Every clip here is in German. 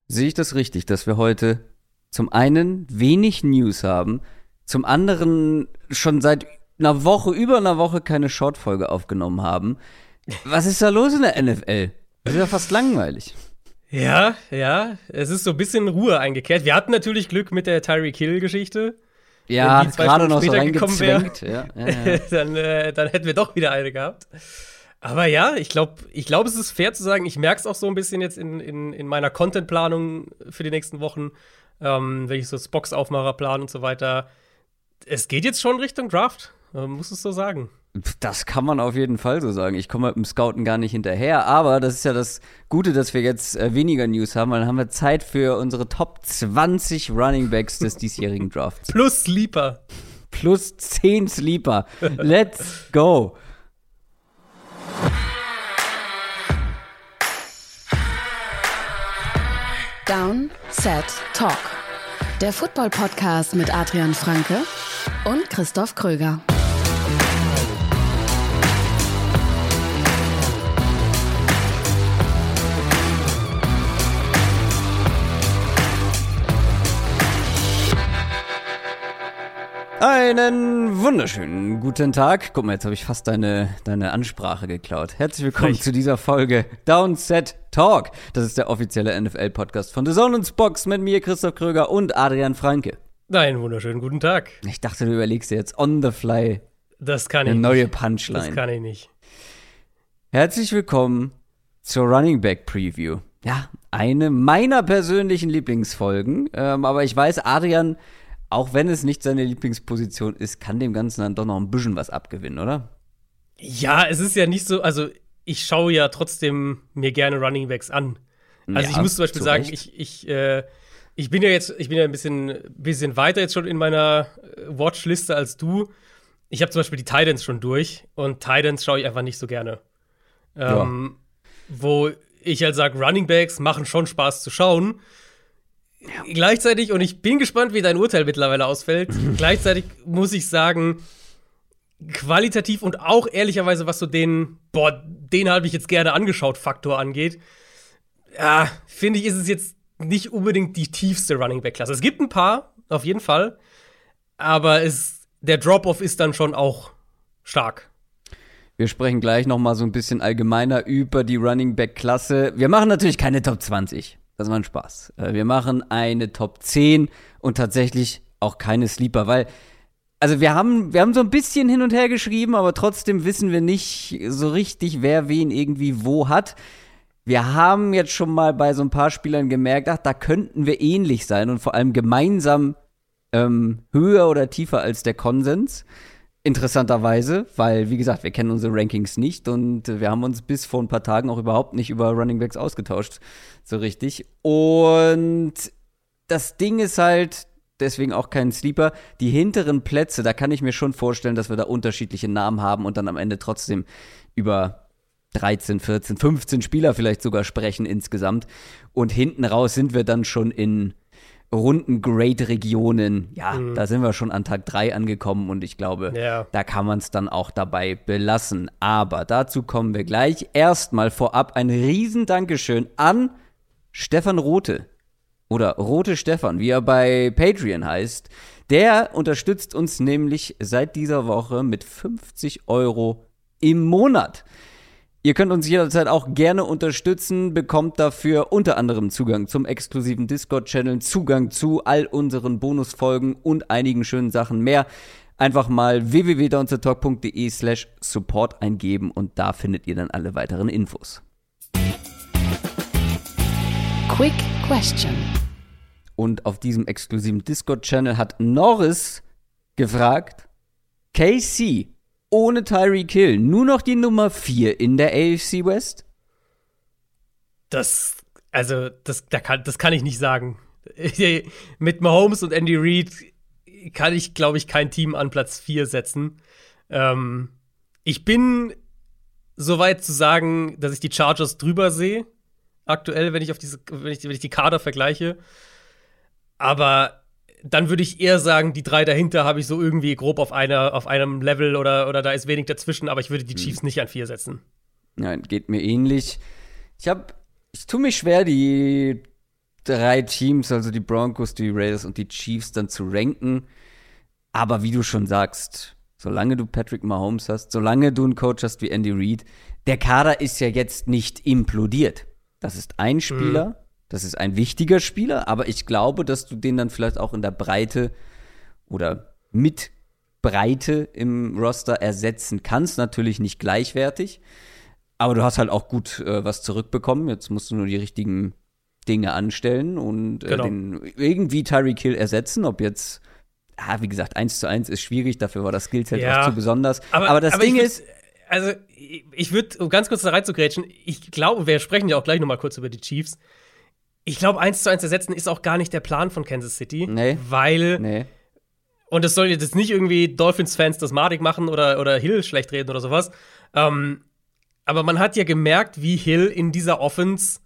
Sehe ich das richtig, dass wir heute zum einen wenig News haben, zum anderen schon seit über einer Woche keine Shortfolge aufgenommen haben? Was ist da los in der NFL? Das ist ja fast langweilig. Ja, es ist so ein bisschen Ruhe eingekehrt. Wir hatten natürlich Glück mit der Tyreek Hill-Geschichte. Ja, Wenn die 2 gerade Stunden noch so später gekommen wäre, Ja. dann hätten wir doch wieder eine gehabt. Aber ja, ich glaube, es ist fair zu sagen, ich merke es auch so ein bisschen jetzt in meiner Contentplanung für die nächsten Wochen, wenn ich so Box-Aufmacher plane und so weiter. Es geht jetzt schon Richtung Draft, muss es so sagen. Das kann man auf jeden Fall so sagen. Ich komme mit dem Scouten gar nicht hinterher, aber das ist ja das Gute, dass wir jetzt weniger News haben, weil dann haben wir Zeit für unsere Top 20 Running Backs des diesjährigen Drafts. Plus Sleeper. Plus 10 Sleeper. Let's go. Down, Set, Talk. Der Football-Podcast mit Adrian Franke und Christoph Kröger. Einen wunderschönen guten Tag. Guck mal, jetzt habe ich fast deine Ansprache geklaut. Herzlich willkommen zu dieser Folge Downset Talk. Das ist der offizielle NFL-Podcast von The Zone und Box mit mir, Christoph Kröger und Adrian Franke. Einen wunderschönen guten Tag. Ich dachte, du überlegst dir jetzt on the fly eine neue Punchline. Das kann ich nicht. Herzlich willkommen zur Running Back Preview. Ja, eine meiner persönlichen Lieblingsfolgen. Aber ich weiß, Adrian, auch wenn es nicht seine Lieblingsposition ist, kann dem Ganzen dann doch noch ein bisschen was abgewinnen, oder? Ja, es ist ja nicht so, also ich schaue ja trotzdem mir gerne Running Backs an. Also ich muss zum Beispiel sagen, ich bin ja ein bisschen weiter jetzt schon in meiner Watchliste als du. Ich habe zum Beispiel die Titans schon durch und Titans schaue ich einfach nicht so gerne. Wo ich halt sage, Running Backs machen schon Spaß zu schauen. Ja. Gleichzeitig, und ich bin gespannt, wie dein Urteil mittlerweile ausfällt, gleichzeitig muss ich sagen, qualitativ und auch ehrlicherweise, was so den habe ich jetzt gerne angeschaut Faktor angeht, ja, finde ich, ist es jetzt nicht unbedingt die tiefste Running-Back-Klasse. Es gibt ein paar, auf jeden Fall, aber der Drop-Off ist dann schon auch stark. Wir sprechen gleich noch mal so ein bisschen allgemeiner über die Running-Back-Klasse. Wir machen natürlich keine Top 20. Das war ein Spaß. Wir machen eine Top 10 und tatsächlich auch keine Sleeper, weil, also wir haben so ein bisschen hin und her geschrieben, aber trotzdem wissen wir nicht so richtig, wer wen irgendwie wo hat. Wir haben jetzt schon mal bei so ein paar Spielern gemerkt, da könnten wir ähnlich sein und vor allem gemeinsam höher oder tiefer als der Konsens. Interessanterweise, weil, wie gesagt, wir kennen unsere Rankings nicht und wir haben uns bis vor ein paar Tagen auch überhaupt nicht über Running Backs ausgetauscht, so richtig. Und das Ding ist halt, deswegen auch kein Sleeper, die hinteren Plätze, da kann ich mir schon vorstellen, dass wir da unterschiedliche Namen haben und dann am Ende trotzdem über 13, 14, 15 Spieler vielleicht sogar sprechen insgesamt. Und hinten raus sind wir dann schon in runden Grade-Regionen, da sind wir schon an Tag 3 angekommen und ich glaube, da kann man es dann auch dabei belassen. Aber dazu kommen wir gleich. Erstmal vorab ein riesen Dankeschön an Stefan Rote oder Rote Stefan, wie er bei Patreon heißt. Der unterstützt uns nämlich seit dieser Woche mit 50 € im Monat. Ihr könnt uns jederzeit auch gerne unterstützen, bekommt dafür unter anderem Zugang zum exklusiven Discord-Channel, Zugang zu all unseren Bonusfolgen und einigen schönen Sachen mehr. Einfach mal www.downsettalk.de/support eingeben und da findet ihr dann alle weiteren Infos. Quick Question. Und auf diesem exklusiven Discord-Channel hat Norris gefragt, KC ohne Tyreek Hill nur noch die Nummer 4 in der AFC West? Das kann ich nicht sagen. Mit Mahomes und Andy Reid kann ich, glaube ich, kein Team an Platz 4 setzen. Ich bin so weit zu sagen, dass ich die Chargers drüber sehe, aktuell, wenn ich die Kader vergleiche. Aber dann würde ich eher sagen, die 3 dahinter habe ich so irgendwie grob auf einem Level oder da ist wenig dazwischen, aber ich würde die Chiefs nicht an 4 setzen. Nein, geht mir ähnlich. Ich tue mich schwer, die 3 Teams, also die Broncos, die Raiders und die Chiefs, dann zu ranken. Aber wie du schon sagst, solange du Patrick Mahomes hast, solange du einen Coach hast wie Andy Reid, der Kader ist ja jetzt nicht implodiert. Das ist ein Spieler, das ist ein wichtiger Spieler, aber ich glaube, dass du den dann vielleicht auch in der Breite oder mit Breite im Roster ersetzen kannst. Natürlich nicht gleichwertig, aber du hast halt auch gut was zurückbekommen. Jetzt musst du nur die richtigen Dinge anstellen und irgendwie Tyreek Hill ersetzen. Ob jetzt, wie gesagt, 1:1 ist schwierig, dafür war das Skillset auch zu besonders. Aber das Ding ist, also ich würde, um ganz kurz da reinzugrätschen, ich glaube, wir sprechen ja auch gleich noch mal kurz über die Chiefs. Ich glaube, 1:1 ersetzen ist auch gar nicht der Plan von Kansas City. Weil und das soll jetzt nicht irgendwie Dolphins-Fans das madig machen oder Hill schlecht reden oder sowas. Aber man hat ja gemerkt, wie Hill in dieser Offense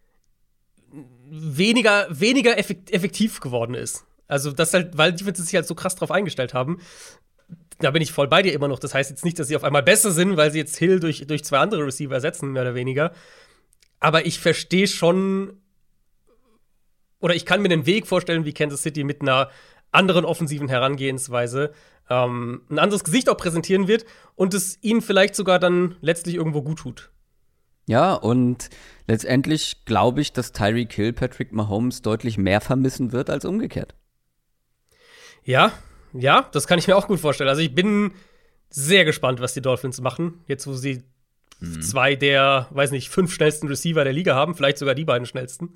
weniger effektiv geworden ist. Also, das halt, weil die sich halt so krass drauf eingestellt haben. Da bin ich voll bei dir immer noch. Das heißt jetzt nicht, dass sie auf einmal besser sind, weil sie jetzt Hill durch 2 andere Receiver ersetzen, mehr oder weniger. Aber ich verstehe schon, oder ich kann mir den Weg vorstellen, wie Kansas City mit einer anderen offensiven Herangehensweise ein anderes Gesicht auch präsentieren wird und es ihnen vielleicht sogar dann letztlich irgendwo gut tut. Ja, und letztendlich glaube ich, dass Tyreek Hill Patrick Mahomes deutlich mehr vermissen wird als umgekehrt. Ja, das kann ich mir auch gut vorstellen. Also ich bin sehr gespannt, was die Dolphins machen. Jetzt, wo sie 2 der, 5 schnellsten Receiver der Liga haben, vielleicht sogar die beiden schnellsten.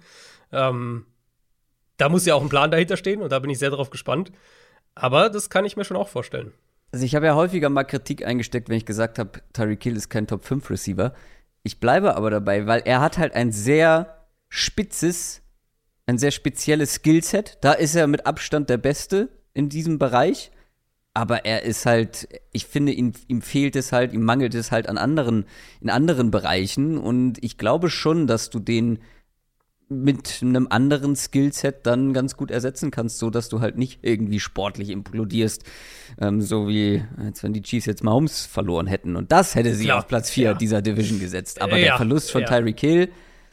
Da muss ja auch ein Plan dahinter stehen und da bin ich sehr drauf gespannt. Aber das kann ich mir schon auch vorstellen. Also ich habe ja häufiger mal Kritik eingesteckt, wenn ich gesagt habe, Tyreek Hill ist kein Top-5-Receiver. Ich bleibe aber dabei, weil er hat halt ein sehr spezielles Skillset. Da ist er mit Abstand der Beste in diesem Bereich. Aber er ist halt, ich finde, ihm fehlt es halt, ihm mangelt es halt in anderen Bereichen. Und ich glaube schon, dass du den mit einem anderen Skillset dann ganz gut ersetzen kannst, so dass du halt nicht irgendwie sportlich implodierst, so wie als wenn die Chiefs jetzt Mahomes verloren hätten. Und das hätte sie auf Platz 4 dieser Division gesetzt. Aber der Verlust von Tyreek Hill,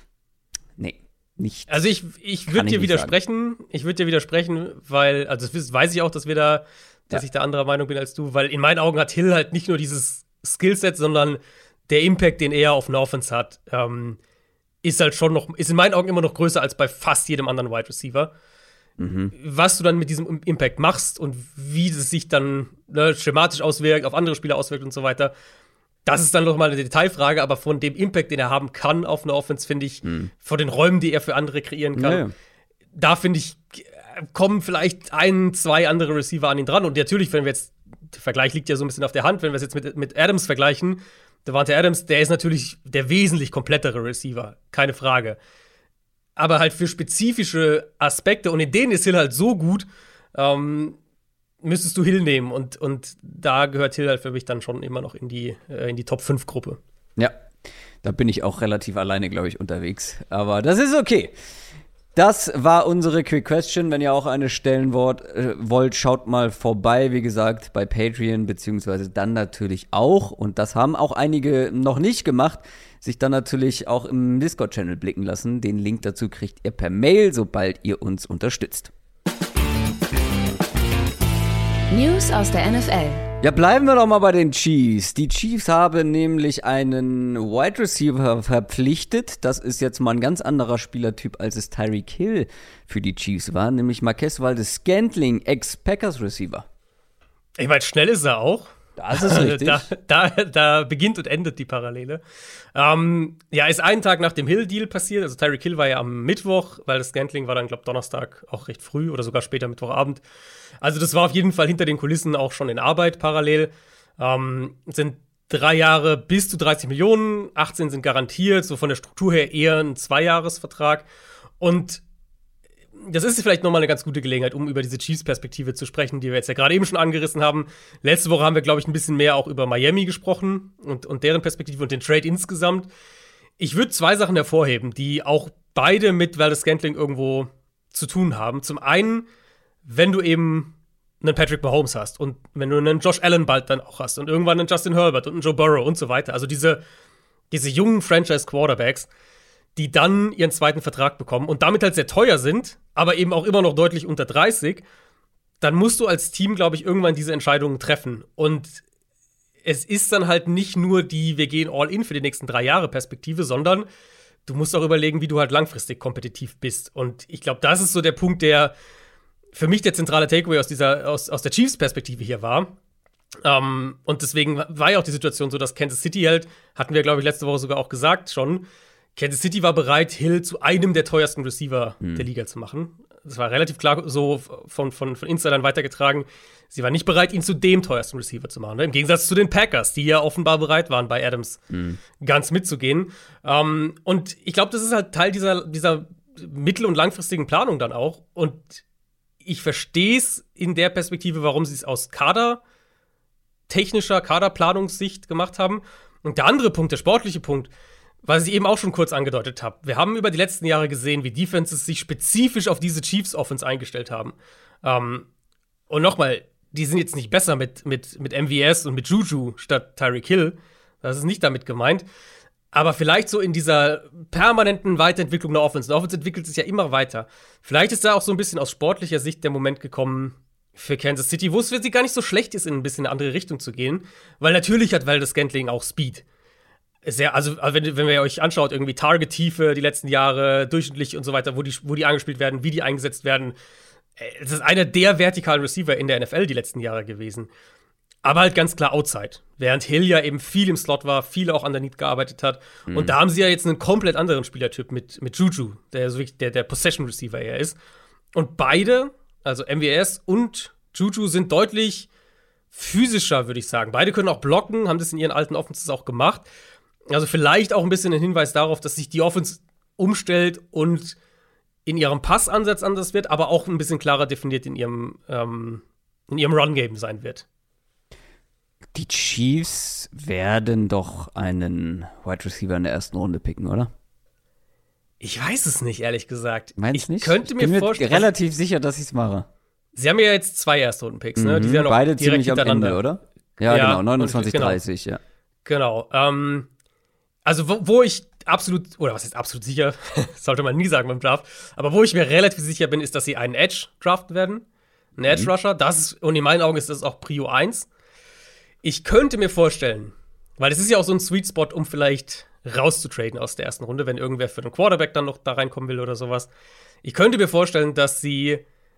nicht. Also ich würde dir widersprechen. Ich würde dir widersprechen, weil, also das weiß ich auch, dass ich da anderer Meinung bin als du, weil in meinen Augen hat Hill halt nicht nur dieses Skillset, sondern der Impact, den er auf eine Offense hat, ist in meinen Augen immer noch größer als bei fast jedem anderen Wide Receiver. Was du dann mit diesem Impact machst und wie es sich dann schematisch auswirkt, auf andere Spieler auswirkt und so weiter, das ist dann noch mal eine Detailfrage, aber von dem Impact, den er haben kann auf eine Offense, finde ich, von den Räumen, die er für andere kreieren kann, da finde ich, kommen vielleicht 1, 2 andere Receiver an ihn dran. Und natürlich, wenn wir jetzt, der Vergleich liegt ja so ein bisschen auf der Hand, wenn wir es jetzt mit Adams vergleichen, Davante Adams, der ist natürlich der wesentlich komplettere Receiver, keine Frage. Aber halt für spezifische Aspekte, und in denen ist Hill halt so gut, müsstest du Hill nehmen. Und da gehört Hill halt für mich dann schon immer noch in die Top-5-Gruppe. Ja, da bin ich auch relativ alleine, glaube ich, unterwegs. Aber das ist okay. Das war unsere Quick Question. Wenn ihr auch eine stellen wollt, schaut mal vorbei. Wie gesagt, bei Patreon, beziehungsweise dann natürlich auch, und das haben auch einige noch nicht gemacht, sich dann natürlich auch im Discord-Channel blicken lassen. Den Link dazu kriegt ihr per Mail, sobald ihr uns unterstützt. News aus der NFL. Ja, bleiben wir doch mal bei den Chiefs. Die Chiefs haben nämlich einen Wide Receiver verpflichtet. Das ist jetzt mal ein ganz anderer Spielertyp, als es Tyreek Hill für die Chiefs war, nämlich Marquez Valdes-Scantling, Ex-Packers Receiver. Ich meine, schnell ist er auch. Das ist richtig. Da beginnt und endet die Parallele. Ist einen Tag nach dem Hill-Deal passiert. Also Tyreek Hill war ja am Mittwoch, weil das Scantling war dann, glaube ich, Donnerstag auch recht früh oder sogar später Mittwochabend. Also das war auf jeden Fall hinter den Kulissen auch schon in Arbeit parallel. Sind 3 Jahre bis zu 30 Millionen, 18 sind garantiert, so von der Struktur her eher ein 2-Jahres-Vertrag. Und das ist vielleicht nochmal eine ganz gute Gelegenheit, um über diese Chiefs-Perspektive zu sprechen, die wir jetzt ja gerade eben schon angerissen haben. Letzte Woche haben wir, glaube ich, ein bisschen mehr auch über Miami gesprochen und deren Perspektive und den Trade insgesamt. Ich würde 2 Sachen hervorheben, die auch beide mit Valdes-Scantling irgendwo zu tun haben. Zum einen, wenn du eben einen Patrick Mahomes hast und wenn du einen Josh Allen bald dann auch hast und irgendwann einen Justin Herbert und einen Joe Burrow und so weiter. Also diese jungen Franchise-Quarterbacks, die dann ihren zweiten Vertrag bekommen und damit halt sehr teuer sind, aber eben auch immer noch deutlich unter 30, dann musst du als Team, glaube ich, irgendwann diese Entscheidungen treffen. Und es ist dann halt nicht nur wir gehen all in für die nächsten 3 Jahre Perspektive, sondern du musst auch überlegen, wie du halt langfristig kompetitiv bist. Und ich glaube, das ist so der Punkt, der für mich der zentrale Takeaway aus der Chiefs-Perspektive hier war. Und deswegen war ja auch die Situation so, dass Kansas City halt, hatten wir, glaube ich, letzte Woche sogar auch gesagt schon, Kansas City war bereit, Hill zu einem der teuersten Receiver der Liga zu machen. Das war relativ klar so von Insidern weitergetragen. Sie war nicht bereit, ihn zu dem teuersten Receiver zu machen. Im Gegensatz zu den Packers, die ja offenbar bereit waren, bei Adams ganz mitzugehen. Und ich glaube, das ist halt Teil dieser mittel- und langfristigen Planung dann auch. Und ich verstehe es in der Perspektive, warum sie es aus technischer Kaderplanungssicht gemacht haben. Und der andere Punkt, der sportliche Punkt, was ich eben auch schon kurz angedeutet habe. Wir haben über die letzten Jahre gesehen, wie Defenses sich spezifisch auf diese Chiefs-Offense eingestellt haben. Und nochmal, die sind jetzt nicht besser mit MVS und mit Juju statt Tyreek Hill. Das ist nicht damit gemeint. Aber vielleicht so in dieser permanenten Weiterentwicklung der Offense. Die Offense entwickelt sich ja immer weiter. Vielleicht ist da auch so ein bisschen aus sportlicher Sicht der Moment gekommen für Kansas City, wo es für sie gar nicht so schlecht ist, in ein bisschen eine andere Richtung zu gehen. Weil natürlich hat Valdez-Scantling auch Speed. Also wenn ihr euch anschaut, irgendwie Target-Tiefe die letzten Jahre, durchschnittlich und so weiter, wo die angespielt werden, wie die eingesetzt werden. Es ist einer der vertikalen Receiver in der NFL die letzten Jahre gewesen. Aber halt ganz klar Outside. Während Hill ja eben viel im Slot war, viel auch underneath gearbeitet hat. Und da haben sie ja jetzt einen komplett anderen Spielertyp mit Juju, der so wirklich der Possession-Receiver eher ist. Und beide, also MVS und Juju, sind deutlich physischer, würde ich sagen. Beide können auch blocken, haben das in ihren alten Offenses auch gemacht. Also vielleicht auch ein bisschen ein Hinweis darauf, dass sich die Offense umstellt und in ihrem Passansatz anders wird, aber auch ein bisschen klarer definiert in ihrem Run-Game sein wird. Die Chiefs werden doch einen Wide Receiver in der ersten Runde picken, oder? Ich weiß es nicht, ehrlich gesagt. Meinst du nicht? Könnte mir vorstellen, ich bin mir relativ sicher, dass ich es mache. Sie haben ja jetzt 2 Erstrunden-Picks, ne? Die sind ja noch beide direkt ziemlich am Ende, oder? Ja, genau, 29, genau. 30, ja. Genau. Also, wo ich absolut, oder was ist absolut sicher, sollte man nie sagen beim Draft, aber wo ich mir relativ sicher bin, ist, dass sie einen Edge draften werden. Einen Edge-Rusher. Und in meinen Augen ist das auch Prio 1. Ich könnte mir vorstellen, weil es ist ja auch so ein Sweet Spot, um vielleicht rauszutraden aus der ersten Runde, wenn irgendwer für den Quarterback dann noch da reinkommen will oder sowas. Ich könnte mir vorstellen, dass sie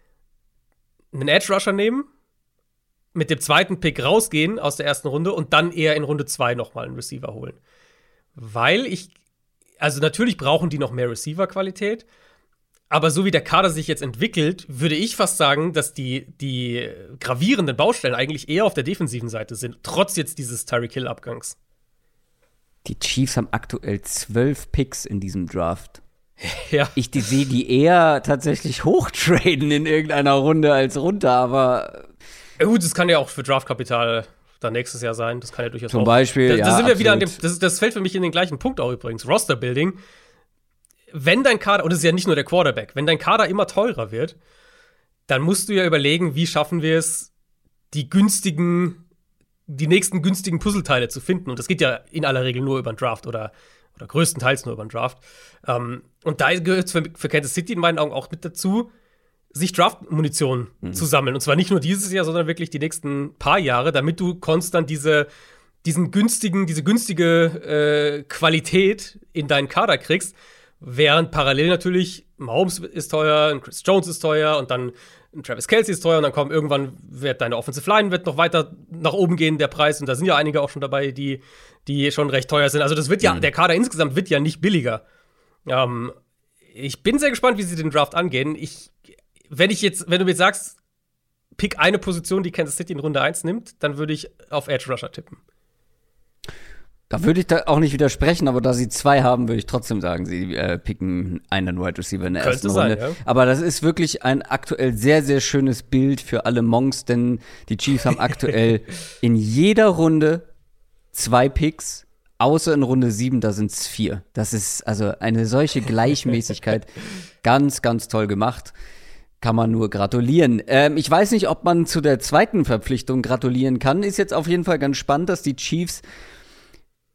einen Edge-Rusher nehmen, mit dem zweiten Pick rausgehen aus der ersten Runde und dann eher in Runde 2 nochmal einen Receiver holen. Weil also natürlich brauchen die noch mehr Receiver-Qualität, aber so wie der Kader sich jetzt entwickelt, würde ich fast sagen, dass die gravierenden Baustellen eigentlich eher auf der defensiven Seite sind, trotz jetzt dieses Tyreek Hill-Abgangs. Die Chiefs haben aktuell 12 Picks in diesem Draft. Ja. Ich sehe die eher tatsächlich hochtraden in irgendeiner Runde als runter, aber gut, das kann ja auch für Draftkapital dann nächstes Jahr sein. Das kann ja durchaus zum Beispiel, da sind wir wieder an dem, das fällt für mich in den gleichen Punkt auch übrigens. Roster-Building. Wenn dein Kader, und es ist ja nicht nur der Quarterback, wenn dein Kader immer teurer wird, dann musst du ja überlegen, wie schaffen wir es, die nächsten günstigen Puzzleteile zu finden. Und das geht ja in aller Regel nur über den Draft oder größtenteils nur über den Draft. Und da gehört es für Kansas City in meinen Augen auch mit dazu, sich Draft-Munition zu sammeln. Und zwar nicht nur dieses Jahr, sondern wirklich die nächsten paar Jahre, damit du konstant diese günstige Qualität in deinen Kader kriegst. Während parallel natürlich Mahomes ist teuer, ein Chris Jones ist teuer und dann ein Travis Kelce ist teuer und dann kommt irgendwann wird deine Offensive Line noch weiter nach oben gehen, der Preis. Und da sind ja einige auch schon dabei, die schon recht teuer sind. Also das wird ja, der Kader insgesamt wird ja nicht billiger. Ich bin sehr gespannt, wie sie den Draft angehen. Wenn du mir sagst, pick eine Position, die Kansas City in Runde 1 nimmt, dann würde ich auf Edge Rusher tippen. Da würde ich da auch nicht widersprechen, aber da sie 2 haben, würde ich trotzdem sagen, sie picken einen Wide Receiver in der ersten Runde. Ja. Aber das ist wirklich ein aktuell sehr, sehr schönes Bild für alle Monks, denn die Chiefs haben aktuell in jeder Runde 2 Picks, außer in Runde 7, da sind es 4. Das ist also eine solche Gleichmäßigkeit. Ganz, ganz toll gemacht. Kann man nur gratulieren. Ich weiß nicht, ob man zu der zweiten Verpflichtung gratulieren kann. Ist jetzt auf jeden Fall ganz spannend, dass die Chiefs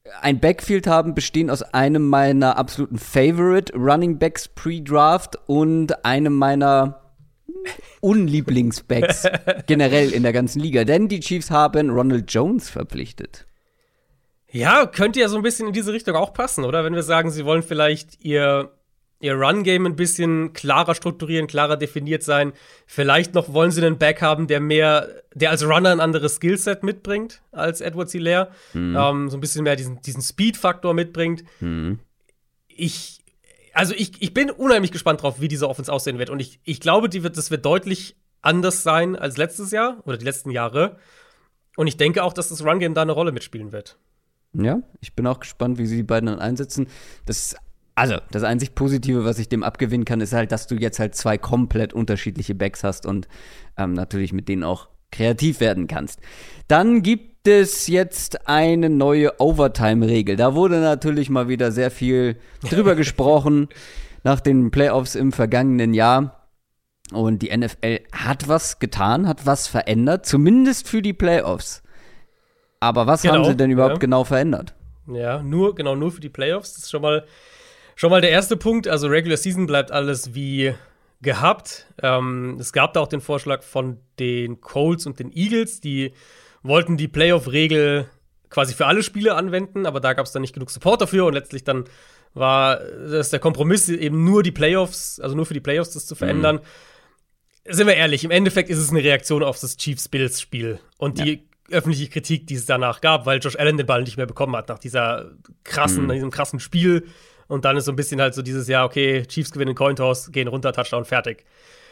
ein Backfield haben, bestehen aus einem meiner absoluten Favorite Running Backs pre-Draft und einem meiner Unlieblingsbacks generell in der ganzen Liga. Denn die Chiefs haben Ronald Jones verpflichtet. Ja, könnte ja so ein bisschen in diese Richtung auch passen, oder? Wenn wir sagen, sie wollen vielleicht ihr Run-Game ein bisschen klarer strukturieren, klarer definiert sein. Vielleicht noch wollen sie einen Back haben, der als Runner ein anderes Skillset mitbringt als Edwards-Helaire. So ein bisschen mehr diesen Speed-Faktor mitbringt. Ich bin unheimlich gespannt drauf, wie diese Offense aussehen wird. Und ich glaube, das wird deutlich anders sein als letztes Jahr oder die letzten Jahre. Und ich denke auch, dass das Run-Game da eine Rolle mitspielen wird. Ja, ich bin auch gespannt, wie sie die beiden dann einsetzen. Das einzig Positive, was ich dem abgewinnen kann, ist halt, dass du jetzt halt 2 komplett unterschiedliche Backs hast und natürlich mit denen auch kreativ werden kannst. Dann gibt es jetzt eine neue Overtime-Regel. Da wurde natürlich mal wieder sehr viel drüber gesprochen nach den Playoffs im vergangenen Jahr. Und die NFL hat was getan, hat was verändert, zumindest für die Playoffs. Aber was haben sie denn überhaupt genau verändert? Ja, nur für die Playoffs. Das ist schon mal der erste Punkt. Also Regular Season bleibt alles wie gehabt. Es gab da auch den Vorschlag von den Colts und den Eagles, die wollten die Playoff-Regel quasi für alle Spiele anwenden, aber da gab es dann nicht genug Support dafür und letztlich dann war das der Kompromiss, eben nur die Playoffs, also nur für die Playoffs das zu verändern. Sind wir ehrlich, im Endeffekt ist es eine Reaktion auf das Chiefs-Bills-Spiel und die öffentliche Kritik, die es danach gab, weil Josh Allen den Ball nicht mehr bekommen hat nach diesem krassen Spiel. Und dann ist so ein bisschen halt so dieses Jahr, okay, Chiefs gewinnen Cointoss, gehen runter, Touchdown, fertig.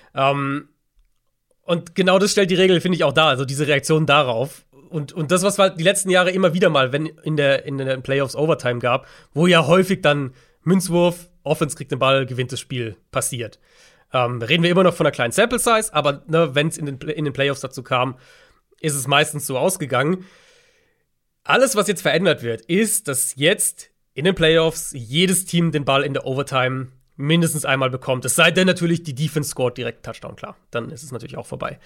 Und genau das stellt die Regel, finde ich, auch dar, also diese Reaktion darauf. Und das, was wir die letzten Jahre immer wieder mal, wenn in den Playoffs Overtime gab, wo ja häufig dann Münzwurf, Offense kriegt den Ball, gewinnt das Spiel, passiert. Reden wir immer noch von einer kleinen Sample Size, aber wenn es in den Playoffs dazu kam, ist es meistens so ausgegangen. Alles, was jetzt verändert wird, ist, dass jetzt in den Playoffs jedes Team den Ball in der Overtime mindestens einmal bekommt. Es sei denn natürlich, die Defense scored direkt Touchdown, klar. Dann ist es natürlich auch vorbei.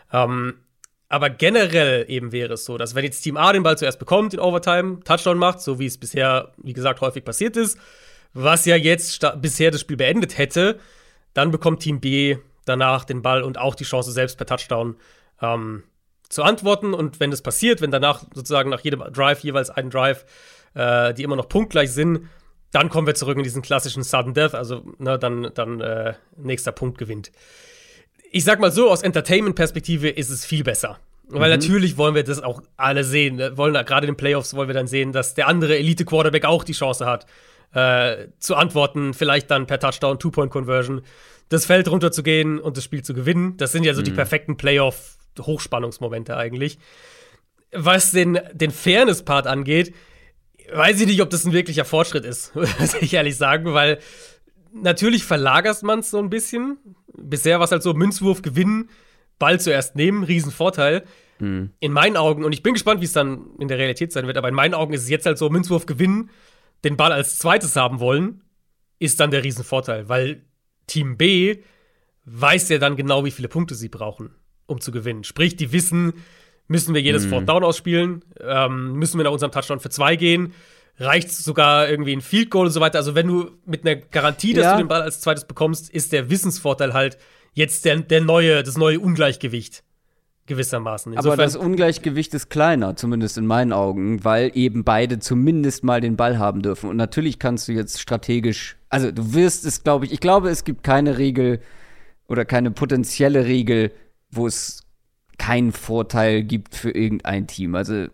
Aber generell eben wäre es so, dass wenn jetzt Team A den Ball zuerst bekommt in Overtime, Touchdown macht, so wie es bisher, wie gesagt, häufig passiert ist, was ja jetzt bisher das Spiel beendet hätte, dann bekommt Team B danach den Ball und auch die Chance, selbst per Touchdown zu antworten. Und wenn das passiert, wenn danach sozusagen nach jedem Drive jeweils einen Drive, die immer noch punktgleich sind, dann kommen wir zurück in diesen klassischen Sudden Death, also dann nächster Punkt gewinnt. Ich sag mal so, aus Entertainment-Perspektive ist es viel besser. Weil natürlich wollen wir das auch alle sehen. Gerade in den Playoffs wollen wir dann sehen, dass der andere Elite-Quarterback auch die Chance hat, zu antworten, vielleicht dann per Touchdown, Two-Point-Conversion, das Feld runterzugehen und das Spiel zu gewinnen. Das sind ja so die perfekten Playoff-Hochspannungsmomente eigentlich. Was den Fairness-Part angeht, weiß ich nicht, ob das ein wirklicher Fortschritt ist, muss ich ehrlich sagen, weil natürlich verlagert man es so ein bisschen. Bisher war es halt so, Münzwurf gewinnen, Ball zuerst nehmen, Riesenvorteil. In meinen Augen, und ich bin gespannt, wie es dann in der Realität sein wird, aber in meinen Augen ist es jetzt halt so, Münzwurf gewinnen, den Ball als zweites haben wollen, ist dann der Riesenvorteil, weil Team B weiß ja dann genau, wie viele Punkte sie brauchen, um zu gewinnen. Sprich, die wissen, müssen wir jedes Fourth Down ausspielen, müssen wir nach unserem Touchdown für 2 gehen, reicht sogar irgendwie ein Field Goal und so weiter. Also wenn du mit einer Garantie, dass du den Ball als zweites bekommst, ist der Wissensvorteil halt jetzt das neue Ungleichgewicht gewissermaßen. Insofern, aber das Ungleichgewicht ist kleiner, zumindest in meinen Augen, weil eben beide zumindest mal den Ball haben dürfen. Und natürlich kannst du jetzt strategisch, also du wirst es, glaube ich glaube, es gibt keine Regel oder keine potenzielle Regel, wo es keinen Vorteil gibt für irgendein Team. Also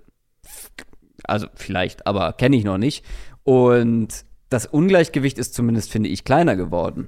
vielleicht, aber kenne ich noch nicht. Und das Ungleichgewicht ist zumindest, finde ich, kleiner geworden.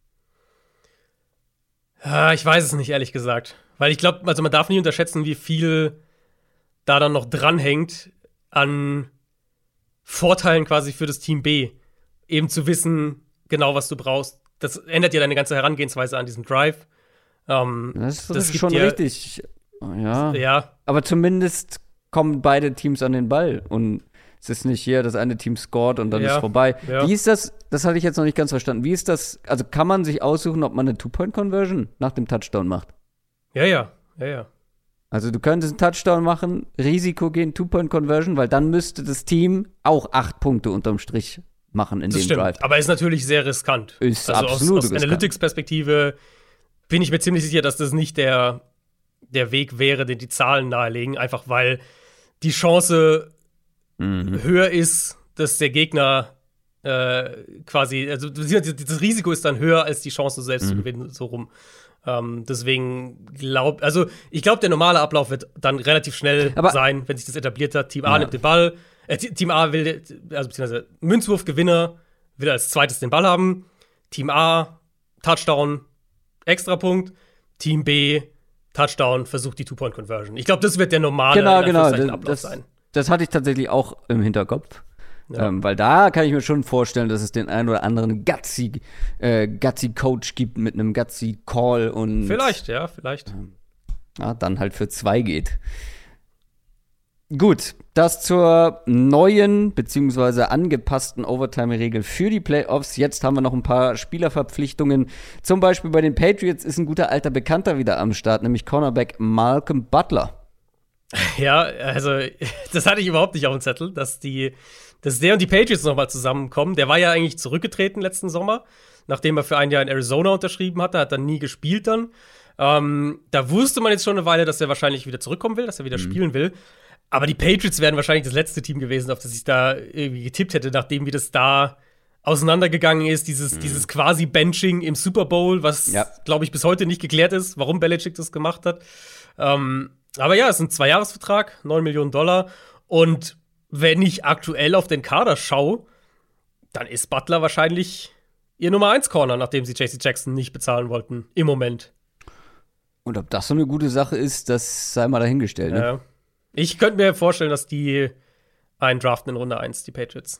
Ich weiß es nicht, ehrlich gesagt. Weil ich glaube, also man darf nicht unterschätzen, wie viel da dann noch dranhängt an Vorteilen quasi für das Team B. Eben zu wissen, genau was du brauchst. Das ändert ja deine ganze Herangehensweise an diesen Drive. Das ist schon richtig. Ja. Aber zumindest kommen beide Teams an den Ball. Und es ist nicht hier, das eine Team scored und dann ist vorbei. Ja. Wie ist das? Das hatte ich jetzt noch nicht ganz verstanden. Wie ist das? Also kann man sich aussuchen, ob man eine Two-Point-Conversion nach dem Touchdown macht? Ja. Also du könntest einen Touchdown machen, Risiko gehen, Two-Point-Conversion, weil dann müsste das Team auch 8 Punkte unterm Strich machen in dem Drive. Aber ist natürlich sehr riskant. Ist also absolut aus riskant. Analytics-Perspektive bin ich mir ziemlich sicher, dass das nicht der Weg wäre, den die Zahlen nahelegen, einfach weil die Chance höher ist, dass der Gegner quasi, also das Risiko ist dann höher, als die Chance selbst zu gewinnen, so rum. Deswegen ich glaube, der normale Ablauf wird dann relativ schnell sein, wenn sich das etabliert hat. Team A nimmt den Ball, Team A will, also beziehungsweise Münzwurfgewinner will als zweites den Ball haben. Team A, Touchdown, Extrapunkt. Team B, Touchdown, versucht die Two-Point-Conversion. Ich glaube, das wird der normale Ablauf sein. Das hatte ich tatsächlich auch im Hinterkopf. Ja. Weil da kann ich mir schon vorstellen, dass es den einen oder anderen gutsy Coach gibt mit einem gutsy Call und vielleicht. Ja, dann halt für 2 geht. Gut, das zur neuen bzw. angepassten Overtime-Regel für die Playoffs. Jetzt haben wir noch ein paar Spielerverpflichtungen. Zum Beispiel bei den Patriots ist ein guter alter Bekannter wieder am Start, nämlich Cornerback Malcolm Butler. Ja, also das hatte ich überhaupt nicht auf dem Zettel, dass der und die Patriots nochmal zusammenkommen. Der war ja eigentlich zurückgetreten letzten Sommer, nachdem er für ein Jahr in Arizona unterschrieben hatte, hat dann nie gespielt dann. Da wusste man jetzt schon eine Weile, dass er wahrscheinlich wieder zurückkommen will, dass er wieder spielen will. Aber die Patriots wären wahrscheinlich das letzte Team gewesen, auf das ich da irgendwie getippt hätte, nachdem wie das da auseinandergegangen ist, dieses quasi Benching im Super Bowl, was, glaube ich, bis heute nicht geklärt ist, warum Belichick das gemacht hat. Aber ja, es ist ein 2-Jahres-Vertrag, $9 Millionen. Und wenn ich aktuell auf den Kader schaue, dann ist Butler wahrscheinlich ihr Nummer 1 Corner, nachdem sie JC Jackson nicht bezahlen wollten, im Moment. Und ob das so eine gute Sache ist, das sei mal dahingestellt. Ne? Ja. Ich könnte mir vorstellen, dass die einen draften in Runde 1, die Patriots.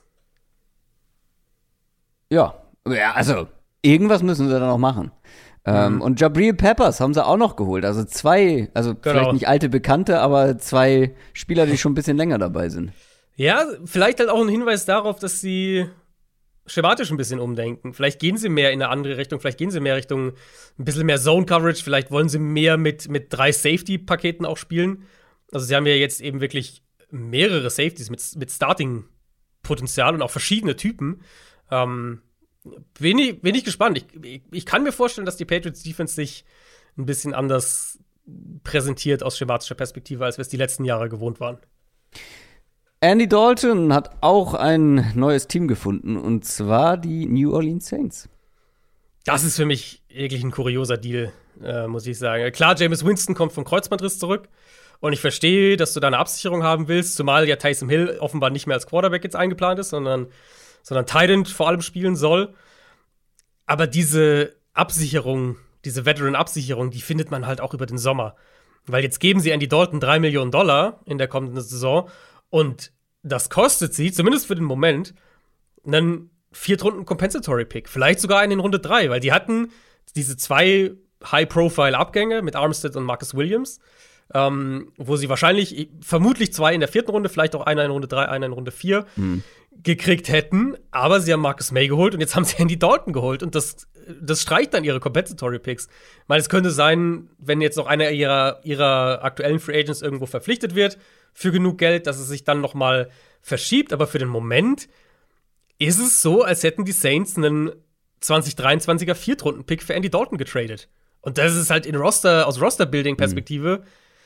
Ja, also irgendwas müssen sie da noch machen. Und Jabril Peppers haben sie auch noch geholt. Also 2, vielleicht nicht alte Bekannte, aber 2 Spieler, die schon ein bisschen länger dabei sind. Ja, vielleicht halt auch ein Hinweis darauf, dass sie schematisch ein bisschen umdenken. Vielleicht gehen sie mehr in eine andere Richtung, vielleicht gehen sie mehr Richtung ein bisschen mehr Zone-Coverage, vielleicht wollen sie mehr mit 3 Safety-Paketen auch spielen. Also sie haben ja jetzt eben wirklich mehrere Safeties mit Starting-Potenzial und auch verschiedene Typen. Bin ich gespannt. Ich kann mir vorstellen, dass die Patriots Defense sich ein bisschen anders präsentiert aus schematischer Perspektive, als wir es die letzten Jahre gewohnt waren. Andy Dalton hat auch ein neues Team gefunden, und zwar die New Orleans Saints. Das ist für mich wirklich ein kurioser Deal, muss ich sagen. Klar, Jameis Winston kommt vom Kreuzbandriss zurück. Und ich verstehe, dass du da eine Absicherung haben willst, zumal ja Taysom Hill offenbar nicht mehr als Quarterback jetzt eingeplant ist, sondern Tight End vor allem spielen soll. Aber diese Absicherung, diese Veteran-Absicherung, die findet man halt auch über den Sommer. Weil jetzt geben sie Andy Dalton $3 Millionen in der kommenden Saison und das kostet sie, zumindest für den Moment, einen 4-Runden-Compensatory-Pick. Vielleicht sogar einen in Runde 3, weil die hatten diese 2 High-Profile-Abgänge mit Armstead und Marcus Williams, wo sie vermutlich 2 in der 4. Runde, vielleicht auch einer in Runde 3, einer in Runde 4 gekriegt hätten. Aber sie haben Marcus May geholt und jetzt haben sie Andy Dalton geholt. Und das streicht dann ihre Compensatory Picks. Weil es könnte sein, wenn jetzt noch einer ihrer aktuellen Free Agents irgendwo verpflichtet wird für genug Geld, dass es sich dann noch mal verschiebt. Aber für den Moment ist es so, als hätten die Saints einen 2023er 4-Runden-Pick für Andy Dalton getradet. Und das ist halt aus Roster-Building-Perspektive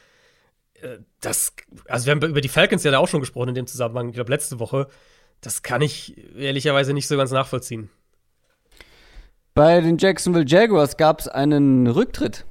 also wir haben über die Falcons ja da auch schon gesprochen in dem Zusammenhang, ich glaube letzte Woche. Das kann ich ehrlicherweise nicht so ganz nachvollziehen. Bei den Jacksonville Jaguars gab es einen Rücktritt.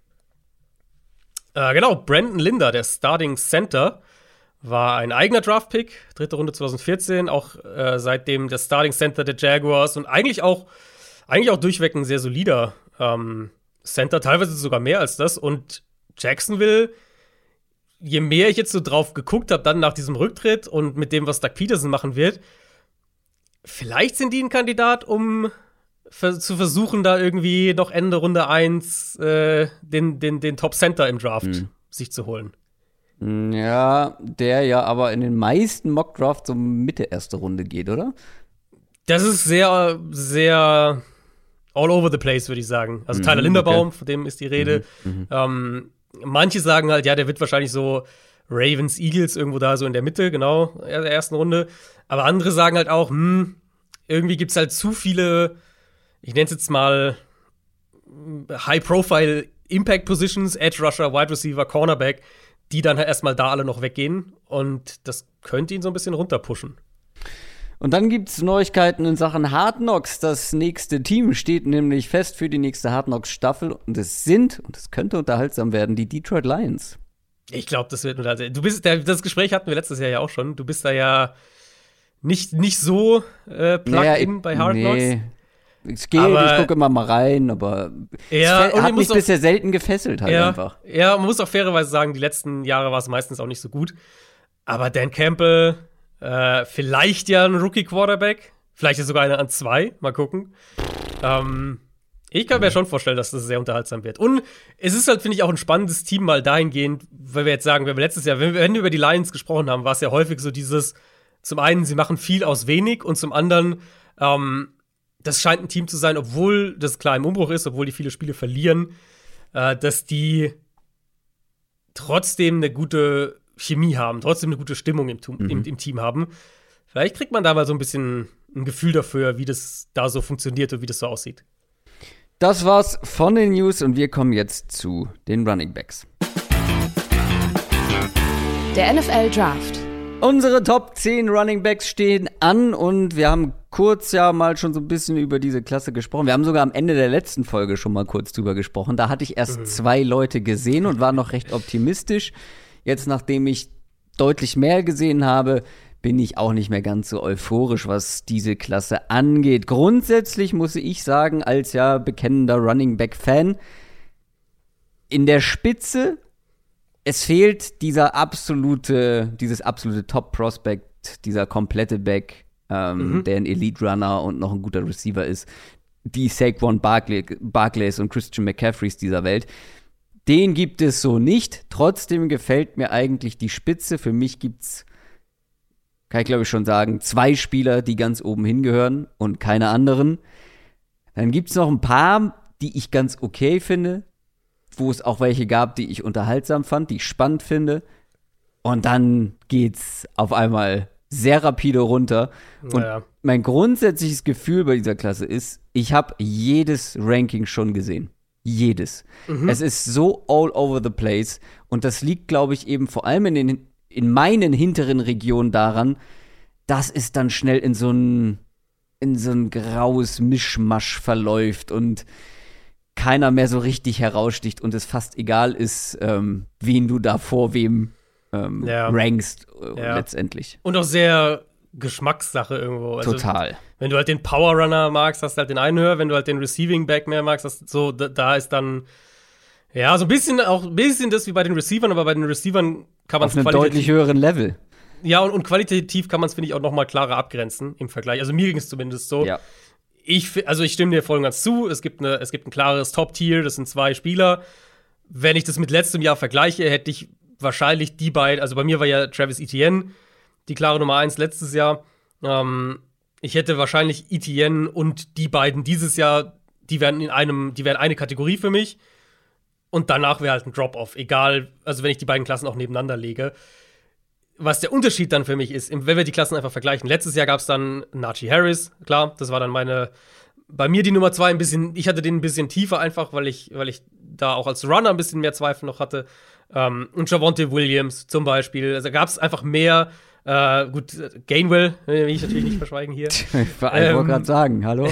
Genau, Brandon Linder, der Starting Center, war ein eigener Draft-Pick, 3. Runde 2014, auch seitdem der Starting Center der Jaguars und eigentlich auch durchweg ein sehr solider Center, teilweise sogar mehr als das. Und Jacksonville, je mehr ich jetzt so drauf geguckt habe, dann nach diesem Rücktritt und mit dem, was Doug Peterson machen wird, vielleicht sind die ein Kandidat, um zu versuchen, da irgendwie noch Ende Runde 1 den Top-Center im Draft sich zu holen. Ja, der ja aber in den meisten Mock-Drafts so Mitte 1. Runde geht, oder? Das ist sehr, sehr all over the place, würde ich sagen. Also Tyler Linderbaum, von dem ist die Rede. manche sagen halt, ja, der wird wahrscheinlich so Ravens, Eagles irgendwo da so in der Mitte, genau, in der ersten Runde. Aber andere sagen halt auch, irgendwie gibt's halt zu viele, ich nenne es jetzt mal High-Profile Impact-Positions, Edge Rusher, Wide Receiver, Cornerback, die dann halt erstmal da alle noch weggehen. Und das könnte ihn so ein bisschen runterpushen. Und dann gibt's Neuigkeiten in Sachen Hard Knocks. Das nächste Team steht nämlich fest für die nächste Hard Knocks Staffel. Und es könnte unterhaltsam werden, die Detroit Lions. Ich glaube, das wird unterhaltsam. Das Gespräch hatten wir letztes Jahr ja auch schon. Du bist da ja nicht so plugged-in bei Hard Knocks. Es geht, ich gucke immer mal rein, aber es hat mich bisher selten gefesselt halt einfach. Ja, man muss auch fairerweise sagen, die letzten Jahre war es meistens auch nicht so gut. Aber Dan Campbell, vielleicht ja ein Rookie-Quarterback, vielleicht ist sogar einer an 2, mal gucken. Ich kann mir schon vorstellen, dass das sehr unterhaltsam wird. Und es ist halt, finde ich, auch ein spannendes Team mal dahingehend, weil wir jetzt sagen, wenn wir über die Lions gesprochen haben, war es ja häufig so dieses, zum einen, sie machen viel aus wenig und zum anderen, das scheint ein Team zu sein, obwohl das klar im Umbruch ist, obwohl die viele Spiele verlieren, dass die trotzdem eine gute Chemie haben, trotzdem eine gute Stimmung im Team haben. Vielleicht kriegt man da mal so ein bisschen ein Gefühl dafür, wie das da so funktioniert und wie das so aussieht. Das war's von den News und wir kommen jetzt zu den Running Backs. Der NFL Draft. Unsere Top 10 Running Backs stehen an und wir haben kurz ja mal schon so ein bisschen über diese Klasse gesprochen. Wir haben sogar am Ende der letzten Folge schon mal kurz drüber gesprochen. Da hatte ich erst 2 Leute gesehen und war noch recht optimistisch. Jetzt, nachdem ich deutlich mehr gesehen habe, bin ich auch nicht mehr ganz so euphorisch, was diese Klasse angeht. Grundsätzlich muss ich sagen, als ja bekennender Running Back-Fan, in der Spitze, es fehlt dieses absolute Top-Prospect, dieser komplette Back, der ein Elite-Runner und noch ein guter Receiver ist. Die Saquon Barclays und Christian McCaffreys dieser Welt. Den gibt es so nicht. Trotzdem gefällt mir eigentlich die Spitze. Für mich gibt's, kann ich glaube ich schon sagen, 2 Spieler, die ganz oben hingehören und keine anderen. Dann gibt's noch ein paar, die ich ganz okay finde, wo es auch welche gab, die ich unterhaltsam fand, die ich spannend finde. Und dann geht's auf einmal sehr rapide runter. Und mein grundsätzliches Gefühl bei dieser Klasse ist, ich habe jedes Ranking schon gesehen. Jedes. Es ist so all over the place. Und das liegt, glaube ich, eben vor allem in meinen hinteren Regionen daran, dass es dann schnell in so ein graues Mischmasch verläuft und keiner mehr so richtig heraussticht und es fast egal ist, wen du da vor wem rankst letztendlich. Und auch sehr Geschmackssache irgendwo. Also, total. Wenn du halt den Power Runner magst, hast du halt den einen höher. Wenn du halt den Receiving Back mehr magst, hast so, da ist dann ja so ein bisschen das wie bei den Receivern, aber bei den Receivern kann man es auf einem deutlich höheren Level. Ja, und qualitativ kann man es, finde ich, auch noch mal klarer abgrenzen im Vergleich. Also mir ging es zumindest so. Ja. Ich stimme dir voll und ganz zu. Es gibt ein klares Top-Tier, das sind 2 Spieler. Wenn ich das mit letztem Jahr vergleiche, hätte ich wahrscheinlich die beiden, also bei mir war ja Travis Etienne die klare Nummer 1 letztes Jahr. Ich hätte wahrscheinlich Etienne und die beiden dieses Jahr, die wären eine Kategorie für mich. Und danach wäre halt ein Drop-Off. Egal, also wenn ich die beiden Klassen auch nebeneinander lege. Was der Unterschied dann für mich ist, wenn wir die Klassen einfach vergleichen. Letztes Jahr gab es dann Najee Harris, klar, das war dann bei mir die Nummer 2 ein bisschen, ich hatte den ein bisschen tiefer einfach, weil ich da auch als Runner ein bisschen mehr Zweifel noch hatte. Und Javonte Williams zum Beispiel. Also gab es einfach mehr, Gainwell, will ich natürlich nicht verschweigen hier. Ich wollte gerade sagen, hallo?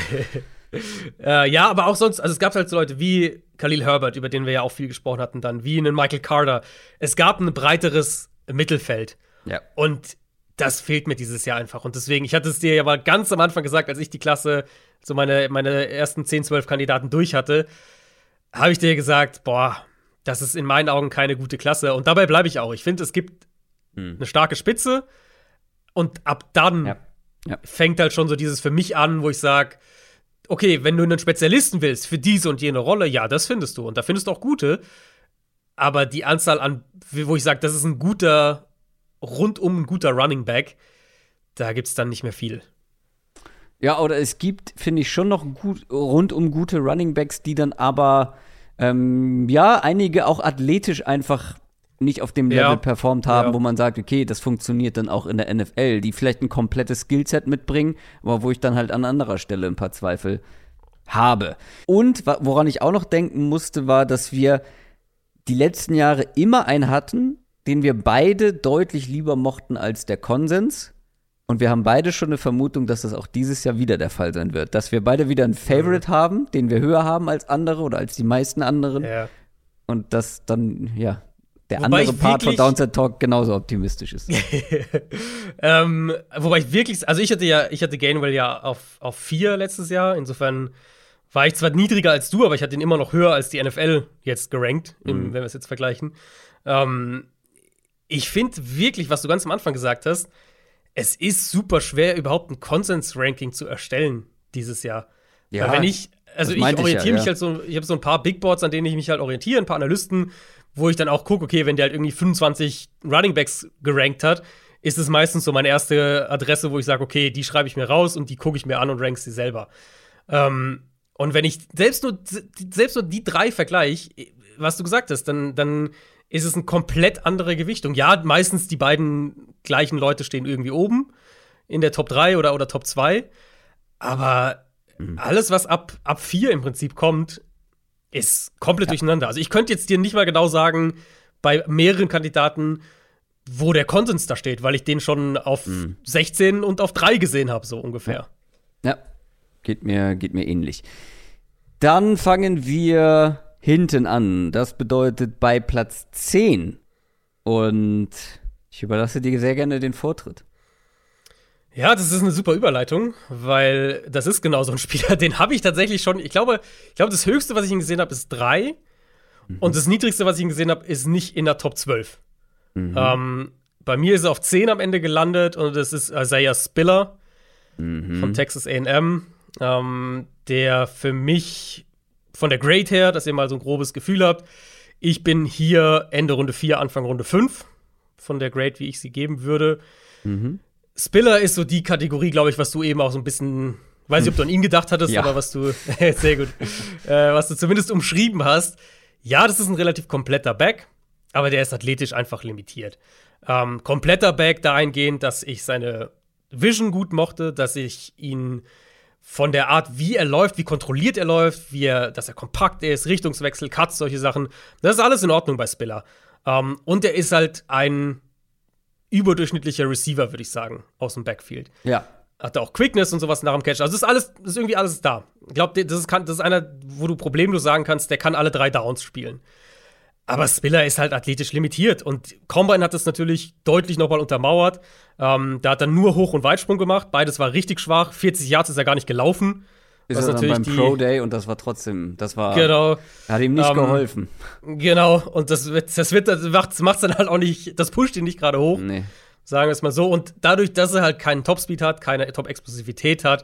Ja, aber auch sonst, also es gab halt so Leute wie Khalil Herbert, über den wir ja auch viel gesprochen hatten, dann wie einen Michael Carter. Es gab ein breiteres Mittelfeld. Ja. Und das fehlt mir dieses Jahr einfach. Und deswegen, ich hatte es dir ja mal ganz am Anfang gesagt, als ich die Klasse, so meine ersten 10, 12 Kandidaten durch hatte, habe ich dir gesagt, das ist in meinen Augen keine gute Klasse. Und dabei bleibe ich auch. Ich finde, es gibt eine starke Spitze. Und ab dann fängt halt schon so dieses für mich an, wo ich sage, okay, wenn du einen Spezialisten willst für diese und jene Rolle, ja, das findest du. Und da findest du auch gute. Aber die Anzahl an, wo ich sage, das ist ein guter Running Back, da gibt's dann nicht mehr viel. Ja, oder es gibt, finde ich, schon noch rundum gute Running Backs, die dann aber Ja, einige auch athletisch einfach nicht auf dem Level performt haben, wo man sagt, okay, das funktioniert dann auch in der NFL, die vielleicht ein komplettes Skillset mitbringen, aber wo ich dann halt an anderer Stelle ein paar Zweifel habe. Und woran ich auch noch denken musste, war, dass wir die letzten Jahre immer einen hatten, den wir beide deutlich lieber mochten als der Konsens. Und wir haben beide schon eine Vermutung, dass das auch dieses Jahr wieder der Fall sein wird. Dass wir beide wieder einen Favorite haben, den wir höher haben als andere oder als die meisten anderen. Ja. Und dass dann, ja, der andere Part von Downset Talk genauso optimistisch ist. Wobei ich wirklich, also ich hatte Gainwell ja auf 4 letztes Jahr. Insofern war ich zwar niedriger als du, aber ich hatte ihn immer noch höher als die NFL jetzt gerankt, wenn wir es jetzt vergleichen. Ich finde wirklich, was du ganz am Anfang gesagt hast, es ist super schwer, überhaupt ein Konsens-Ranking zu erstellen dieses Jahr. Ja, weil ich orientiere mich halt so, ich habe so ein paar Big Boards, an denen ich mich halt orientiere, ein paar Analysten, wo ich dann auch gucke, okay, wenn der halt irgendwie 25 Running Backs gerankt hat, ist es meistens so meine erste Adresse, wo ich sage, okay, die schreibe ich mir raus und die gucke ich mir an und rank sie selber. Und wenn ich selbst nur die 3 vergleiche, was du gesagt hast, dann ist es eine komplett andere Gewichtung. Ja, meistens die beiden gleichen Leute stehen irgendwie oben in der Top 3 oder Top 2. Aber alles, was ab 4 im Prinzip kommt, ist komplett durcheinander. Also ich könnte jetzt dir nicht mal genau sagen, bei mehreren Kandidaten, wo der Konsens da steht, weil ich den schon auf 16 und auf 3 gesehen habe, so ungefähr. Ja, geht mir ähnlich. Dann fangen wir hinten an. Das bedeutet bei Platz 10. Und ich überlasse dir sehr gerne den Vortritt. Ja, das ist eine super Überleitung, weil das ist genau so ein Spieler, den habe ich tatsächlich schon, ich glaube, das Höchste, was ich ihn gesehen habe, ist 3. Und das Niedrigste, was ich ihn gesehen habe, ist nicht in der Top 12. Bei mir ist er auf 10 am Ende gelandet und das ist Isaiah Spiller von Texas A&M, der für mich von der Grade her, dass ihr mal so ein grobes Gefühl habt, ich bin hier Ende Runde 4, Anfang Runde 5 von der Grade, wie ich sie geben würde. Spiller ist so die Kategorie, glaube ich, was du eben auch so ein bisschen, weiß nicht, ob du an ihn gedacht hattest, aber was du, sehr gut, was du zumindest umschrieben hast. Ja, das ist ein relativ kompletter Back, aber der ist athletisch einfach limitiert. Kompletter Back dahingehend, dass ich seine Vision gut mochte, dass ich ihn von der Art, wie er läuft, wie kontrolliert er läuft, dass er kompakt ist, Richtungswechsel, Cuts, solche Sachen. Das ist alles in Ordnung bei Spiller. Und er ist halt ein überdurchschnittlicher Receiver, würde ich sagen, aus dem Backfield. Ja. Hat auch Quickness und sowas nach dem Catch. Also ist irgendwie alles da. Ich glaube, das ist einer, wo du problemlos sagen kannst, der kann alle 3 Downs spielen. Aber Spiller ist halt athletisch limitiert. Und Combine hat das natürlich deutlich nochmal untermauert. Da hat er nur Hoch- und Weitsprung gemacht. Beides war richtig schwach. 40 Yards ist er gar nicht gelaufen. Ist er dann beim Pro Day und das genau. Hat ihm nicht geholfen. Genau. Und das macht's dann halt auch nicht, das pusht ihn nicht gerade hoch. Nee. Sagen wir es mal so. Und dadurch, dass er halt keinen Topspeed hat, keine Top-Explosivität hat,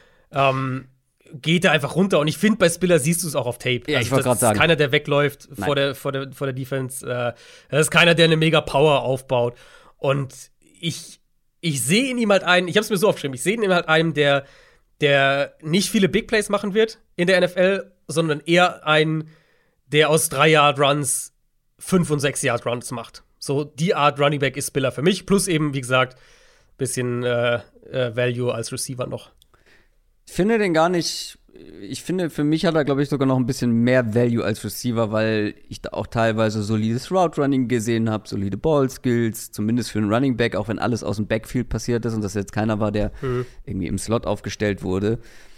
geht er einfach runter. Und ich finde, bei Spiller siehst du es auch auf Tape. Ja, ich wollte gerade sagen. Das ist keiner, der wegläuft vor der Defense. Das ist keiner, der eine mega Power aufbaut. Und ich sehe in ihm halt einen, ich habe es mir so aufgeschrieben, ich sehe in ihm halt einen, der nicht viele Big Plays machen wird in der NFL, sondern eher einen, der aus 3-Yard-Runs 5- und 6-Yard-Runs macht. So die Art Running Back ist Spiller für mich. Plus eben, wie gesagt, bisschen Value als Receiver noch. Ich finde den gar nicht. Ich finde, für mich hat er, glaube ich, sogar noch ein bisschen mehr Value als Receiver, weil ich da auch teilweise solides Route-Running gesehen habe, solide Ball-Skills, zumindest für einen Running Back, auch wenn alles aus dem Backfield passiert ist und das jetzt keiner war, der irgendwie im Slot aufgestellt wurde.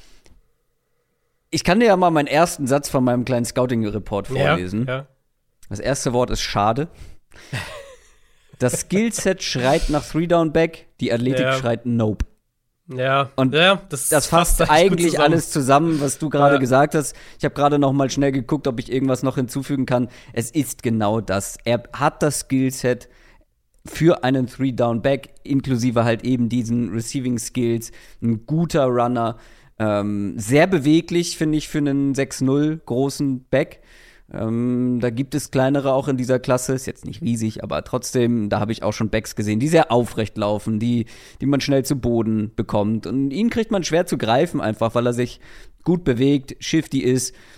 Ich kann dir ja mal meinen ersten Satz von meinem kleinen Scouting-Report vorlesen. Ja. Das erste Wort ist schade. Das Skillset schreit nach 3-Down-Back, die Athletik schreit Nope. Ja, und das fasst eigentlich alles zusammen, was du gerade gesagt hast. Ich habe gerade noch mal schnell geguckt, ob ich irgendwas noch hinzufügen kann. Es ist genau das. Er hat das Skillset für einen 3-Down-Back, inklusive halt eben diesen Receiving-Skills. Ein guter Runner. Sehr beweglich, finde ich, für einen 6'0 großen Back. Da gibt es kleinere auch in dieser Klasse, ist jetzt nicht riesig, aber trotzdem, da habe ich auch schon Backs gesehen, die sehr aufrecht laufen, die man schnell zu Boden bekommt. Und ihn kriegt man schwer zu greifen einfach, weil er sich gut bewegt, shifty ist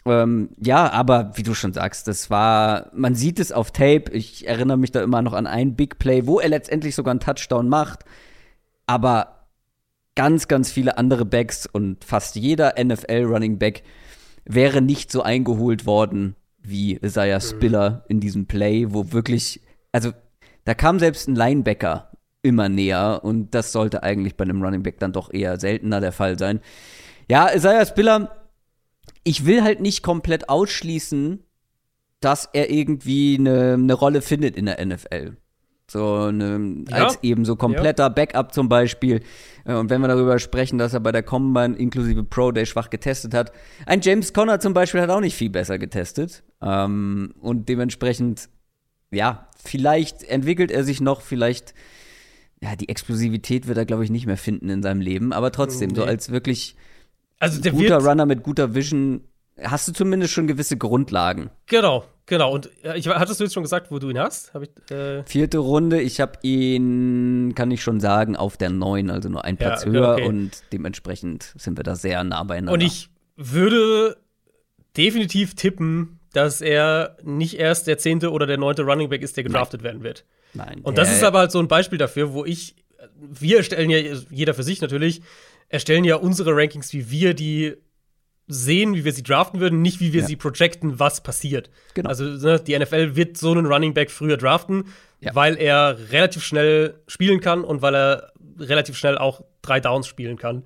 Ja, aber wie du schon sagst, man sieht es auf Tape. Ich erinnere mich da immer noch an ein Big Play, wo er letztendlich sogar einen Touchdown macht. Aber ganz, ganz viele andere Backs und fast jeder NFL-Running Back wäre nicht so eingeholt worden wie Isaiah Spiller in diesem Play, wo wirklich, also da kam selbst ein Linebacker immer näher und das sollte eigentlich bei einem Running Back dann doch eher seltener der Fall sein. Ja, Isaiah Spiller, ich will halt nicht komplett ausschließen, dass er irgendwie eine Rolle findet in der NFL. Als eben so kompletter Backup zum Beispiel. Und wenn wir darüber sprechen, dass er bei der Combine inklusive Pro Day schwach getestet hat. Ein James Conner zum Beispiel hat auch nicht viel besser getestet. Und dementsprechend, ja, vielleicht entwickelt er sich noch, vielleicht, ja, die Explosivität wird er, glaube ich, nicht mehr finden in seinem Leben. Aber trotzdem, so als wirklich guter Runner mit guter Vision hast du zumindest schon gewisse Grundlagen. Genau. Und hattest du jetzt schon gesagt, wo du ihn hast? 4. Runde, ich habe ihn, kann ich schon sagen, auf der 9, also nur einen Platz höher. Okay. Und dementsprechend sind wir da sehr nah beieinander. Und ich würde definitiv tippen, dass er nicht erst der 10. oder der 9. Running Back ist, der gedraftet werden wird. Nein. Und das ist aber halt so ein Beispiel dafür, wir erstellen ja, jeder für sich natürlich, erstellen ja unsere Rankings, wie wir die sehen, wie wir sie draften würden, nicht wie wir sie projecten, was passiert. Genau. Also die NFL wird so einen Running Back früher draften, weil er relativ schnell spielen kann und weil er relativ schnell auch 3 Downs spielen kann.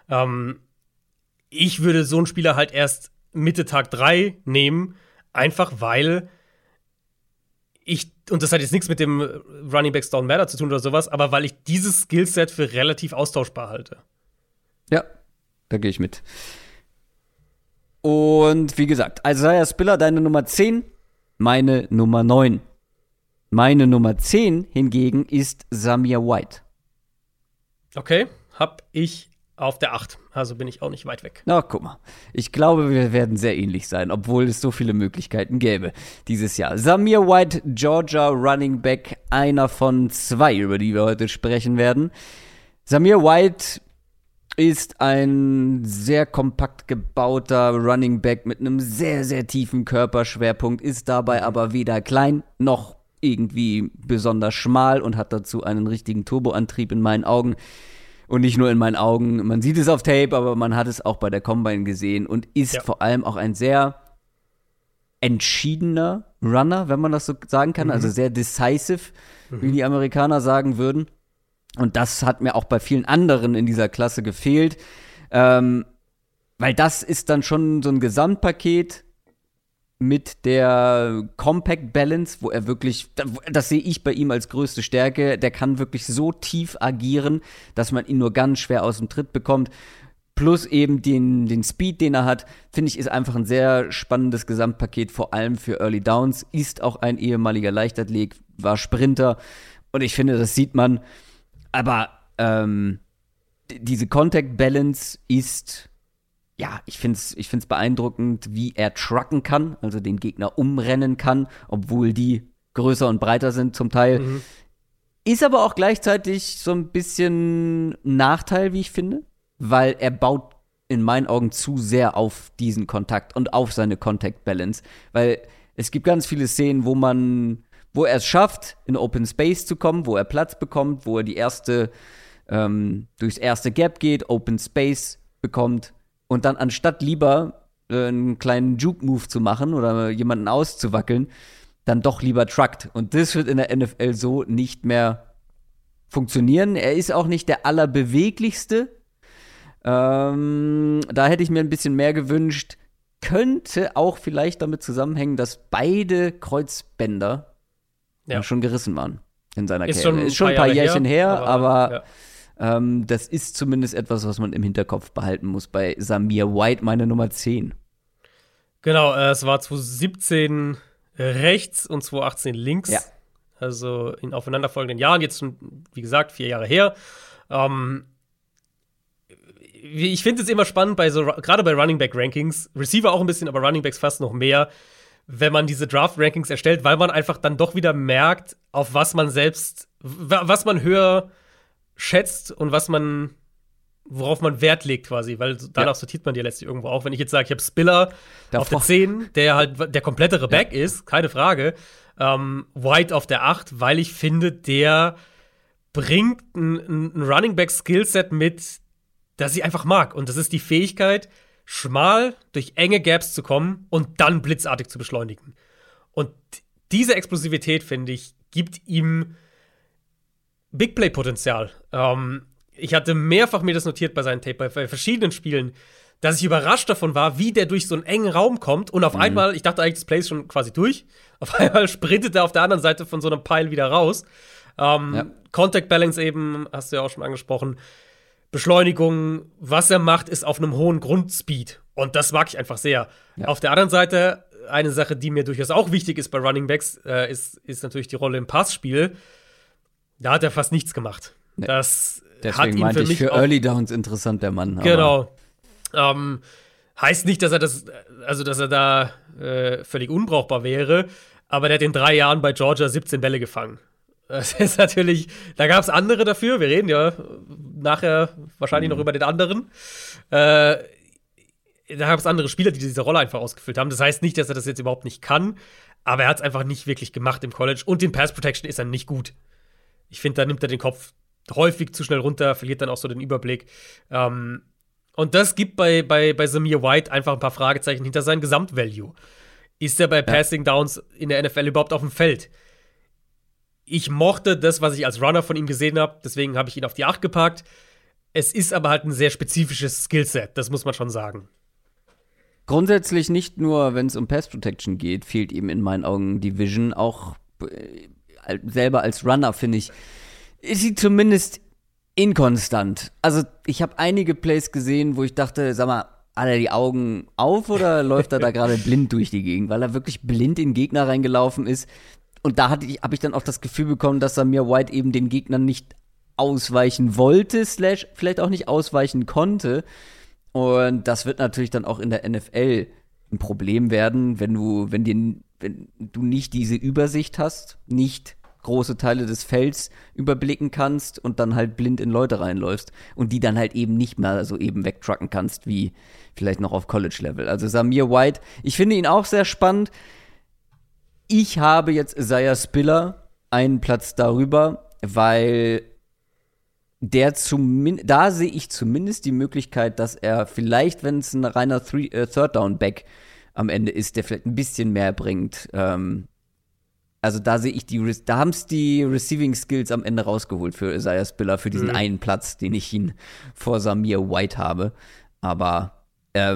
Ich würde so einen Spieler halt erst Mitte Tag 3 nehmen, einfach weil und das hat jetzt nichts mit dem Running Backs Don't Matter zu tun oder sowas, aber weil ich dieses Skillset für relativ austauschbar halte. Ja, da gehe ich mit. Und wie gesagt, Isaiah Spiller, deine Nummer 10, meine Nummer 9. Meine Nummer 10 hingegen ist Zamir White. Okay, hab ich auf der 8. Also bin ich auch nicht weit weg. Na, guck mal. Ich glaube, wir werden sehr ähnlich sein, obwohl es so viele Möglichkeiten gäbe dieses Jahr. Zamir White, Georgia Running Back, einer von 2, über die wir heute sprechen werden. Zamir White ist ein sehr kompakt gebauter Running Back mit einem sehr, sehr tiefen Körperschwerpunkt, ist dabei aber weder klein noch irgendwie besonders schmal und hat dazu einen richtigen Turboantrieb in meinen Augen. Und nicht nur in meinen Augen, man sieht es auf Tape, aber man hat es auch bei der Combine gesehen und ist vor allem auch ein sehr entschiedener Runner, wenn man das so sagen kann, also sehr decisive, wie die Amerikaner sagen würden. Und das hat mir auch bei vielen anderen in dieser Klasse gefehlt, weil das ist dann schon so ein Gesamtpaket mit der Compact Balance, wo er wirklich, das sehe ich bei ihm als größte Stärke, der kann wirklich so tief agieren, dass man ihn nur ganz schwer aus dem Tritt bekommt. Plus eben den Speed, den er hat, finde ich, ist einfach ein sehr spannendes Gesamtpaket, vor allem für Early Downs. Ist auch ein ehemaliger Leichtathlet, war Sprinter und ich finde, das sieht man. Aber diese Contact Balance ist, ja, ich find's beeindruckend, wie er trucken kann, also den Gegner umrennen kann, obwohl die größer und breiter sind zum Teil. Ist aber auch gleichzeitig so ein bisschen ein Nachteil, wie ich finde, weil er baut in meinen Augen zu sehr auf diesen Kontakt und auf seine Contact Balance, weil es gibt ganz viele Szenen, wo er es schafft, in Open Space zu kommen, wo er Platz bekommt, wo er durchs erste Gap geht, Open Space bekommt und dann anstatt lieber einen kleinen Juke-Move zu machen oder jemanden auszuwackeln, dann doch lieber truckt. Und das wird in der NFL so nicht mehr funktionieren. Er ist auch nicht der allerbeweglichste. Da hätte ich mir ein bisschen mehr gewünscht. Könnte auch vielleicht damit zusammenhängen, dass beide Kreuzbänder schon gerissen waren in seiner Karriere. Ist schon ein paar Jährchen her, aber das ist zumindest etwas, was man im Hinterkopf behalten muss bei Zamir White, meine Nummer 10. Genau, es war 2017 rechts und 2018 links. Ja. Also in aufeinanderfolgenden Jahren, jetzt schon, wie gesagt, 4 Jahre her. Ich finde es immer spannend, gerade bei Running Back Rankings, Receiver auch ein bisschen, aber Running Backs fast noch mehr, wenn man diese Draft-Rankings erstellt, weil man einfach dann doch wieder merkt, auf was man höher schätzt und was man worauf man Wert legt quasi, weil danach sortiert man die letztlich irgendwo auch. Wenn ich jetzt sage, ich habe Spiller auf der 10, der halt der komplettere Back ist, keine Frage. White auf der 8, weil ich finde, der bringt ein Running Back Skillset mit, das ich einfach mag. Und das ist die Fähigkeit, schmal durch enge Gaps zu kommen und dann blitzartig zu beschleunigen. Und diese Explosivität, finde ich, gibt ihm Big Play-Potenzial. Ich hatte mehrfach mir das notiert bei seinen Tape, bei verschiedenen Spielen, dass ich überrascht davon war, wie der durch so einen engen Raum kommt und auf einmal, ich dachte eigentlich, das Play ist schon quasi durch, auf einmal sprintet er auf der anderen Seite von so einem Pile wieder raus. Contact Balance eben, hast du ja auch schon angesprochen. Beschleunigung, was er macht, ist auf einem hohen Grundspeed. Und das mag ich einfach sehr. Ja. Auf der anderen Seite, eine Sache, die mir durchaus auch wichtig ist bei Running Backs, ist natürlich die Rolle im Passspiel. Da hat er fast nichts gemacht. Nee. Deswegen hat ihn meinte für mich für Early Downs interessant, der Mann. Genau. Heißt nicht, dass er da völlig unbrauchbar wäre, aber der hat in 3 Jahren bei Georgia 17 Bälle gefangen. Das ist natürlich, da gab es andere dafür. Wir reden ja nachher wahrscheinlich noch über den anderen. Da gab es andere Spieler, die diese Rolle einfach ausgefüllt haben. Das heißt nicht, dass er das jetzt überhaupt nicht kann, aber er hat es einfach nicht wirklich gemacht im College. Und in Pass Protection ist er nicht gut. Ich finde, da nimmt er den Kopf häufig zu schnell runter, verliert dann auch so den Überblick. Und das gibt bei Zamir White einfach ein paar Fragezeichen hinter seinem Gesamtvalue. Ist er bei Passing Downs in der NFL überhaupt auf dem Feld? Ich mochte das, was ich als Runner von ihm gesehen habe, deswegen habe ich ihn auf die 8 gepackt. Es ist aber halt ein sehr spezifisches Skillset, das muss man schon sagen. Grundsätzlich nicht nur, wenn es um Pass Protection geht, fehlt ihm in meinen Augen die Vision. Auch selber als Runner, finde ich, ist sie zumindest inkonstant. Also ich habe einige Plays gesehen, wo ich dachte, sag mal, hat er die Augen auf oder läuft er da gerade blind durch die Gegend? Weil er wirklich blind in den Gegner reingelaufen ist. Und da habe ich dann auch das Gefühl bekommen, dass Zamir White eben den Gegnern nicht ausweichen wollte, / vielleicht auch nicht ausweichen konnte. Und das wird natürlich dann auch in der NFL ein Problem werden, wenn du nicht diese Übersicht hast, nicht große Teile des Felds überblicken kannst und dann halt blind in Leute reinläufst und die dann halt eben nicht mehr so eben wegtrucken kannst, wie vielleicht noch auf College-Level. Also Zamir White, ich finde ihn auch sehr spannend. Ich habe jetzt Isaiah Spiller einen Platz darüber, weil da sehe ich zumindest die Möglichkeit, dass er vielleicht, wenn es ein reiner Third-Down-Back am Ende ist, der vielleicht ein bisschen mehr bringt. Also da sehe ich da haben es die Receiving Skills am Ende rausgeholt für Isaiah Spiller, für diesen einen Platz, den ich ihn vor Zamir White habe. Aber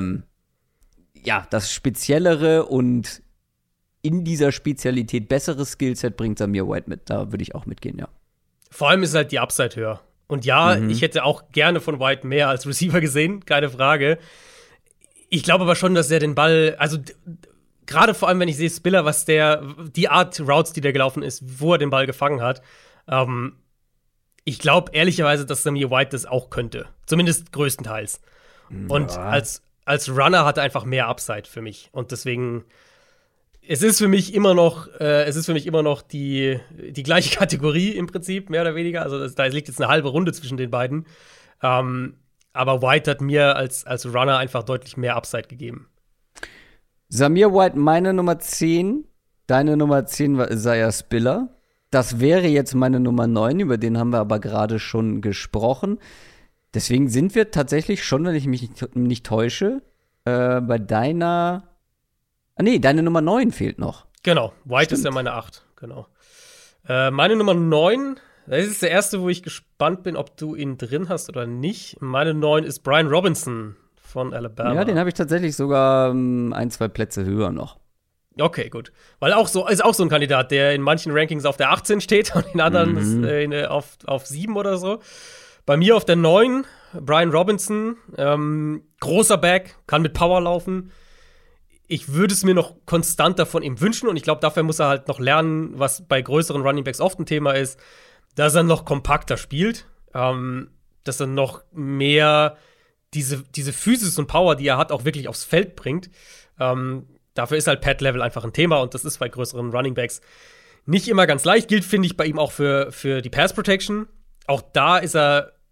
das speziellere und in dieser Spezialität besseres Skillset bringt Zamir White mit. Da würde ich auch mitgehen, ja. Vor allem ist halt die Upside höher. Und ich hätte auch gerne von White mehr als Receiver gesehen, keine Frage. Ich glaube aber schon, dass er den Ball, also gerade vor allem, wenn ich sehe Spiller, die Art Routes, die der gelaufen ist, wo er den Ball gefangen hat, ich glaube ehrlicherweise, dass Zamir White das auch könnte. Zumindest größtenteils. Und als Runner hat er einfach mehr Upside für mich. Und deswegen Es ist für mich immer noch die gleiche Kategorie im Prinzip, mehr oder weniger. Also da liegt jetzt eine halbe Runde zwischen den beiden. Aber White hat mir als Runner einfach deutlich mehr Upside gegeben. Zamir White, meine Nummer 10. Deine Nummer 10 war Isaiah Spiller. Das wäre jetzt meine Nummer 9, über den haben wir aber gerade schon gesprochen. Deswegen sind wir tatsächlich schon, wenn ich mich nicht täusche, bei deiner deine Nummer 9 fehlt noch. Genau, White Stimmt. Ist ja meine 8, genau. Meine Nummer 9, das ist der erste, wo ich gespannt bin, ob du ihn drin hast oder nicht. Meine 9 ist Brian Robinson von Alabama. Ja, den habe ich tatsächlich sogar 1-2 Plätze höher noch. Okay, gut. Weil ist auch so ein Kandidat, der in manchen Rankings auf der 18 steht und in anderen auf 7 oder so. Bei mir auf der 9, Brian Robinson, großer Back, kann mit Power laufen. Ich würde es mir noch konstanter von ihm wünschen und ich glaube, dafür muss er halt noch lernen, was bei größeren Runningbacks oft ein Thema ist, dass er noch kompakter spielt, dass er noch mehr diese Physis und Power, die er hat, auch wirklich aufs Feld bringt. Dafür ist halt Pad-Level einfach ein Thema und das ist bei größeren Runningbacks nicht immer ganz leicht. Gilt, finde ich, bei ihm auch für die Pass-Protection. Auch da ist er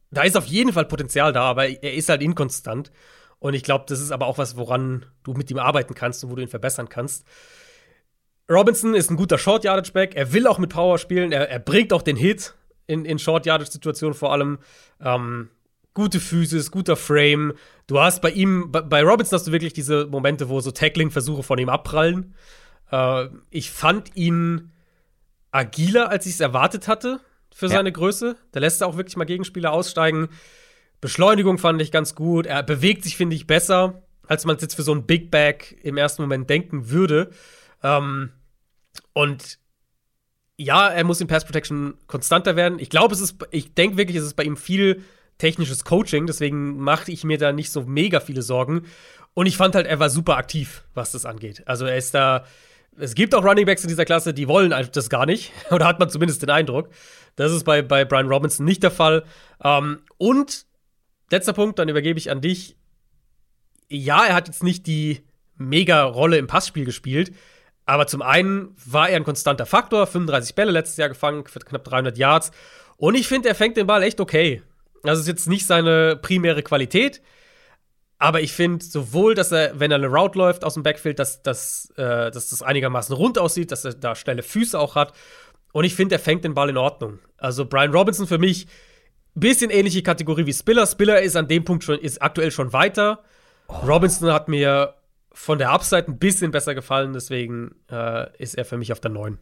da ist auf jeden Fall Potenzial da, aber er ist halt inkonstant. Und ich glaube, das ist aber auch was, woran du mit ihm arbeiten kannst und wo du ihn verbessern kannst. Robinson ist ein guter Short-Yardage-Back. Er will auch mit Power spielen. Er bringt auch den Hit in Short-Yardage-Situationen vor allem. Gute Physis, guter Frame. Du hast bei ihm, bei Robinson hast du wirklich diese Momente, wo so Tackling-Versuche von ihm abprallen. Ich fand ihn agiler, als ich es erwartet hatte für seine Größe. Da lässt er auch wirklich mal Gegenspieler aussteigen. Beschleunigung fand ich ganz gut. Er bewegt sich, finde ich, besser, als man es jetzt für so einen Big Back im ersten Moment denken würde. Und ja, er muss in Pass Protection konstanter werden. Ich denke wirklich, es ist bei ihm viel technisches Coaching, deswegen machte ich mir da nicht so mega viele Sorgen. Und ich fand halt, er war super aktiv, was das angeht. Also er ist da, es gibt auch Runningbacks in dieser Klasse, die wollen das gar nicht. Oder hat man zumindest den Eindruck. Das ist bei Brian Robinson nicht der Fall. Und letzter Punkt, dann übergebe ich an dich. Ja, er hat jetzt nicht die Mega-Rolle im Passspiel gespielt, aber zum einen war er ein konstanter Faktor, 35 Bälle letztes Jahr gefangen, für knapp 300 Yards. Und ich finde, er fängt den Ball echt okay. Das ist jetzt nicht seine primäre Qualität, aber ich finde sowohl, dass er, wenn er eine Route läuft aus dem Backfield, dass das einigermaßen rund aussieht, dass er da schnelle Füße auch hat. Und ich finde, er fängt den Ball in Ordnung. Also Brian Robinson für mich ein bisschen ähnliche Kategorie wie Spiller. Spiller ist an dem Punkt ist aktuell schon weiter. Robinson hat mir von der Upside ein bisschen besser gefallen, deswegen ist er für mich auf der 9.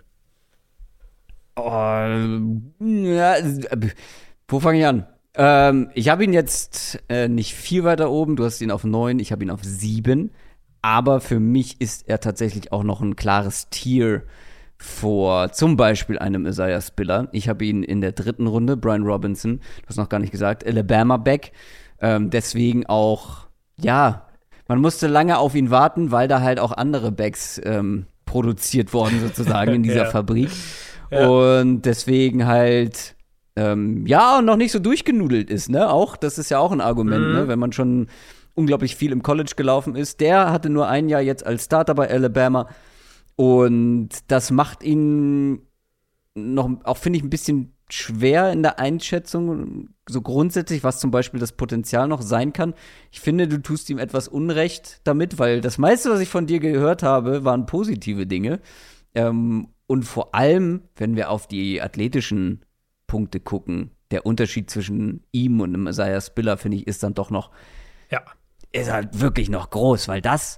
Ja, wo fange ich an? Ich habe ihn jetzt nicht viel weiter oben. Du hast ihn auf 9, ich habe ihn auf 7. Aber für mich ist er tatsächlich auch noch ein klares Tier vor zum Beispiel einem Isaiah Spiller. Ich habe ihn in der 3. Runde, Brian Robinson, du hast noch gar nicht gesagt, Alabama-Back. Deswegen auch, ja, man musste lange auf ihn warten, weil da halt auch andere Backs produziert wurden sozusagen in dieser Fabrik. Ja. Und deswegen halt noch nicht so durchgenudelt ist, ne? Auch, das ist ja auch ein Argument, ne? Wenn man schon unglaublich viel im College gelaufen ist. Der hatte nur ein Jahr jetzt als Starter bei Alabama. Und das macht ihn noch auch, finde ich, ein bisschen schwer in der Einschätzung, so grundsätzlich, was zum Beispiel das Potenzial noch sein kann. Ich finde, du tust ihm etwas Unrecht damit, weil das meiste, was ich von dir gehört habe, waren positive Dinge. Und vor allem, wenn wir auf die athletischen Punkte gucken, der Unterschied zwischen ihm und einem Isaiah Spiller, finde ich, ist dann doch noch, ist halt wirklich noch groß, weil das,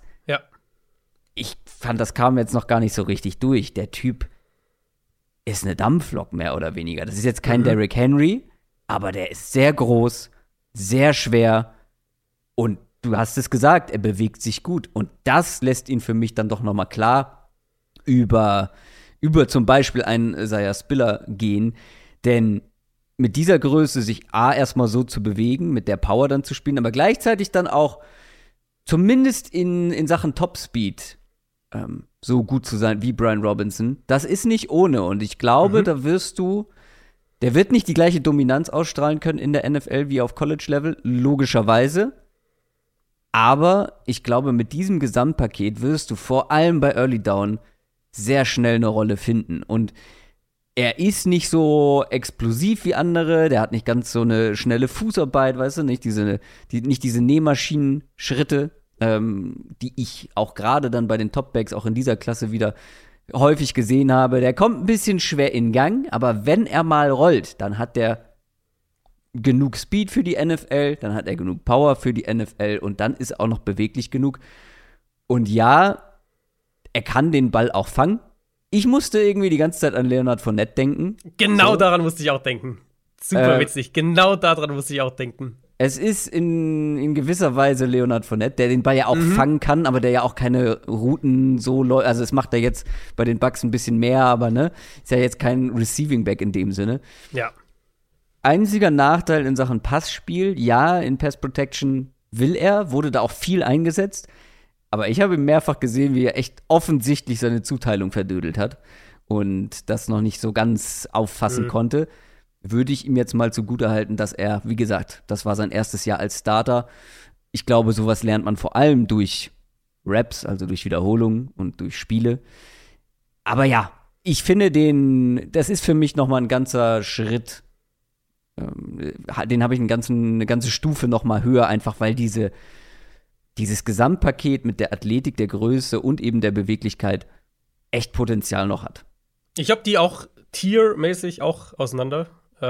ich fand, das kam jetzt noch gar nicht so richtig durch. Der Typ ist eine Dampflok, mehr oder weniger. Das ist jetzt kein Derrick Henry, aber der ist sehr groß, sehr schwer und du hast es gesagt, er bewegt sich gut. Und das lässt ihn für mich dann doch noch mal klar über zum Beispiel einen Isaiah Spiller gehen. Denn mit dieser Größe sich erstmal so zu bewegen, mit der Power dann zu spielen, aber gleichzeitig dann auch zumindest in Sachen Topspeed so gut zu sein wie Brian Robinson, das ist nicht ohne. Und ich glaube, der wird nicht die gleiche Dominanz ausstrahlen können in der NFL wie auf College-Level, logischerweise. Aber ich glaube, mit diesem Gesamtpaket wirst du vor allem bei Early Down sehr schnell eine Rolle finden. Und er ist nicht so explosiv wie andere, der hat nicht ganz so eine schnelle Fußarbeit, weißt du, nicht diese Nähmaschinen-Schritte, die ich auch gerade dann bei den Topbacks auch in dieser Klasse wieder häufig gesehen habe. Der kommt ein bisschen schwer in Gang, aber wenn er mal rollt, dann hat der genug Speed für die NFL, dann hat er genug Power für die NFL und dann ist er auch noch beweglich genug. Und ja, er kann den Ball auch fangen. Ich musste irgendwie die ganze Zeit an Leonard Fournette denken. Genau daran musste ich auch denken. Super witzig. Genau daran musste ich auch denken. Es ist in gewisser Weise Leonard Fournette, der den Ball ja auch fangen kann, aber der ja auch keine Routen so läuft. Also, das macht er jetzt bei den Bucks ein bisschen mehr, aber ne, ist ja jetzt kein Receiving Back in dem Sinne. Ja. Einziger Nachteil in Sachen Passspiel, ja, in Pass Protection wurde da auch viel eingesetzt. Aber ich habe ihn mehrfach gesehen, wie er echt offensichtlich seine Zuteilung verdödelt hat und das noch nicht so ganz auffassen konnte. Würde ich ihm jetzt mal zugutehalten, dass er, wie gesagt, das war sein erstes Jahr als Starter. Ich glaube, sowas lernt man vor allem durch Reps, also durch Wiederholungen und durch Spiele. Aber ja, ich finde das ist für mich noch mal ein ganzer Schritt Den habe ich eine ganze Stufe noch mal höher, einfach weil dieses Gesamtpaket mit der Athletik, der Größe und eben der Beweglichkeit echt Potenzial noch hat. Ich habe die auch tiermäßig auch auseinander.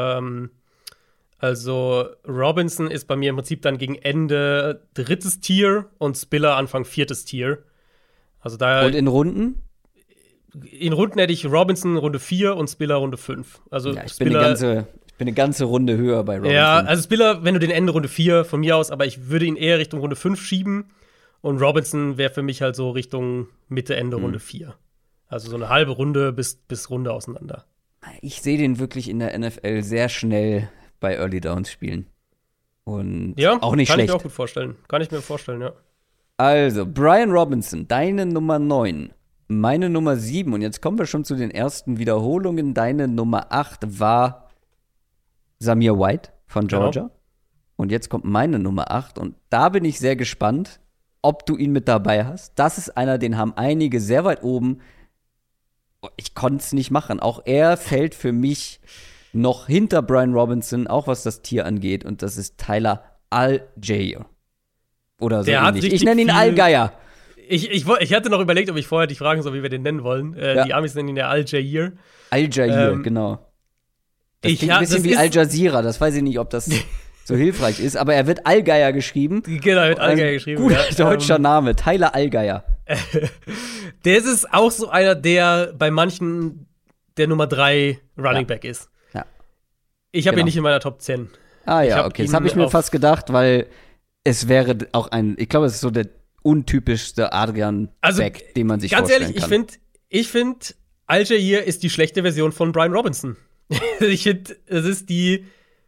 Also Robinson ist bei mir im Prinzip dann gegen Ende 3. Tier und Spiller Anfang 4. Tier. Also da und in Runden? In Runden hätte ich Robinson Runde 4 und Spiller Runde 5. Also ja, ich bin eine ganze Runde höher bei Robinson. Ja, also Spiller, wenn du den Ende Runde 4 von mir aus, aber ich würde ihn eher Richtung Runde 5 schieben. Und Robinson wäre für mich halt so Richtung Mitte, Ende Runde 4. Also so eine halbe Runde bis Runde auseinander. Ich sehe den wirklich in der NFL sehr schnell bei Early Downs spielen. Und ja, auch nicht schlecht. Kann ich mir auch gut vorstellen. Kann ich mir vorstellen, ja. Also, Brian Robinson, deine Nummer 9. Meine Nummer 7. Und jetzt kommen wir schon zu den ersten Wiederholungen. Deine Nummer 8 war Zamir White von Georgia. Genau. Und jetzt kommt meine Nummer 8. Und da bin ich sehr gespannt, ob du ihn mit dabei hast. Das ist einer, den haben einige sehr weit oben. Ich konnte es nicht machen. Auch er fällt für mich noch hinter Brian Robinson, auch was das Tier angeht. Und das ist Tyler Allgeier. Oder so ähnlich. Ich nenne ihn Allgeier. Ich hatte noch überlegt, ob ich vorher dich fragen soll, wie wir den nennen wollen. Die Amis nennen ihn ja Allgeier. Allgeier, genau. Das klingt ein bisschen wie Al Jazeera. Das weiß ich nicht, ob das so hilfreich ist. Aber er wird Allgeier geschrieben. Genau, er wird Allgeier geschrieben. Guter deutscher Name. Tyler Allgeier. Der ist auch so einer, der bei manchen der Nummer 3 Running Back ist. Ja. Ich habe ihn nicht in meiner Top 10. Ah ja, okay. Das habe ich mir fast gedacht, weil es wäre auch ich glaube, es ist so der untypischste Adrian-Back, den man sich vorstellen kann. Ganz ehrlich, ich finde, Allgeier ist die schlechte Version von Brian Robinson. Ich finde, es ist die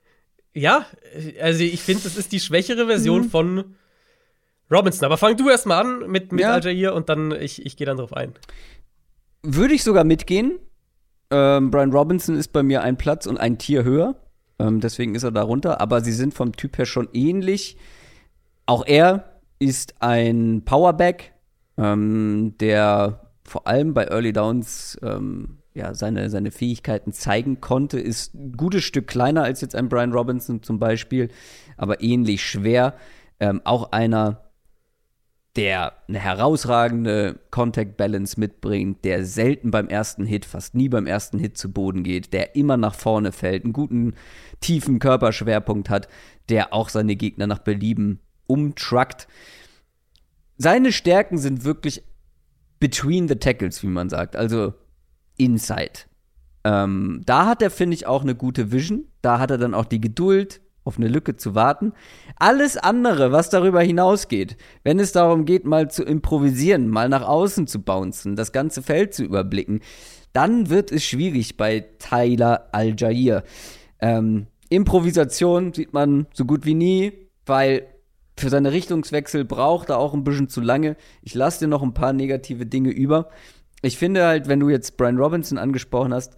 die schwächere Version von Robinson. Aber fang du erst mal an mit Allgeier und dann ich gehe dann drauf ein. Würde ich sogar mitgehen. Brian Robinson ist bei mir ein Platz und ein Tier höher. Deswegen ist er da runter. Aber sie sind vom Typ her schon ähnlich. Auch er ist ein Powerback, der vor allem bei Early Downs seine Fähigkeiten zeigen konnte. Ist ein gutes Stück kleiner als jetzt ein Brian Robinson zum Beispiel, aber ähnlich schwer. Auch einer, der eine herausragende Contact Balance mitbringt, der selten beim ersten Hit, fast nie beim ersten Hit zu Boden geht, der immer nach vorne fällt, einen guten, tiefen Körperschwerpunkt hat, der auch seine Gegner nach Belieben umtruckt. Seine Stärken sind wirklich between the tackles, wie man sagt, also inside. Da hat er, finde ich, auch eine gute Vision. Da hat er dann auch die Geduld, auf eine Lücke zu warten. Alles andere, was darüber hinausgeht, wenn es darum geht, mal zu improvisieren, mal nach außen zu bouncen, das ganze Feld zu überblicken, dann wird es schwierig bei Tyler Allgeier. Improvisation sieht man so gut wie nie, weil für seine Richtungswechsel braucht er auch ein bisschen zu lange. Ich lasse dir noch ein paar negative Dinge über. Ich finde halt, wenn du jetzt Brian Robinson angesprochen hast,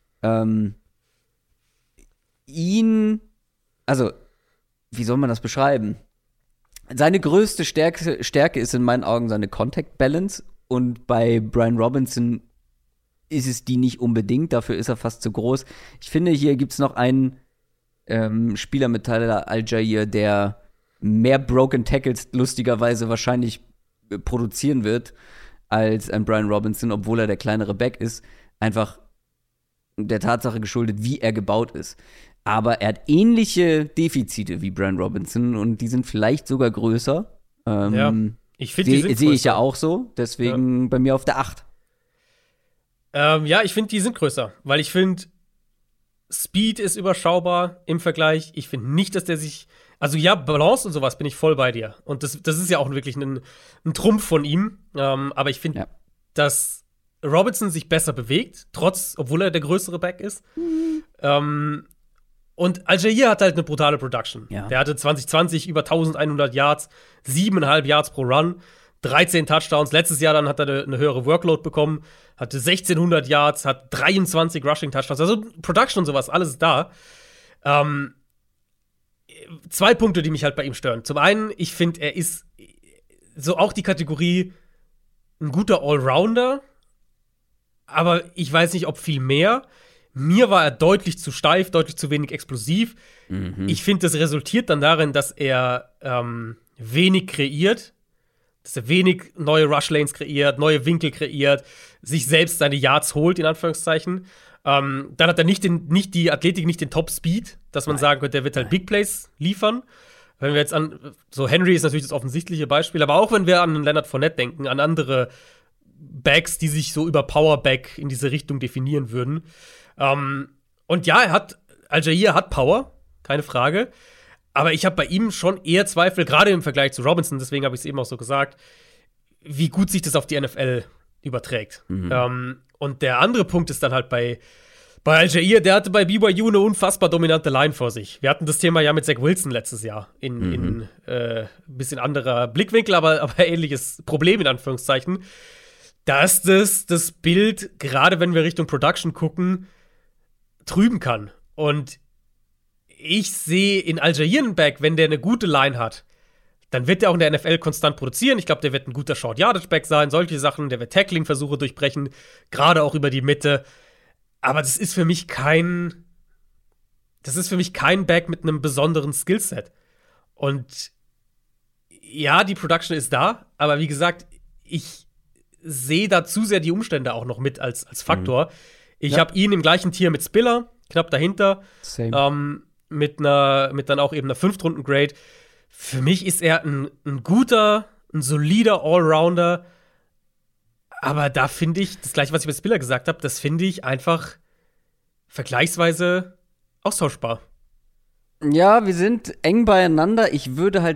also, wie soll man das beschreiben? Seine größte Stärke ist in meinen Augen seine Contact Balance und bei Brian Robinson ist es die nicht unbedingt, dafür ist er fast zu groß. Ich finde, hier gibt es noch einen Spieler mit Tyler Allgeier, der mehr Broken Tackles lustigerweise wahrscheinlich produzieren wird als ein Brian Robinson, obwohl er der kleinere Back ist, einfach der Tatsache geschuldet, wie er gebaut ist. Aber er hat ähnliche Defizite wie Brian Robinson und die sind vielleicht sogar größer. Ich finde, die sind sehe ich ja auch so, deswegen bei mir auf der 8. Ich finde, die sind größer, weil ich finde, Speed ist überschaubar im Vergleich. Ich finde nicht, dass der sich Balance und sowas bin ich voll bei dir. Und das ist ja auch wirklich ein Trumpf von ihm. Aber ich finde, dass Robinson sich besser bewegt, obwohl er der größere Back ist. Und Allgeier hat halt eine brutale Production. Ja. Der hatte 2020 über 1100 Yards, 7,5 Yards pro Run, 13 Touchdowns. Letztes Jahr dann hat er eine höhere Workload bekommen, hatte 1600 Yards, hat 23 Rushing Touchdowns. Also Production und sowas, alles ist da. 2 Punkte, die mich halt bei ihm stören. Zum einen, ich finde, er ist so auch die Kategorie ein guter Allrounder, aber ich weiß nicht, ob viel mehr. Mir war er deutlich zu steif, deutlich zu wenig explosiv. Ich finde, das resultiert dann darin, dass er wenig kreiert, dass er wenig neue Rush-Lanes kreiert, neue Winkel kreiert, sich selbst seine Yards holt, in Anführungszeichen. Dann hat er nicht die Athletik, nicht den Top-Speed, dass man sagen könnte, der wird halt Big Plays liefern. Wenn wir jetzt so Henry ist natürlich das offensichtliche Beispiel, aber auch wenn wir an Leonard Fournette denken, an andere Backs, die sich so über Powerback in diese Richtung definieren würden. Und ja, Al-Jair hat Power, keine Frage. Aber ich habe bei ihm schon eher Zweifel, gerade im Vergleich zu Robinson, deswegen habe ich es eben auch so gesagt, wie gut sich das auf die NFL überträgt. Und der andere Punkt ist dann halt bei Al-Jair, der hatte bei BYU eine unfassbar dominante Line vor sich. Wir hatten das Thema ja mit Zach Wilson letztes Jahr in bisschen anderer Blickwinkel, aber ähnliches Problem in Anführungszeichen. Da ist das Bild, gerade wenn wir Richtung Production gucken, trüben kann. Und ich sehe in Al-Jair einen Back, wenn der eine gute Line hat, dann wird der auch in der NFL konstant produzieren. Ich glaube, der wird ein guter Short-Yardage-Back sein, solche Sachen. Der wird Tackling-Versuche durchbrechen, gerade auch über die Mitte. Aber das ist für mich kein Back mit einem besonderen Skillset. Und ja, die Production ist da, aber wie gesagt, ich sehe da zu sehr die Umstände auch noch mit als Faktor. Ich habe ihn im gleichen Tier mit Spiller, knapp dahinter. Mit dann auch eben einer 5-Runden-Grade. Für mich ist er ein solider Allrounder. Aber da finde ich, das gleiche, was ich bei Spiller gesagt habe, das finde ich einfach vergleichsweise austauschbar. Ja, wir sind eng beieinander. Ich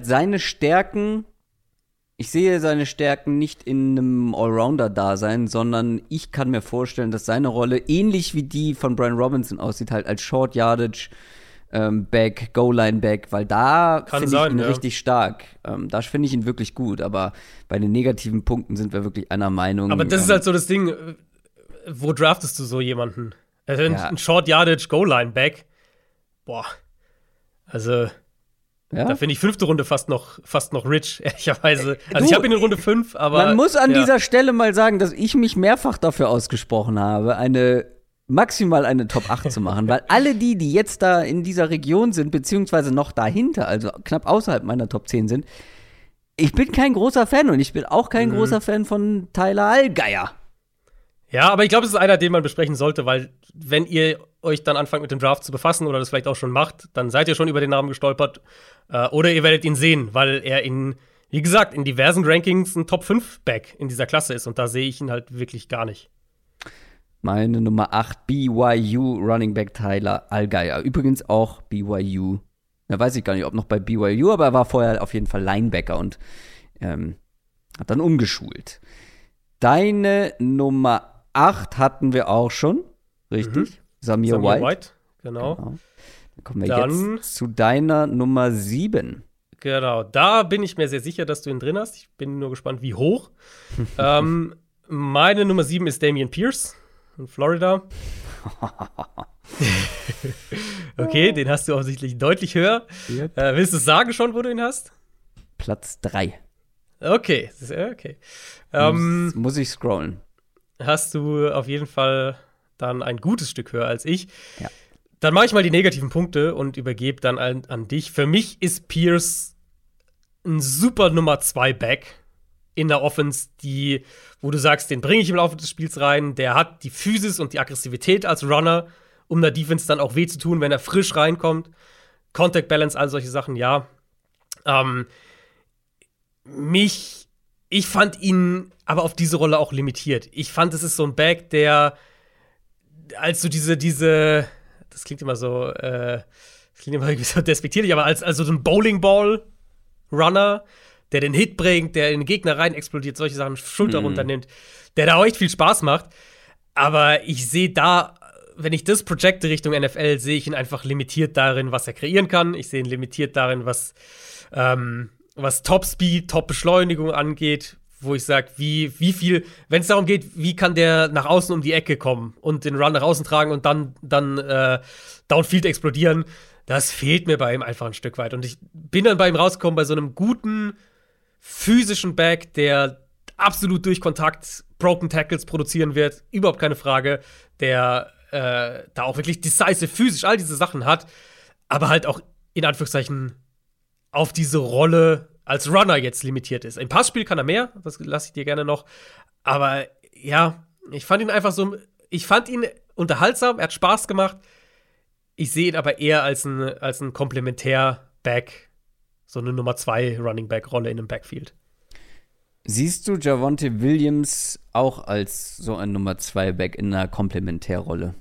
sehe seine Stärken nicht in einem Allrounder-Dasein, sondern ich kann mir vorstellen, dass seine Rolle ähnlich wie die von Brian Robinson aussieht, halt als Short-Yardage-Back, Goal-Line-Back, weil da finde ich ihn richtig stark. Da finde ich ihn wirklich gut, aber bei den negativen Punkten sind wir wirklich einer Meinung. Aber das ist halt so das Ding, wo draftest du so jemanden? Also ein Short-Yardage-Goal-Line-Back, boah, also da finde ich 5. Runde fast noch rich, ehrlicherweise. Also ich habe ihn in Runde 5, aber man muss an dieser Stelle mal sagen, dass ich mich mehrfach dafür ausgesprochen habe, maximal eine Top 8 zu machen, weil alle die jetzt da in dieser Region sind, beziehungsweise noch dahinter, also knapp außerhalb meiner Top 10 sind, ich bin kein großer Fan und ich bin auch kein großer Fan von Tyler Allgeier. Ja, aber ich glaube, es ist einer, den man besprechen sollte, weil wenn ihr euch dann anfangt mit dem Draft zu befassen oder das vielleicht auch schon macht, dann seid ihr schon über den Namen gestolpert oder ihr werdet ihn sehen, weil er wie gesagt, in diversen Rankings ein Top-5-Back in dieser Klasse ist und da sehe ich ihn halt wirklich gar nicht. Meine Nummer 8, BYU Running Back Tyler Allgeier. Übrigens auch BYU. Da weiß ich gar nicht, ob noch bei BYU, aber er war vorher auf jeden Fall Linebacker und hat dann umgeschult. Deine Nummer 8 hatten wir auch schon, richtig? Zamir White. Genau. Dann kommen wir jetzt zu deiner Nummer 7. Genau, da bin ich mir sehr sicher, dass du ihn drin hast. Ich bin nur gespannt, wie hoch. Meine Nummer 7 ist Dameon Pierce in Florida. Okay, den hast du offensichtlich deutlich höher. Yep. Willst du sagen schon, wo du ihn hast? Platz 3. Okay. Muss ich scrollen. Hast du auf jeden Fall dann ein gutes Stück höher als ich. Ja. Dann mache ich mal die negativen Punkte und übergebe dann an dich. Für mich ist Pierce ein super Nummer 2 Back in der Offense, wo du sagst, den bringe ich im Laufe des Spiels rein. Der hat die Physis und die Aggressivität als Runner, um der Defense dann auch weh zu tun, wenn er frisch reinkommt. Contact Balance, all solche Sachen, ja. Ich fand ihn aber auf diese Rolle auch limitiert. Ich fand, es ist so ein Back, der als so diese das klingt immer so, irgendwie so despektierlich, aber als so ein Bowling-Ball-Runner, der den Hit bringt, der in den Gegner rein explodiert, solche Sachen, Schulter runternimmt, der da auch echt viel Spaß macht. Aber ich sehe da, wenn ich das projecte Richtung NFL, sehe ich ihn einfach limitiert darin, was er kreieren kann. Ich sehe ihn limitiert darin, was Top-Speed, Top-Beschleunigung angeht, wo ich sage, wie viel, wenn es darum geht, wie kann der nach außen um die Ecke kommen und den Run nach außen tragen und dann Downfield explodieren, das fehlt mir bei ihm einfach ein Stück weit. Und ich bin dann bei ihm rausgekommen, bei so einem guten physischen Back, der absolut durch Kontakt Broken Tackles produzieren wird, überhaupt keine Frage, der da auch wirklich decisive, physisch, all diese Sachen hat, aber halt auch in Anführungszeichen auf diese Rolle als Runner jetzt limitiert ist. Im Passspiel kann er mehr, das lasse ich dir gerne noch. Aber ja, ich fand ihn unterhaltsam, er hat Spaß gemacht. Ich sehe ihn aber eher als ein Komplementär-Back, so eine Nummer 2 Running-Back-Rolle in einem Backfield. Siehst du Javonte Williams auch als so ein Nummer 2 Back in einer Komplementärrolle?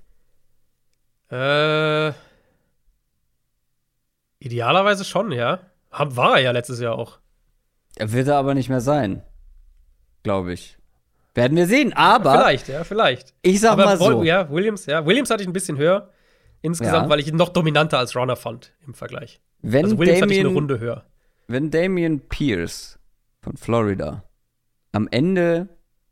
Idealerweise schon, ja. War er ja letztes Jahr auch. Er wird er aber nicht mehr sein, glaube ich. Werden wir sehen, aber Vielleicht. Ich sag mal so. Williams hatte ich ein bisschen höher insgesamt, weil ich ihn noch dominanter als Runner fand im Vergleich. Williams hatte ich eine Runde höher. Wenn Dameon Pierce von Florida am Ende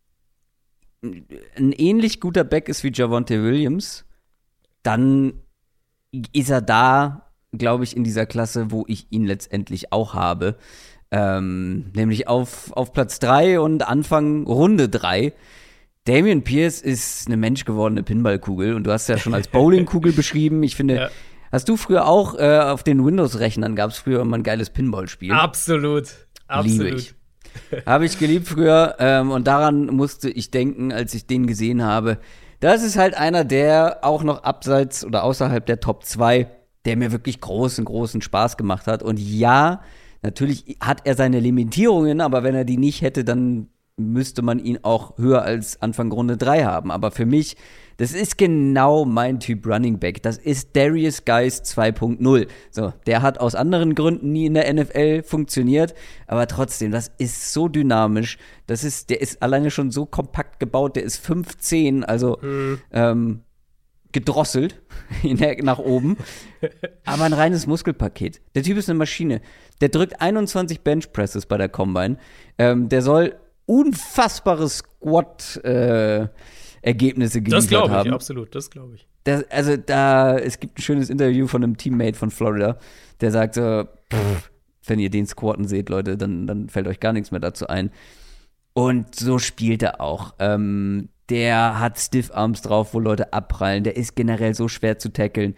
ein ähnlich guter Back ist wie Javonte Williams, dann ist er da, glaube ich, in dieser Klasse, wo ich ihn letztendlich auch habe. Nämlich auf Platz 3 und Anfang Runde 3. Dameon Pierce ist eine menschgewordene Pinballkugel und du hast ja schon als Bowlingkugel beschrieben. Ich finde, hast du früher auch auf den Windows-Rechnern gab es früher immer ein geiles Pinballspiel? Absolut. Liebe ich. Habe ich geliebt früher und daran musste ich denken, als ich den gesehen habe. Das ist halt einer, der auch noch abseits oder außerhalb der Top 2, der mir wirklich großen Spaß gemacht hat. Und ja, natürlich hat er seine Limitierungen, aber wenn er die nicht hätte, dann müsste man ihn auch höher als Anfang Runde 3 haben. Aber für mich, das ist genau mein Typ Running Back. Das ist Darius Guice 2.0. So, der hat aus anderen Gründen nie in der NFL funktioniert, aber trotzdem, das ist so dynamisch. Der ist alleine schon so kompakt gebaut, der ist 5'10", also gedrosselt nach oben. Aber ein reines Muskelpaket. Der Typ ist eine Maschine. Der drückt 21 Benchpresses bei der Combine. Der soll unfassbare Squat-Ergebnisse geliefert haben. Das glaube ich. Es gibt ein schönes Interview von einem Teammate von Florida, der sagt so, wenn ihr den squatten seht, Leute, dann fällt euch gar nichts mehr dazu ein. Und so spielt er auch. Der hat Stiff Arms drauf, wo Leute abprallen. Der ist generell so schwer zu tackeln,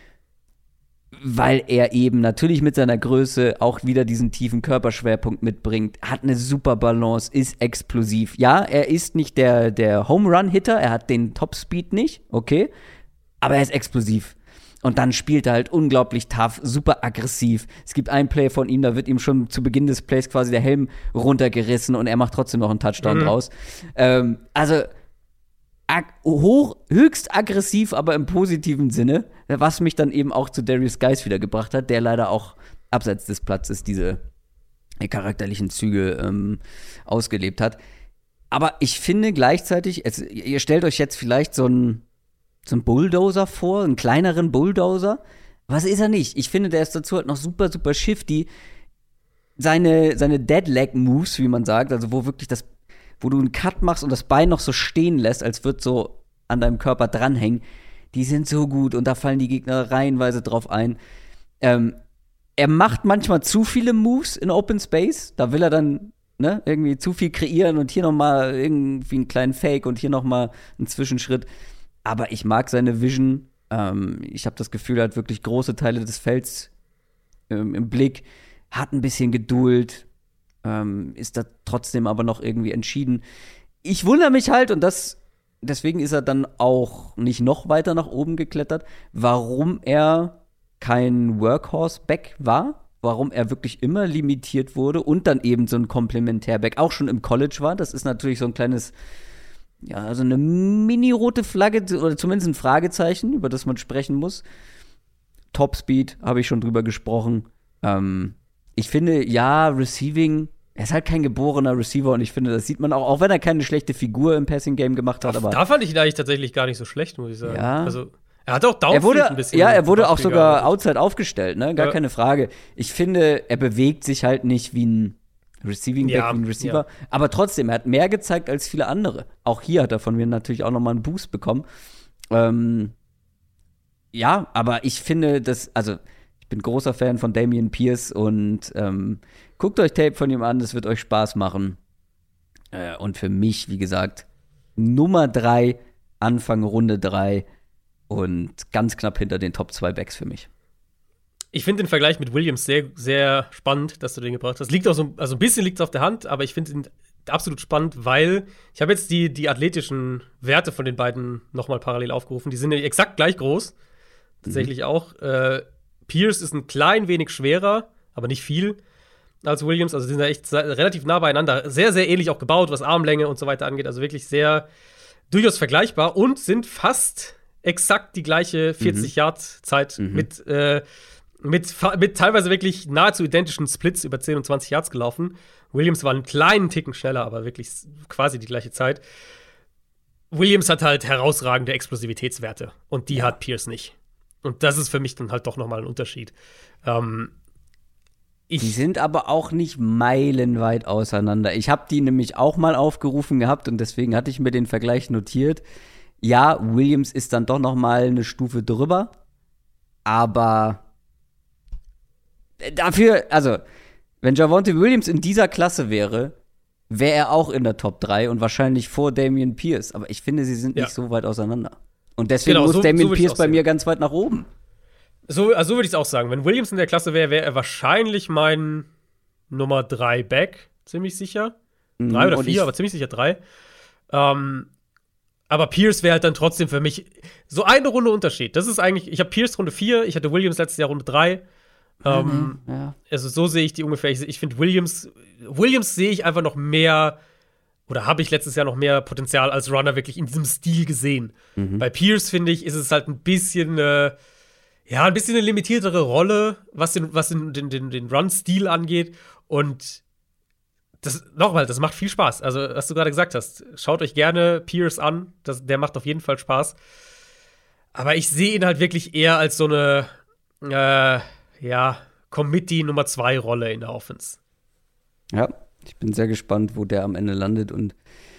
weil er eben natürlich mit seiner Größe auch wieder diesen tiefen Körperschwerpunkt mitbringt, hat eine super Balance, ist explosiv. Ja, er ist nicht der Home-Run-Hitter, er hat den Top-Speed nicht, okay, aber er ist explosiv. Und dann spielt er halt unglaublich tough, super aggressiv. Es gibt einen Play von ihm, da wird ihm schon zu Beginn des Plays quasi der Helm runtergerissen und er macht trotzdem noch einen Touchdown draus. Höchst aggressiv, aber im positiven Sinne, was mich dann eben auch zu Darius Guice wieder gebracht hat, der leider auch abseits des Platzes diese charakterlichen Züge ausgelebt hat. Aber ich finde gleichzeitig, ihr stellt euch jetzt vielleicht so einen Bulldozer vor, einen kleineren Bulldozer. Was ist er nicht? Ich finde, der ist dazu halt noch super shifty. Seine Dead-Leg-Moves, wie man sagt, also wo du einen Cut machst und das Bein noch so stehen lässt, als würde so an deinem Körper dranhängen, die sind so gut und da fallen die Gegner reihenweise drauf ein. Er macht manchmal zu viele Moves in Open Space, da will er dann irgendwie zu viel kreieren und hier nochmal irgendwie einen kleinen Fake und hier nochmal einen Zwischenschritt. Aber ich mag seine Vision. Ich habe das Gefühl, er hat wirklich große Teile des Felds im Blick, hat ein bisschen Geduld, ist da trotzdem aber noch irgendwie entschieden. Ich wundere mich halt, und deswegen ist er dann auch nicht noch weiter nach oben geklettert, warum er kein Workhorse-Back war, warum er wirklich immer limitiert wurde und dann eben so ein Komplementär-Back auch schon im College war. Das ist natürlich so ein kleines, also eine mini-rote Flagge oder zumindest ein Fragezeichen, über das man sprechen muss. Top-Speed, habe ich schon drüber gesprochen. Ich finde, Receiving, er ist halt kein geborener Receiver und ich finde, das sieht man auch wenn er keine schlechte Figur im Passing-Game gemacht hat. Aber da fand ich ihn eigentlich tatsächlich gar nicht so schlecht, muss ich sagen. Ja. Also, er hat auch Downfield ein bisschen. Ja, er wurde auch sogar outside aufgestellt, ne? Gar keine Frage. Ich finde, er bewegt sich halt nicht wie ein Receiving-Back, wie ein Receiver. Ja. Aber trotzdem, er hat mehr gezeigt als viele andere. Auch hier hat er von mir natürlich auch noch mal einen Boost bekommen. Aber ich finde, ich bin großer Fan von Dameon Pierce und guckt euch Tape von ihm an, das wird euch Spaß machen. Und für mich, wie gesagt, Nummer 3, Anfang Runde 3, und ganz knapp hinter den Top 2 Backs für mich. Ich finde den Vergleich mit Williams sehr, sehr spannend, dass du den gebracht hast. Liegt auch so, also ein bisschen liegt es auf der Hand, aber ich finde ihn absolut spannend, weil ich habe jetzt die athletischen Werte von den beiden nochmal parallel aufgerufen. Die sind ja exakt gleich groß. Tatsächlich auch. Pierce ist ein klein wenig schwerer, aber nicht viel als Williams. Also die sind da echt relativ nah beieinander. Sehr, sehr ähnlich auch gebaut, was Armlänge und so weiter angeht. Also wirklich sehr durchaus vergleichbar und sind fast exakt die gleiche 40-Yard-Zeit mit teilweise wirklich nahezu identischen Splits über 10 und 20 Yards gelaufen. Williams war einen kleinen Ticken schneller, aber wirklich quasi die gleiche Zeit. Williams hat halt herausragende Explosivitätswerte und die hat Pierce nicht. Und das ist für mich dann halt doch nochmal ein Unterschied. Die sind aber auch nicht meilenweit auseinander. Ich habe die nämlich auch mal aufgerufen gehabt und deswegen hatte ich mir den Vergleich notiert. Ja, Williams ist dann doch noch mal eine Stufe drüber, aber dafür, also, wenn Javonte Williams in dieser Klasse wäre er auch in der Top 3 und wahrscheinlich vor Damian Pierce. Aber ich finde, sie sind nicht so weit auseinander. Und deswegen muss Damian Pierce bei mir ganz weit nach oben. So würde ich es auch sagen. Wenn Williams in der Klasse wäre, wäre er wahrscheinlich mein Nummer 3 Back, ziemlich sicher. 3 oder 4, aber ziemlich sicher 3. Aber Pierce wäre halt dann trotzdem für mich so eine Runde Unterschied. Das ist eigentlich, ich habe Pierce Runde 4, ich hatte Williams letztes Jahr Runde 3. Also so sehe ich die ungefähr. Ich finde Williams sehe ich einfach noch mehr, oder habe ich letztes Jahr noch mehr Potenzial als Runner wirklich in diesem Stil gesehen. Bei Pierce, finde ich, ist es halt ein bisschen eine limitiertere Rolle, was den Run-Stil angeht. Und das macht viel Spaß. Also, was du gerade gesagt hast, schaut euch gerne Pierce an. Der macht auf jeden Fall Spaß. Aber ich sehe ihn halt wirklich eher als so eine Committee Nummer 2 Rolle in der Offense. Ja, ich bin sehr gespannt, wo der am Ende landet und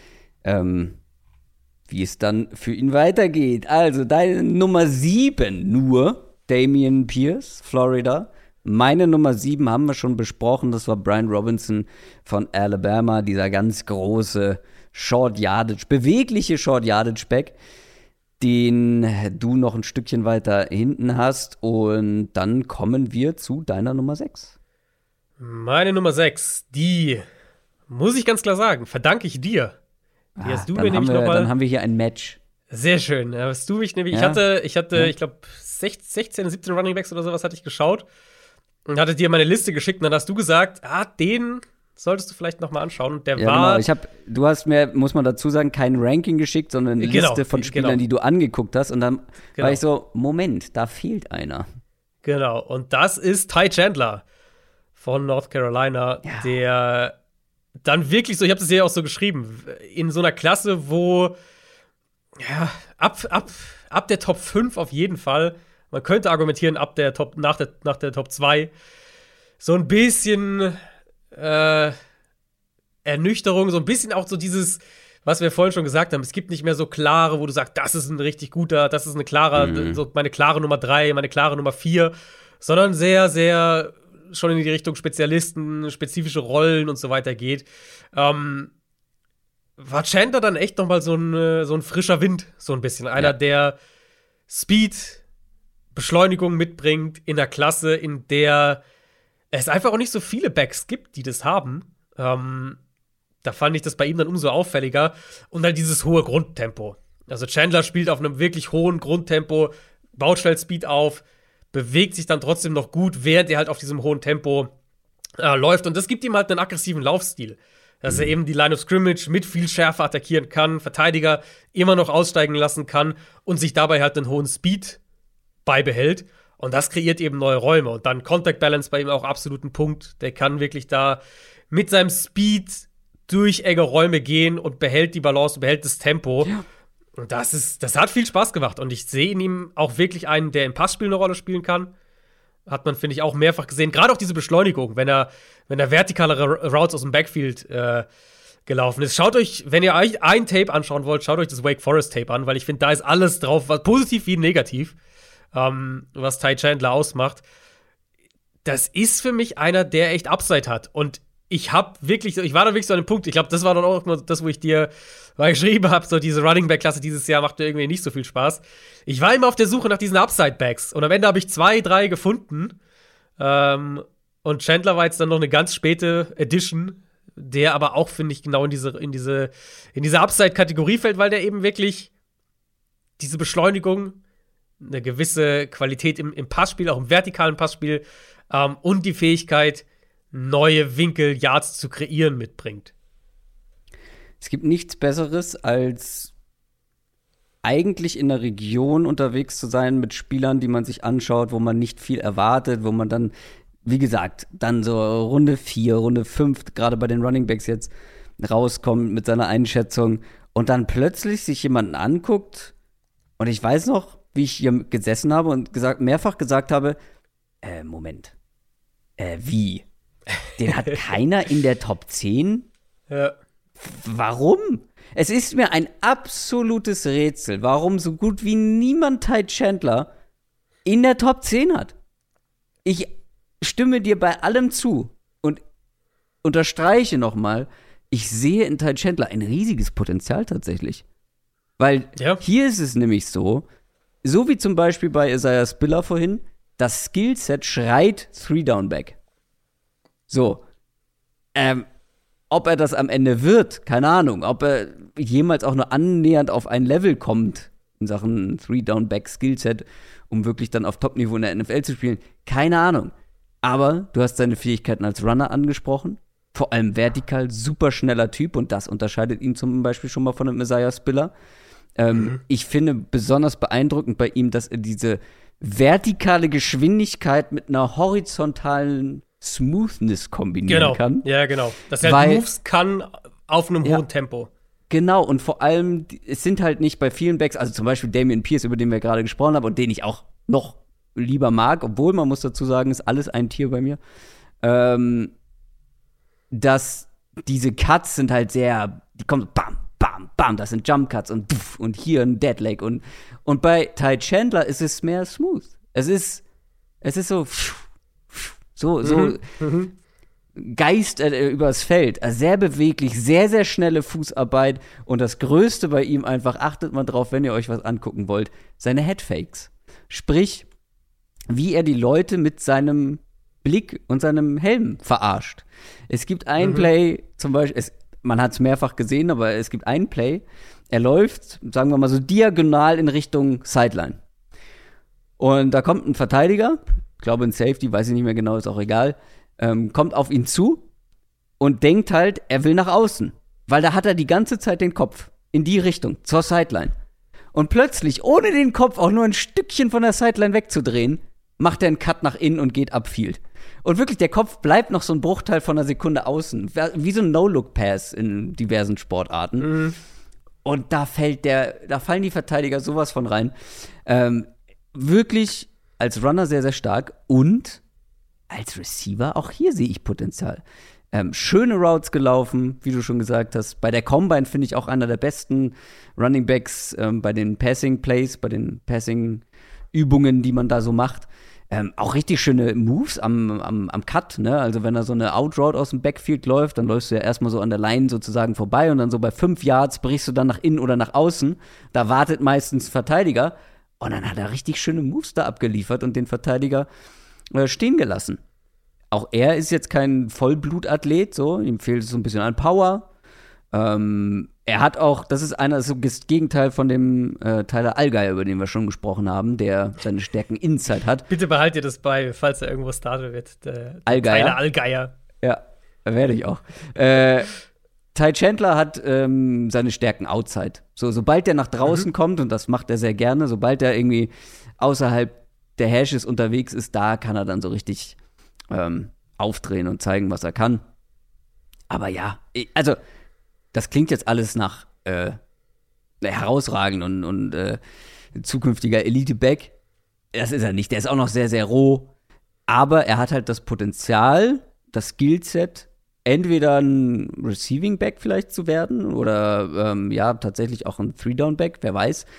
wie es dann für ihn weitergeht. Also, deine Nummer 7 nur Damian Pierce, Florida. Meine Nummer 7 haben wir schon besprochen, das war Brian Robinson von Alabama, dieser ganz große bewegliche Short-Yardage-Back, den du noch ein Stückchen weiter hinten hast. Und dann kommen wir zu deiner Nummer 6. Meine Nummer 6, die, muss ich ganz klar sagen, verdanke ich dir. Die hast du mir nämlich nochmal. Dann haben wir hier ein Match. Sehr schön. Hast du mich nämlich, ich hatte, ich glaube, 16, 17 Running Backs oder sowas hatte ich geschaut und hatte dir meine Liste geschickt und dann hast du gesagt, den solltest du vielleicht noch mal anschauen. Und der war. Genau. Du hast mir, muss man dazu sagen, kein Ranking geschickt, sondern eine Liste von Spielern, die du angeguckt hast. Und dann war ich so, Moment, da fehlt einer. Genau. Und das ist Ty Chandler von North Carolina, der dann wirklich so, ich habe das ja auch so geschrieben, in so einer Klasse, wo ab der Top 5 auf jeden Fall. Man könnte argumentieren, nach der Top 2 so ein bisschen Ernüchterung, so ein bisschen auch so dieses, was wir vorhin schon gesagt haben, es gibt nicht mehr so klare, wo du sagst, das ist ein richtig guter, das ist eine klare, so meine klare Nummer 3, meine klare Nummer 4, sondern sehr, sehr schon in die Richtung Spezialisten, spezifische Rollen und so weiter geht. War Chandler dann echt noch mal so ein frischer Wind, so ein bisschen. Einer, der Speed, Beschleunigung mitbringt in der Klasse, in der es einfach auch nicht so viele Backs gibt, die das haben. Da fand ich das bei ihm dann umso auffälliger. Und halt dieses hohe Grundtempo. Also Chandler spielt auf einem wirklich hohen Grundtempo, baut schnell Speed auf, bewegt sich dann trotzdem noch gut, während er halt auf diesem hohen Tempo läuft. Und das gibt ihm halt einen aggressiven Laufstil. Dass er eben die Line of Scrimmage mit viel Schärfe attackieren kann, Verteidiger immer noch aussteigen lassen kann und sich dabei halt einen hohen Speed beibehält. Und das kreiert eben neue Räume. Und dann Contact Balance bei ihm auch absolut ein Punkt. Der kann wirklich da mit seinem Speed durch enge Räume gehen und behält die Balance, behält das Tempo. Ja. Und das hat viel Spaß gemacht. Und ich sehe in ihm auch wirklich einen, der im Passspiel eine Rolle spielen kann. Hat man, finde ich, auch mehrfach gesehen. Gerade auch diese Beschleunigung, wenn er vertikalere Routes aus dem Backfield gelaufen ist. Schaut euch, wenn ihr euch ein Tape anschauen wollt, schaut euch das Wake Forest Tape an, weil ich finde, da ist alles drauf, was positiv wie negativ, was Ty Chandler ausmacht. Das ist für mich einer, der echt Upside hat. Und ich war da wirklich so an dem Punkt, ich glaube, das war dann auch immer das, wo ich dir mal geschrieben habe, so diese Running Back-Klasse dieses Jahr macht mir irgendwie nicht so viel Spaß. Ich war immer auf der Suche nach diesen Upside-Backs und am Ende habe ich 2, 3 gefunden. Und Chandler war jetzt dann noch eine ganz späte Edition, der aber auch, finde ich, genau in diese Upside-Kategorie fällt, weil der eben wirklich diese Beschleunigung, eine gewisse Qualität im Passspiel, auch im vertikalen Passspiel und die Fähigkeit, neue Winkel, Yards zu kreieren mitbringt. Es gibt nichts Besseres, als eigentlich in der Region unterwegs zu sein mit Spielern, die man sich anschaut, wo man nicht viel erwartet, wo man dann, wie gesagt, dann so Runde 4, Runde 5, gerade bei den Runningbacks jetzt rauskommt mit seiner Einschätzung und dann plötzlich sich jemanden anguckt. Und ich weiß noch, wie ich hier gesessen habe und mehrfach gesagt habe, Moment, wie? Den hat keiner in der Top 10? Ja. Warum? Es ist mir ein absolutes Rätsel, warum so gut wie niemand Ty Chandler in der Top 10 hat. Ich stimme dir bei allem zu und unterstreiche nochmal, ich sehe in Ty Chandler ein riesiges Potenzial tatsächlich. Weil hier ist es nämlich so wie zum Beispiel bei Isaiah Spiller vorhin, das Skillset schreit 3-Down-Back. So, ob er das am Ende wird, keine Ahnung. Ob er jemals auch nur annähernd auf ein Level kommt in Sachen 3-Down-Back-Skillset, um wirklich dann auf Top-Niveau in der NFL zu spielen, keine Ahnung. Aber du hast seine Fähigkeiten als Runner angesprochen. Vor allem vertikal, super schneller Typ. Und das unterscheidet ihn zum Beispiel schon mal von einem Isaiah Spiller. Ich finde besonders beeindruckend bei ihm, dass er diese vertikale Geschwindigkeit mit einer horizontalen Smoothness kombinieren kann. Ja, genau. Dass er halt Moves kann auf einem hohen Tempo. Genau, und vor allem, es sind halt nicht bei vielen Backs, also zum Beispiel Dameon Pierce, über den wir gerade gesprochen haben und den ich auch noch lieber mag, obwohl man muss dazu sagen, ist alles ein Tier bei mir, dass diese Cuts sind halt sehr, die kommen so bam, bam, bam, das sind Jump Cuts und hier ein Deadleg und bei Ty Chandler ist es mehr smooth. Es ist so Geist übers Feld. Also sehr beweglich, sehr, sehr schnelle Fußarbeit. Und das Größte bei ihm einfach, achtet mal drauf, wenn ihr euch was angucken wollt, seine Headfakes. Sprich, wie er die Leute mit seinem Blick und seinem Helm verarscht. Es gibt ein Play, zum Beispiel, man hat es mehrfach gesehen, aber es gibt ein Play, er läuft, sagen wir mal so diagonal in Richtung Sideline. Und da kommt ein Verteidiger, ich glaube ein Safety, weiß ich nicht mehr genau, ist auch egal, kommt auf ihn zu und denkt halt, er will nach außen. Weil da hat er die ganze Zeit den Kopf in die Richtung, zur Sideline. Und plötzlich, ohne den Kopf auch nur ein Stückchen von der Sideline wegzudrehen, macht er einen Cut nach innen und geht upfield. Und wirklich, der Kopf bleibt noch so ein Bruchteil von einer Sekunde außen. Wie so ein No-Look-Pass in diversen Sportarten. Und da fallen die Verteidiger sowas von rein. Wirklich als Runner sehr, sehr stark. Und als Receiver, auch hier sehe ich Potenzial. Schöne Routes gelaufen, wie du schon gesagt hast. Bei der Combine finde ich auch einer der besten Running Backs bei den Passing Plays, bei den Passing-Übungen, die man da so macht. Auch richtig schöne Moves am Cut, ne? Also wenn er so eine Outroute aus dem Backfield läuft, dann läufst du ja erstmal so an der Line sozusagen vorbei und dann so bei 5 Yards brichst du dann nach innen oder nach außen. Da wartet meistens Verteidiger. Und dann hat er richtig schöne Moves da abgeliefert und den Verteidiger stehen gelassen. Auch er ist jetzt kein Vollblutathlet, so. Ihm fehlt es so ein bisschen an Power. Er hat auch, das ist das Gegenteil von dem Tyler Allgeier, über den wir schon gesprochen haben, der seine Stärken Inside hat. Bitte behalt dir das bei, falls er irgendwo starten wird. Der Allgeier. Tyler Allgeier. Ja, werde ich auch. Ty Chandler hat seine Stärken Outside. Sobald der nach draußen kommt, und das macht er sehr gerne, sobald er irgendwie außerhalb der Hashes unterwegs ist, da kann er dann so richtig aufdrehen und zeigen, was er kann. Aber ja, also das klingt jetzt alles nach herausragend und zukünftiger Elite-Back. Das ist er nicht. Der ist auch noch sehr, sehr roh. Aber er hat halt das Potenzial, das Skillset, entweder ein Receiving-Back vielleicht zu werden oder tatsächlich auch ein 3-Down-Back, wer weiß.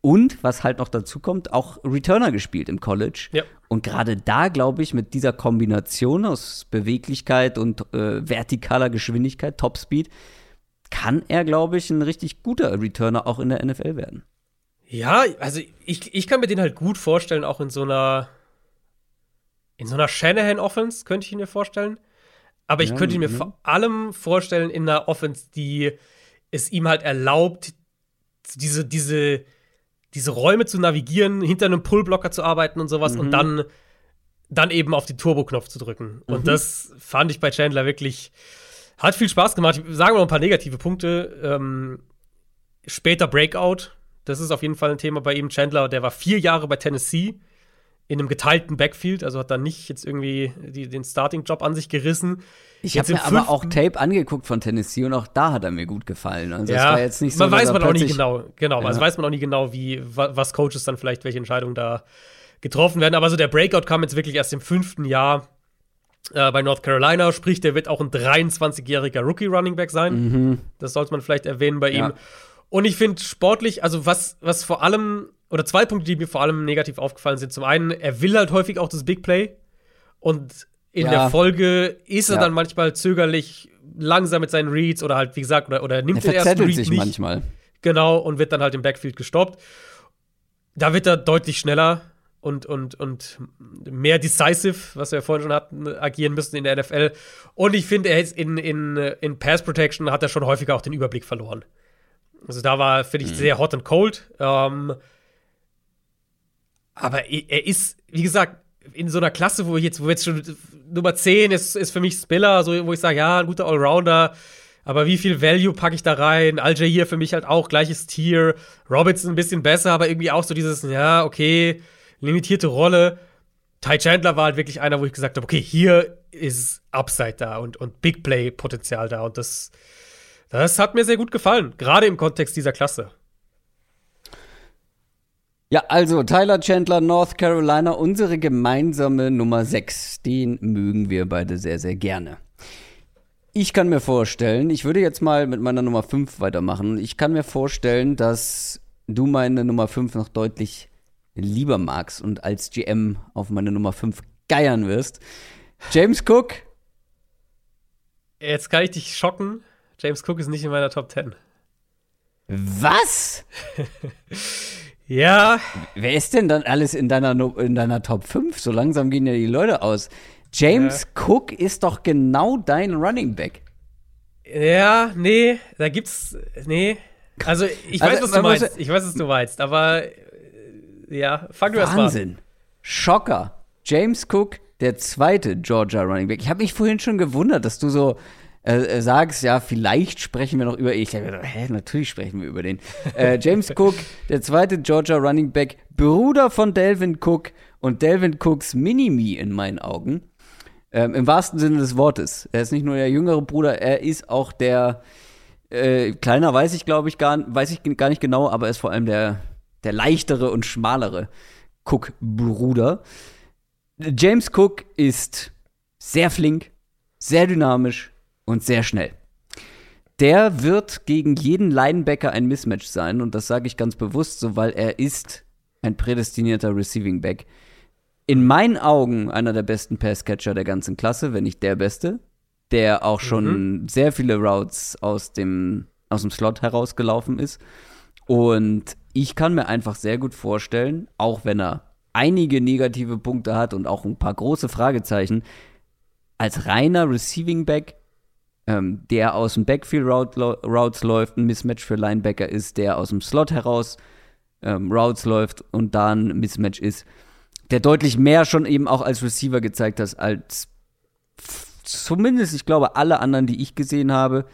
Und was halt noch dazu kommt, auch Returner gespielt im College. Ja. Und gerade da, glaube ich, mit dieser Kombination aus Beweglichkeit und vertikaler Geschwindigkeit, Topspeed, kann er, glaube ich, ein richtig guter Returner auch in der NFL werden. Ja, also ich kann mir den halt gut vorstellen, auch in so einer Shanahan-Offense, könnte ich ihn mir vorstellen. Aber ich könnte ihn mir vor allem vorstellen in einer Offense, die es ihm halt erlaubt, diese Räume zu navigieren, hinter einem Pullblocker zu arbeiten und sowas und dann eben auf den Turbo-Knopf zu drücken. Und das fand ich bei Chandler wirklich, hat viel Spaß gemacht. Sagen wir noch ein paar negative Punkte. Später Breakout, das ist auf jeden Fall ein Thema bei ihm. Chandler, der war 4 Jahre bei Tennessee in einem geteilten Backfield, also hat dann nicht jetzt irgendwie den Starting-Job an sich gerissen. Ich habe mir aber auch Tape angeguckt von Tennessee und auch da hat er mir gut gefallen. Also ja, das war jetzt nicht so, man weiß man auch nie genau. Ja. Also weiß man auch nie genau, was Coaches dann vielleicht, welche Entscheidungen da getroffen werden. Aber so der Breakout kam jetzt wirklich erst im 5. Jahr bei North Carolina. Sprich, der wird auch ein 23-jähriger Rookie-Running-Back sein. Das sollte man vielleicht erwähnen bei ihm. Und ich finde sportlich, also was vor allem, oder 2 Punkte, die mir vor allem negativ aufgefallen sind. Zum einen, er will halt häufig auch das Big Play. Und in der Folge ist er dann manchmal zögerlich, langsam mit seinen Reads oder halt, wie gesagt, oder nimmt den ersten Read sich nicht. Manchmal. Genau, und wird dann halt im Backfield gestoppt. Da wird er deutlich schneller und mehr decisive, was wir vorhin schon hatten, agieren müssen in der NFL. Und ich finde, er ist in Pass Protection hat er schon häufiger auch den Überblick verloren. Also da war, finde ich, sehr hot and cold. Aber er ist, wie gesagt, in so einer Klasse, wo jetzt schon Nummer 10 ist für mich Spiller, so, wo ich sage, ja, ein guter Allrounder, aber wie viel Value packe ich da rein? Al-Jair für mich halt auch gleiches Tier, Robinson ein bisschen besser, aber irgendwie auch so dieses, ja, okay, limitierte Rolle. Ty Chandler war halt wirklich einer, wo ich gesagt habe, okay, hier ist Upside da und Big Play-Potenzial da und das hat mir sehr gut gefallen, gerade im Kontext dieser Klasse. Ja, also Tyler Chandler, North Carolina, unsere gemeinsame Nummer 6. Den mögen wir beide sehr, sehr gerne. Ich kann mir vorstellen, ich würde jetzt mal mit meiner Nummer 5 weitermachen. Ich kann mir vorstellen, dass du meine Nummer 5 noch deutlich lieber magst und als GM auf meine Nummer 5 geiern wirst. James Cook. Jetzt kann ich dich schocken. James Cook ist nicht in meiner Top 10. Was? Ja. Wer ist denn dann alles in deiner Top 5? So langsam gehen ja die Leute aus. James Cook ist doch genau dein Running Back. Ja, nee, da gibt's, nee. Also, ich weiß, was du meinst. Ich weiß, was du meinst, aber ja, fang du erst mal an. Wahnsinn. Schocker. James Cook, der 2. Georgia Running Back. Ich habe mich vorhin schon gewundert, dass du so sagst, ja, vielleicht sprechen wir noch über Ich dachte, natürlich sprechen wir über den. James Cook, der 2. Georgia Running Back, Bruder von Dalvin Cook und Dalvin Cooks Mini-Me in meinen Augen. Im wahrsten Sinne des Wortes. Er ist nicht nur der jüngere Bruder, er ist auch der kleiner, weiß ich gar nicht genau, aber er ist vor allem der leichtere und schmalere Cook-Bruder. James Cook ist sehr flink, sehr dynamisch und sehr schnell. Der wird gegen jeden Linebacker ein Mismatch sein und das sage ich ganz bewusst so, weil er ist ein prädestinierter Receiving Back. In meinen Augen einer der besten Passcatcher der ganzen Klasse, wenn nicht der Beste, der auch schon sehr viele Routes aus dem Slot herausgelaufen ist. Und ich kann mir einfach sehr gut vorstellen, auch wenn er einige negative Punkte hat und auch ein paar große Fragezeichen, als reiner Receiving Back, der aus dem Backfield Routes läuft, ein Mismatch für Linebacker ist, der aus dem Slot heraus Routes läuft und da ein Mismatch ist, der deutlich mehr schon eben auch als Receiver gezeigt hat, als zumindest, ich glaube, alle anderen, die ich gesehen habe.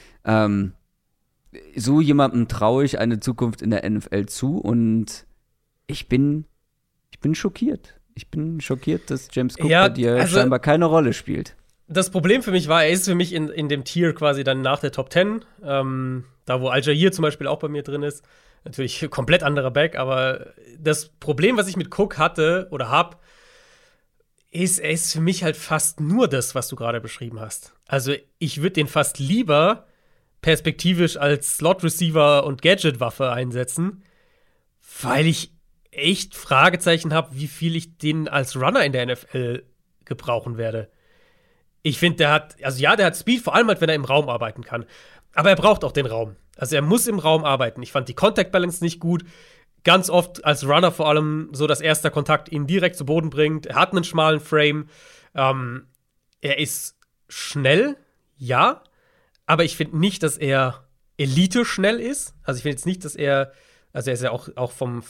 So jemandem traue ich eine Zukunft in der NFL zu und ich bin schockiert. Ich bin schockiert, dass James Cook bei dir scheinbar keine Rolle spielt. Das Problem für mich war, er ist für mich in dem Tier quasi dann nach der Top 10, da wo Al-Jair zum Beispiel auch bei mir drin ist. Natürlich komplett anderer Back, aber das Problem, was ich mit Cook hatte oder hab, ist, er ist für mich halt fast nur das, was du gerade beschrieben hast. Also ich würde den fast lieber perspektivisch als Slot-Receiver und Gadget-Waffe einsetzen, Weil ich echt Fragezeichen habe, wie viel ich den als Runner in der NFL gebrauchen werde. Ich finde, der hat Speed, vor allem halt, wenn er im Raum arbeiten kann. Aber er braucht auch den Raum. Also er muss im Raum arbeiten. Ich fand die Contact Balance nicht gut. Ganz oft als Runner vor allem so, dass erster Kontakt ihn direkt zu Boden bringt. Er hat einen schmalen Frame. Er ist schnell, ja. Aber ich finde nicht, dass er Elite schnell ist. Also ich finde jetzt nicht, dass er ist ja auch vom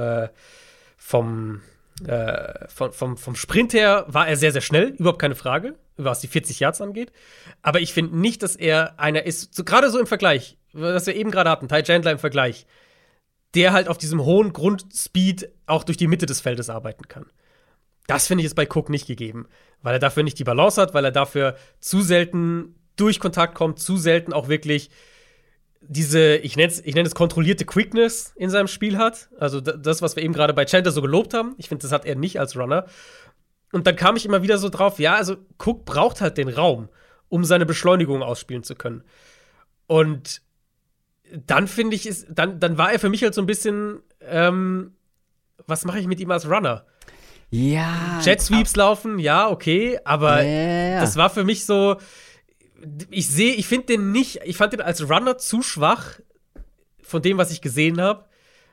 Sprint her war er sehr, sehr schnell, überhaupt keine Frage, was die 40 Yards angeht. Aber ich finde nicht, dass er einer ist, so, gerade so im Vergleich, was wir eben gerade hatten, Ty Chandler im Vergleich, der halt auf diesem hohen Grundspeed auch durch die Mitte des Feldes arbeiten kann. Das finde ich ist bei Cook nicht gegeben, weil er dafür nicht die Balance hat, weil er dafür zu selten durch Kontakt kommt, zu selten auch wirklich diese, ich nenne es kontrollierte Quickness in seinem Spiel hat. Also das, was wir eben gerade bei Chandler so gelobt haben. Ich finde, das hat er nicht als Runner. Und dann kam ich immer wieder so drauf, ja, also Cook braucht halt den Raum, um seine Beschleunigung ausspielen zu können. Und dann finde ich, dann war er für mich halt so ein bisschen, was mache ich mit ihm als Runner? Ja. Jet Sweeps laufen, ja, okay, aber das war für mich so, ich fand den als Runner zu schwach von dem, was ich gesehen habe,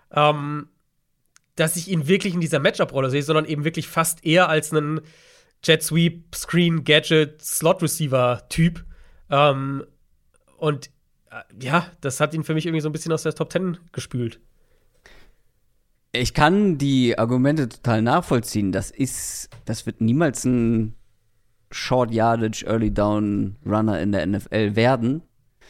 dass ich ihn wirklich in dieser Matchup-Rolle sehe, sondern eben wirklich fast eher als einen Jet Sweep, Screen, Gadget, Slot-Receiver-Typ. Und das hat ihn für mich irgendwie so ein bisschen aus der Top 10 gespült. Ich kann die Argumente total nachvollziehen. Das wird niemals ein Short Yardage, Early Down Runner in der NFL werden.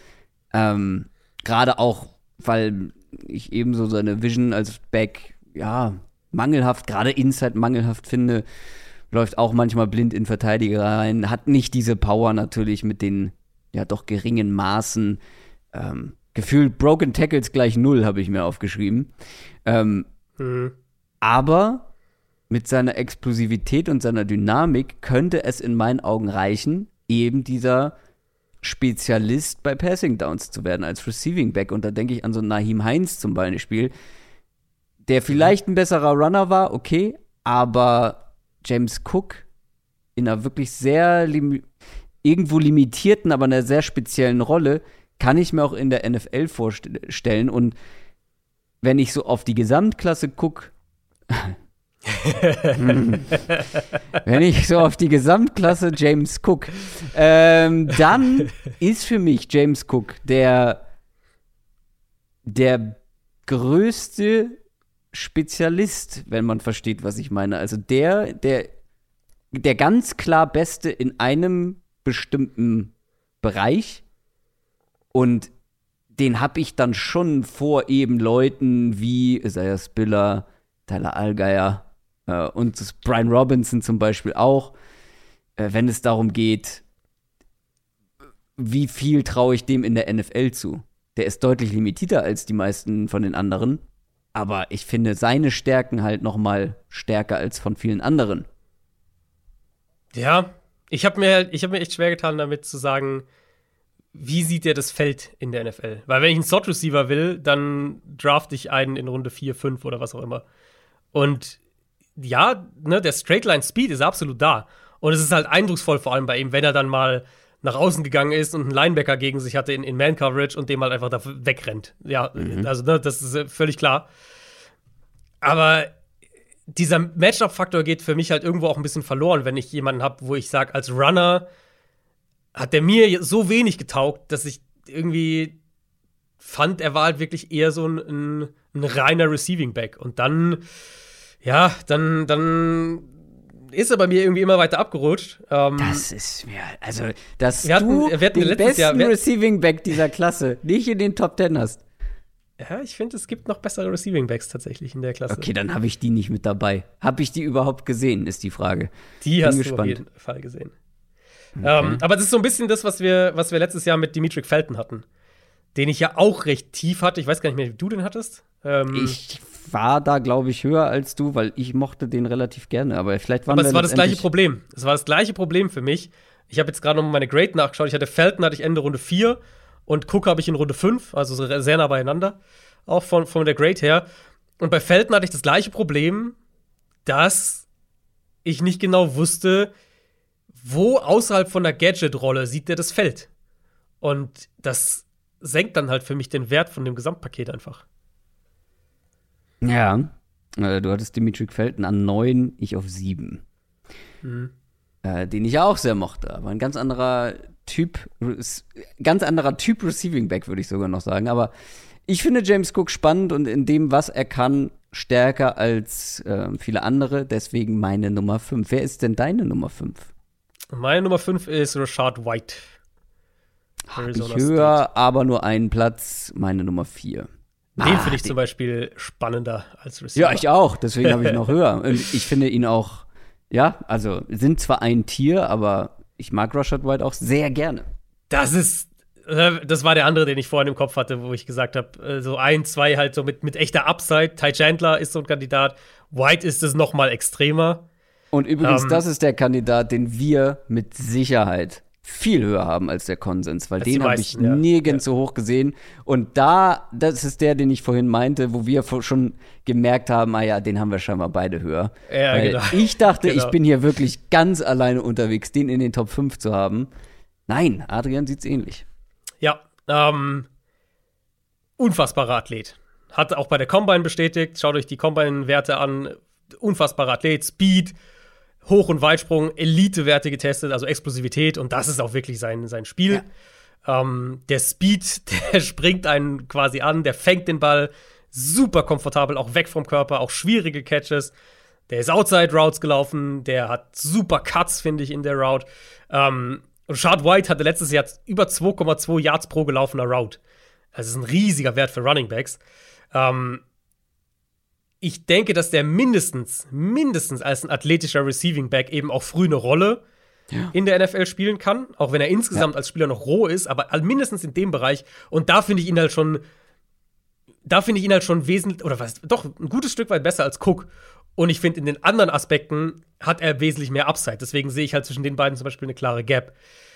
Gerade auch, weil ich ebenso seine Vision als Back, mangelhaft, gerade Inside mangelhaft finde. Läuft auch manchmal blind in Verteidiger rein. Hat nicht diese Power natürlich mit den, doch geringen Maßen. Gefühlt Broken Tackles gleich 0, habe ich mir aufgeschrieben. Aber mit seiner Explosivität und seiner Dynamik könnte es in meinen Augen reichen, eben dieser Spezialist bei Passing Downs zu werden als Receiving Back. Und da denke ich an so Nyheim Hines zum Beispiel, der vielleicht ein besserer Runner war, okay, aber James Cook in einer wirklich sehr irgendwo limitierten, aber einer sehr speziellen Rolle kann ich mir auch in der NFL vorstellen. Und wenn ich so auf die Gesamtklasse gucke, wenn ich so auf die Gesamtklasse James Cook, dann ist für mich James Cook der größte Spezialist, wenn man versteht, was ich meine. Also der ganz klar Beste in einem bestimmten Bereich. Und den habe ich dann schon vor eben Leuten wie Isaiah Spiller, Tyler Allgeier und Brian Robinson zum Beispiel auch, wenn es darum geht, wie viel traue ich dem in der NFL zu. Der ist deutlich limitierter als die meisten von den anderen, aber ich finde seine Stärken halt noch mal stärker als von vielen anderen. Ja, ich hab mir echt schwer getan, damit zu sagen, wie sieht der das Feld in der NFL? Weil wenn ich einen Slot-Receiver will, dann draft ich einen in Runde 4, 5 oder was auch immer. Und der Straight-Line-Speed ist absolut da. Und es ist halt eindrucksvoll, vor allem bei ihm, wenn er dann mal nach außen gegangen ist und einen Linebacker gegen sich hatte in Man-Coverage und dem halt einfach da wegrennt. Ja, also das ist völlig klar. Aber dieser Matchup-Faktor geht für mich halt irgendwo auch ein bisschen verloren, wenn ich jemanden habe, wo ich sage, als Runner hat der mir so wenig getaugt, dass ich irgendwie fand, er war halt wirklich eher so ein reiner Receiving Back. Und dann ist er bei mir irgendwie immer weiter abgerutscht. Das ist mir, also, dass wir hatten den besten Receiving Back dieser Klasse nicht in den Top 10 hast. Ja, ich finde, es gibt noch bessere Receiving Backs tatsächlich in der Klasse. Okay, dann habe ich die nicht mit dabei. Habe ich die überhaupt gesehen, ist die Frage. Die hast du auf jeden Fall gesehen. Okay. Aber das ist so ein bisschen das, was wir letztes Jahr mit Demetric Felton hatten. Den ich ja auch recht tief hatte. Ich weiß gar nicht mehr, wie du den hattest. Ich war da, glaube ich, höher als du, weil ich mochte den relativ gerne. Aber vielleicht waren es war das gleiche Problem. Es war das gleiche Problem für mich. Ich habe jetzt gerade noch mal meine Grade nachgeschaut. Felton hatte ich Ende Runde 4 und Cook habe ich in Runde 5. Also sehr nah beieinander. Auch von der Grade her. Und bei Felton hatte ich das gleiche Problem, dass ich nicht genau wusste, wo außerhalb von der Gadget-Rolle sieht der das Feld. Und das senkt dann halt für mich den Wert von dem Gesamtpaket einfach. Ja, du hattest Dimitri Felton an 9, ich auf 7. Den ich auch sehr mochte, aber ein ganz anderer Typ Receiving Back, würde ich sogar noch sagen. Aber ich finde James Cook spannend und in dem, was er kann, stärker als viele andere. Deswegen meine Nummer 5. Wer ist denn deine Nummer 5? Meine Nummer 5 ist Rachaad White. Habe ich höher, aber nur einen Platz. Meine Nummer 4. Den finde ich zum Beispiel spannender als Receiver. Ja, ich auch. Deswegen habe ich noch höher. Und ich finde ihn auch, ja, also sind zwar ein Tier, aber ich mag Rachaad White auch sehr gerne. Das war der andere, den ich vorhin im Kopf hatte, wo ich gesagt habe, so 1, 2 halt so mit echter Upside. Ty Chandler ist so ein Kandidat. White ist es noch mal extremer. Und übrigens, das ist der Kandidat, den wir mit Sicherheit viel höher haben als der Konsens, weil den habe ich nirgends so hoch gesehen. Und das ist der, den ich vorhin meinte, wo wir schon gemerkt haben, den haben wir scheinbar beide höher. Ja, weil genau. Ich dachte, ich bin hier wirklich ganz alleine unterwegs, den in den Top 5 zu haben. Nein, Adrian sieht's ähnlich. Ja, unfassbarer Athlet. Hat auch bei der Combine bestätigt. Schaut euch die Combine-Werte an. Unfassbarer Athlet, Speed, Hoch- und Weitsprung, Elite-Werte getestet, also Explosivität. Und das ist auch wirklich sein Spiel. Ja. Der Speed, der springt einen quasi an, der fängt den Ball super komfortabel, auch weg vom Körper, auch schwierige Catches. Der ist Outside-Routes gelaufen, der hat super Cuts, finde ich, in der Route. Rachaad White hatte letztes Jahr über 2,2 Yards pro gelaufener Route. Das ist ein riesiger Wert für Running Backs. Ich denke, dass der mindestens als ein athletischer Receiving Back eben auch früh eine Rolle in der NFL spielen kann. Auch wenn er insgesamt als Spieler noch roh ist, aber mindestens in dem Bereich. Und da finde ich ihn halt schon wesentlich, oder was, doch ein gutes Stück weit besser als Cook. Und ich finde, in den anderen Aspekten hat er wesentlich mehr Upside. Deswegen sehe ich halt zwischen den beiden zum Beispiel eine klare Gap.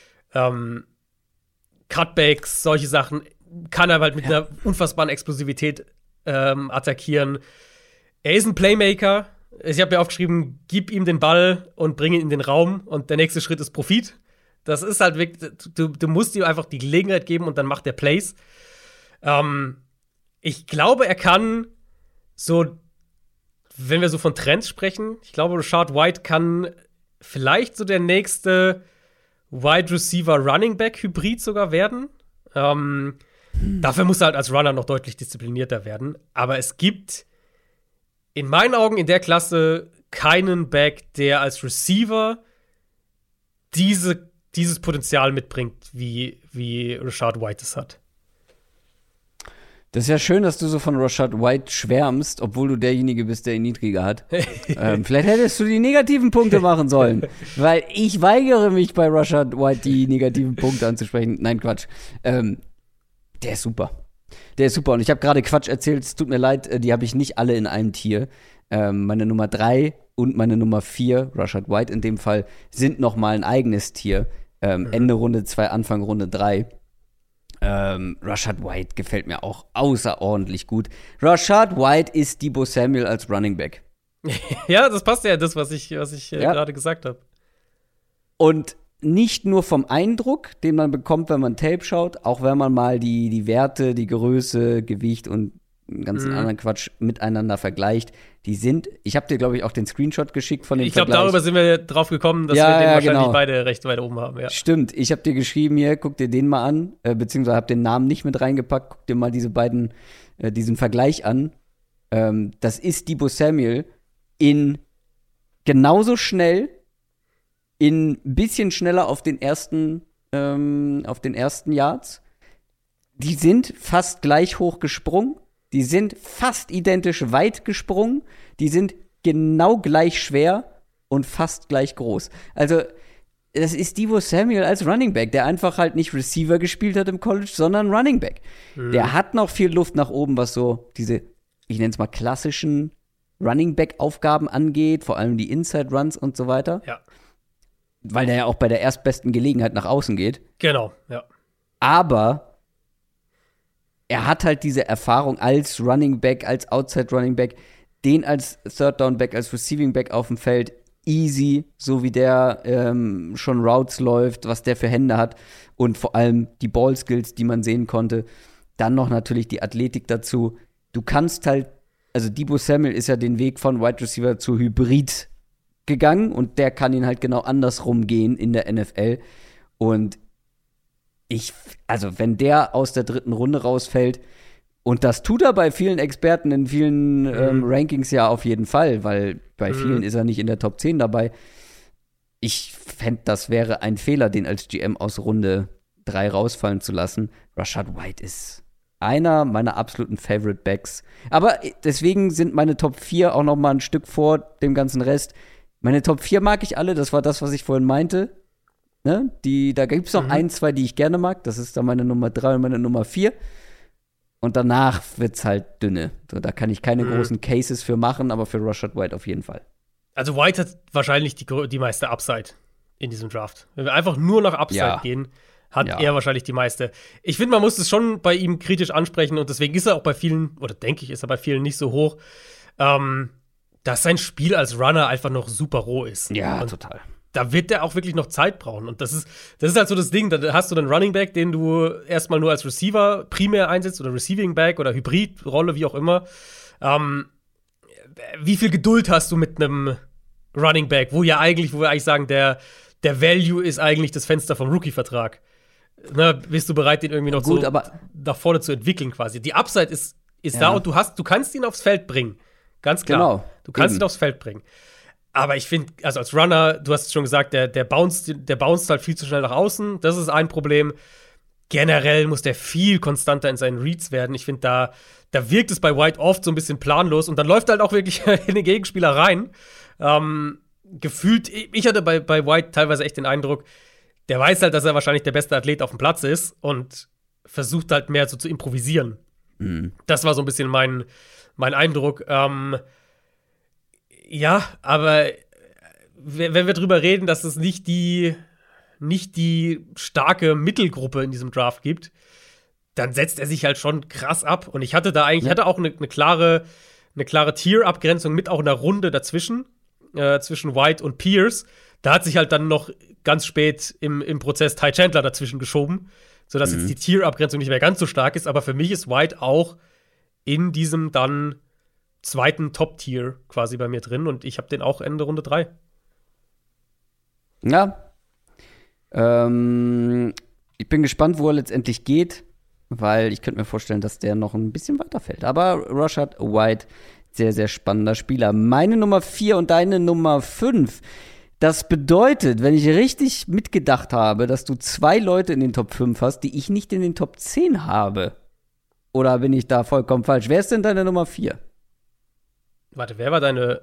Cutbacks, solche Sachen, kann er halt mit einer unfassbaren Explosivität attackieren. Er ist ein Playmaker. Ich habe mir aufgeschrieben, gib ihm den Ball und bring ihn in den Raum. Und der nächste Schritt ist Profit. Das ist halt wirklich, du musst ihm einfach die Gelegenheit geben und dann macht er Plays. Ich glaube, er kann so, wenn wir so von Trends sprechen, ich glaube, Rachaad White kann vielleicht so der nächste Wide Receiver Running Back Hybrid sogar werden. Dafür muss er halt als Runner noch deutlich disziplinierter werden. Aber es gibt in meinen Augen in der Klasse keinen Back, der als Receiver dieses Potenzial mitbringt, wie Rachaad White es hat. Das ist ja schön, dass du so von Rachaad White schwärmst, obwohl du derjenige bist, der ihn niedriger hat. Vielleicht hättest du die negativen Punkte machen sollen, weil ich weigere mich, bei Rachaad White die negativen Punkte anzusprechen. Nein, Quatsch. Der ist super. Der ist super. Und ich habe gerade Quatsch erzählt, es tut mir leid, die habe ich nicht alle in einem Tier. Meine Nummer 3 und meine Nummer 4, Rachaad White in dem Fall, sind noch mal ein eigenes Tier. Ende Runde 2, Anfang Runde 3. Rachaad White gefällt mir auch außerordentlich gut. Rachaad White ist Deebo Samuel als Running Back. Ja, das passt ja das, was ich gerade gesagt habe. Und nicht nur vom Eindruck, den man bekommt, wenn man Tape schaut, auch wenn man mal die Werte, die Größe, Gewicht und einen ganzen anderen Quatsch miteinander vergleicht. Ich habe dir, glaube ich, auch den Screenshot geschickt von dem Vergleich. Ich glaube, darüber sind wir drauf gekommen, dass wir den wahrscheinlich beide recht weit oben haben. Ja. Stimmt, ich habe dir geschrieben, hier, guck dir den mal an, beziehungsweise habe den Namen nicht mit reingepackt, guck dir mal diesen Vergleich an. Das ist Deebo Samuel in genauso schnell, in ein bisschen schneller auf den ersten Yards. Die sind fast gleich hoch gesprungen. Die sind fast identisch weit gesprungen. Die sind genau gleich schwer und fast gleich groß. Also, das ist Deebo Samuel als Running Back, der einfach halt nicht Receiver gespielt hat im College, sondern Running Back. Der hat noch viel Luft nach oben, was so diese, ich nenne es mal, klassischen Running Back-Aufgaben angeht, vor allem die Inside-Runs und so weiter. Ja. Weil der ja auch bei der erstbesten Gelegenheit nach außen geht. Genau, ja. Aber er hat halt diese Erfahrung als Running Back, als Outside Running Back, den als Third Down Back, als Receiving Back auf dem Feld, easy, so wie der schon Routes läuft, was der für Hände hat und vor allem die Ball-Skills, die man sehen konnte. Dann noch natürlich die Athletik dazu. Du kannst halt, also Deebo Samuel ist ja den Weg von Wide Receiver zu Hybrid gegangen und der kann ihn halt genau andersrum gehen in der NFL. Und also wenn der aus der 3. Runde rausfällt, und das tut er bei vielen Experten in vielen Rankings ja auf jeden Fall, weil bei vielen ist er nicht in der Top 10 dabei. Ich fände, das wäre ein Fehler, den als GM aus Runde 3 rausfallen zu lassen. Rachaad White ist einer meiner absoluten Favorite Backs. Aber deswegen sind meine Top 4 auch noch mal ein Stück vor dem ganzen Rest. Meine Top 4 mag ich alle, das war das, was ich vorhin meinte. Ne? Da gibt es noch 1, 2, die ich gerne mag. Das ist dann meine Nummer 3 und meine Nummer 4. Und danach wird's halt dünne. So, da kann ich keine großen Cases für machen, aber für Rachaad White auf jeden Fall. Also White hat wahrscheinlich die meiste Upside in diesem Draft. Wenn wir einfach nur nach Upside gehen, hat er wahrscheinlich die meiste. Ich finde, man muss es schon bei ihm kritisch ansprechen und deswegen ist er auch bei vielen, oder denke ich, ist er bei vielen nicht so hoch, dass sein Spiel als Runner einfach noch super roh ist. Ja, und total. Da wird der auch wirklich noch Zeit brauchen. Und das ist halt so das Ding. Da hast du einen Running Back, den du erstmal nur als Receiver primär einsetzt oder Receiving Back oder Hybridrolle, wie auch immer. Wie viel Geduld hast du mit einem Running Back, wo wir eigentlich sagen, der Value ist eigentlich das Fenster vom Rookie-Vertrag. Ne, bist du bereit, den irgendwie noch so nach vorne zu entwickeln quasi? Die Upside ist da und du kannst ihn aufs Feld bringen. Ganz klar. Genau. Du kannst ihn aufs Feld bringen. Aber ich finde, also als Runner, du hast es schon gesagt, der bounced halt viel zu schnell nach außen. Das ist ein Problem. Generell muss der viel konstanter in seinen Reads werden. Ich finde, da wirkt es bei White oft so ein bisschen planlos und dann läuft er halt auch wirklich in den Gegenspieler rein. Gefühlt, ich hatte bei White teilweise echt den Eindruck, der weiß halt, dass er wahrscheinlich der beste Athlet auf dem Platz ist und versucht halt mehr so zu improvisieren. Das war so ein bisschen mein Eindruck. Ja, aber wenn wir drüber reden, dass es nicht die starke Mittelgruppe in diesem Draft gibt, dann setzt er sich halt schon krass ab. Und ich hatte auch eine klare Tier-Abgrenzung mit auch einer Runde dazwischen, zwischen White und Pierce. Da hat sich halt dann noch ganz spät im Prozess Ty Chandler dazwischen geschoben, sodass jetzt die Tier-Abgrenzung nicht mehr ganz so stark ist. Aber für mich ist White auch in diesem dann zweiten Top-Tier quasi bei mir drin und ich habe den auch Ende Runde 3. Ja. Ich bin gespannt, wo er letztendlich geht, weil ich könnte mir vorstellen, dass der noch ein bisschen weiter fällt. Aber Rachaad White, sehr, sehr spannender Spieler. Meine Nummer 4 und deine Nummer 5. Das bedeutet, wenn ich richtig mitgedacht habe, dass du 2 Leute in den Top 5 hast, die ich nicht in den Top 10 habe. Oder bin ich da vollkommen falsch? Wer ist denn deine Nummer 4? Warte, wer war deine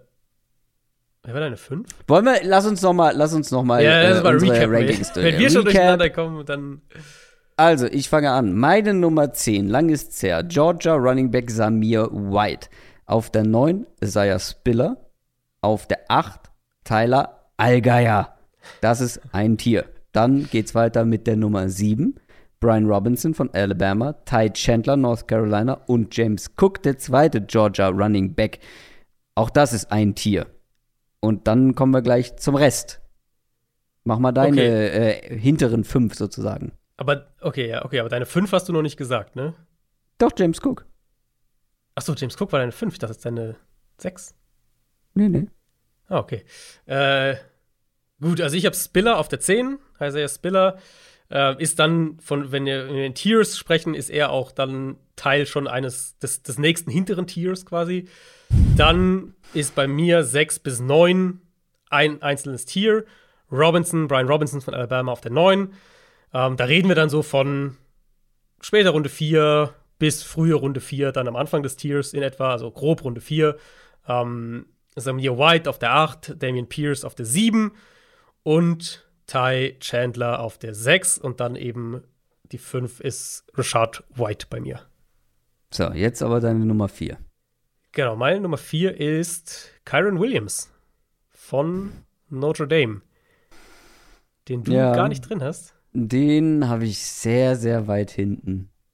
5? Lass uns noch mal unsere Rankings durch. Wenn wir schon durcheinander kommen, dann Also, ich fange an. Meine Nummer 10, lang ist's her, Georgia Running Back Zamir White. Auf der 9 Isaiah Spiller. Auf der 8 Tyler Allgeier. Das ist ein Tier. Dann geht's weiter mit der Nummer 7. Brian Robinson von Alabama, Ty Chandler, North Carolina und James Cook, der zweite Georgia Running Back. Auch das ist ein Tier. Und dann kommen wir gleich zum Rest. Mach mal deine hinteren 5 sozusagen. Aber deine 5 hast du noch nicht gesagt, ne? Doch, James Cook. Achso, James Cook war deine 5, ich dachte, das ist deine 6. Nee. Ah, okay. Gut, also ich habe Spiller auf der 10, Isaiah Spiller. Ist dann, wenn wir in Tiers sprechen, ist er auch dann Teil schon des nächsten hinteren Tiers quasi. Dann ist bei mir 6 bis 9 ein einzelnes Tier. Brian Robinson von Alabama auf der 9. Da reden wir dann so von später Runde 4 bis frühe Runde 4, dann am Anfang des Tiers in etwa, also grob Runde 4. Zamir White auf der 8, Dameon Pierce auf der 7 und Ty Chandler auf der 6 und dann eben die 5 ist Rachaad White bei mir. So, jetzt aber deine Nummer 4. Genau, meine Nummer 4 ist Kyren Williams von Notre Dame, den du gar nicht drin hast. Den habe ich sehr, sehr weit hinten.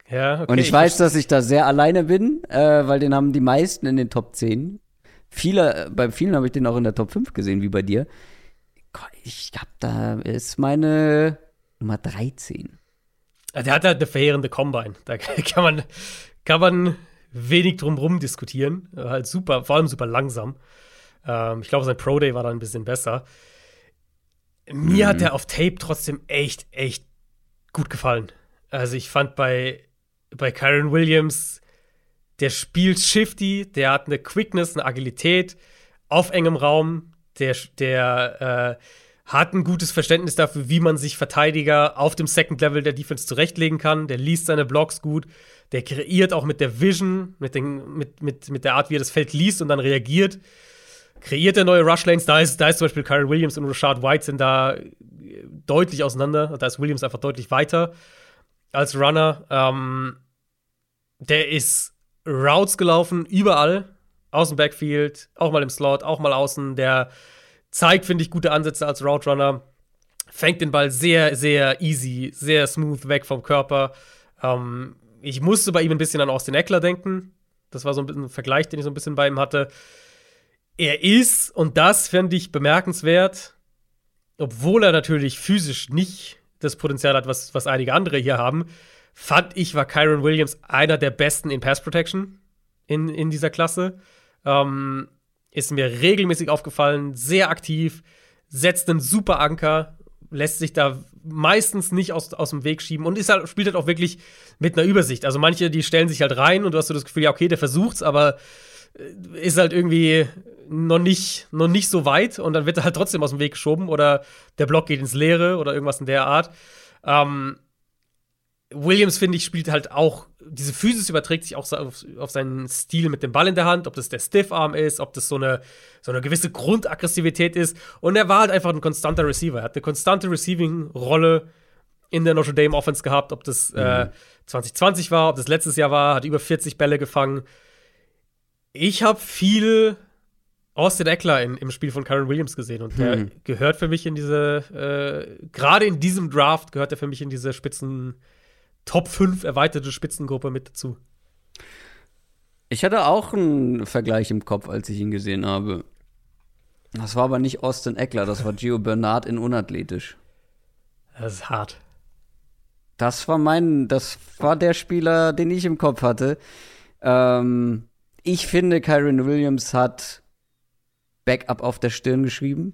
Ja, okay. Und ich weiß, dass ich da sehr alleine bin, weil den haben die meisten in den Top 10. Bei vielen habe ich den auch in der Top 5 gesehen, wie bei dir. Ich glaube, da ist meine Nummer 13. Der hat halt eine verheerende Combine. Da kann man wenig drum rum diskutieren. Halt super, vor allem super langsam. Ich glaube, sein Pro Day war dann ein bisschen besser. Mir hat der auf Tape trotzdem echt gut gefallen. Also ich fand bei Kyren Williams, der spielt shifty, der hat eine Quickness, eine Agilität auf engem Raum, der hat ein gutes Verständnis dafür, wie man sich Verteidiger auf dem Second Level der Defense zurechtlegen kann. Der liest seine Blocks gut, der kreiert auch mit der Vision, mit der Art, wie er das Feld liest und dann reagiert. Kreiert er neue Rushlanes, da ist zum Beispiel Kyren Williams und Rashad White sind da deutlich auseinander. Da ist Williams einfach deutlich weiter als Runner. Der ist Routes gelaufen, überall. Aus dem Backfield, auch mal im Slot, auch mal außen. Der zeigt, finde ich, gute Ansätze als Route Runner. Fängt den Ball sehr, sehr easy, sehr smooth weg vom Körper. Ich musste bei ihm ein bisschen an Austin Eckler denken. Das war so ein bisschen ein Vergleich, den ich so ein bisschen bei ihm hatte. Er ist, und das fände ich bemerkenswert, obwohl er natürlich physisch nicht das Potenzial hat, was einige andere hier haben, fand ich, war Kyren Williams einer der Besten in Pass Protection in dieser Klasse. Ist mir regelmäßig aufgefallen, sehr aktiv, setzt einen super Anker, lässt sich da meistens nicht aus dem Weg schieben und spielt halt auch wirklich mit einer Übersicht. Also manche, die stellen sich halt rein und du hast so das Gefühl, ja, okay, der versucht's, aber ist halt irgendwie noch nicht so weit und dann wird er halt trotzdem aus dem Weg geschoben oder der Block geht ins Leere oder irgendwas in der Art. Williams, finde ich, spielt halt auch, diese Physis überträgt sich auch auf seinen Stil mit dem Ball in der Hand, ob das der Stiffarm ist, ob das so eine gewisse Grundaggressivität ist. Und er war halt einfach ein konstanter Receiver. Er hat eine konstante Receiving-Rolle in der Notre Dame Offense gehabt, ob das 2020 war, ob das letztes Jahr war, hat über 40 Bälle gefangen. Ich habe viel Austin Eckler im Spiel von Kyren Williams gesehen und der gehört für mich in diese, gerade in diesem Draft gehört er für mich in diese Top 5 erweiterte Spitzengruppe mit dazu. Ich hatte auch einen Vergleich im Kopf, als ich ihn gesehen habe. Das war aber nicht Austin Eckler, das war Gio Bernard in unathletisch. Das ist hart. Das war der Spieler, den ich im Kopf hatte. Ich finde, Kyren Williams hat Backup auf der Stirn geschrieben.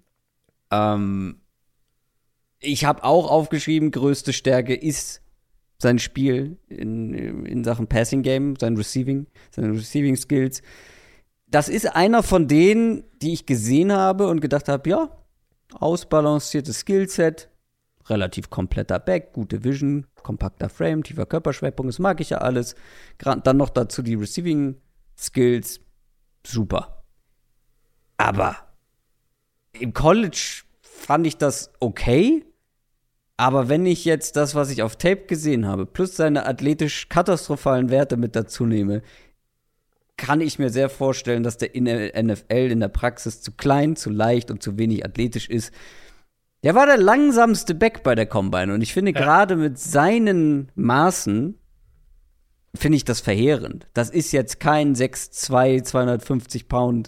Ich habe auch aufgeschrieben, größte Stärke ist sein Spiel in Sachen Passing Game, seine Receiving Skills. Das ist einer von denen, die ich gesehen habe und gedacht habe, ja, ausbalanciertes Skillset, relativ kompletter Back, gute Vision, kompakter Frame, tiefer Körperschwerpunkt, das mag ich ja alles. Dann noch dazu die Receiving Skills, super. Aber im College fand ich das okay. Aber wenn ich jetzt das, was ich auf Tape gesehen habe, plus seine athletisch katastrophalen Werte mit dazu nehme, kann ich mir sehr vorstellen, dass der in der NFL in der Praxis zu klein, zu leicht und zu wenig athletisch ist. Der war der langsamste Back bei der Combine. Und ich finde, gerade mit seinen Maßen finde ich das verheerend. Das ist jetzt kein 6'2", 250 Pound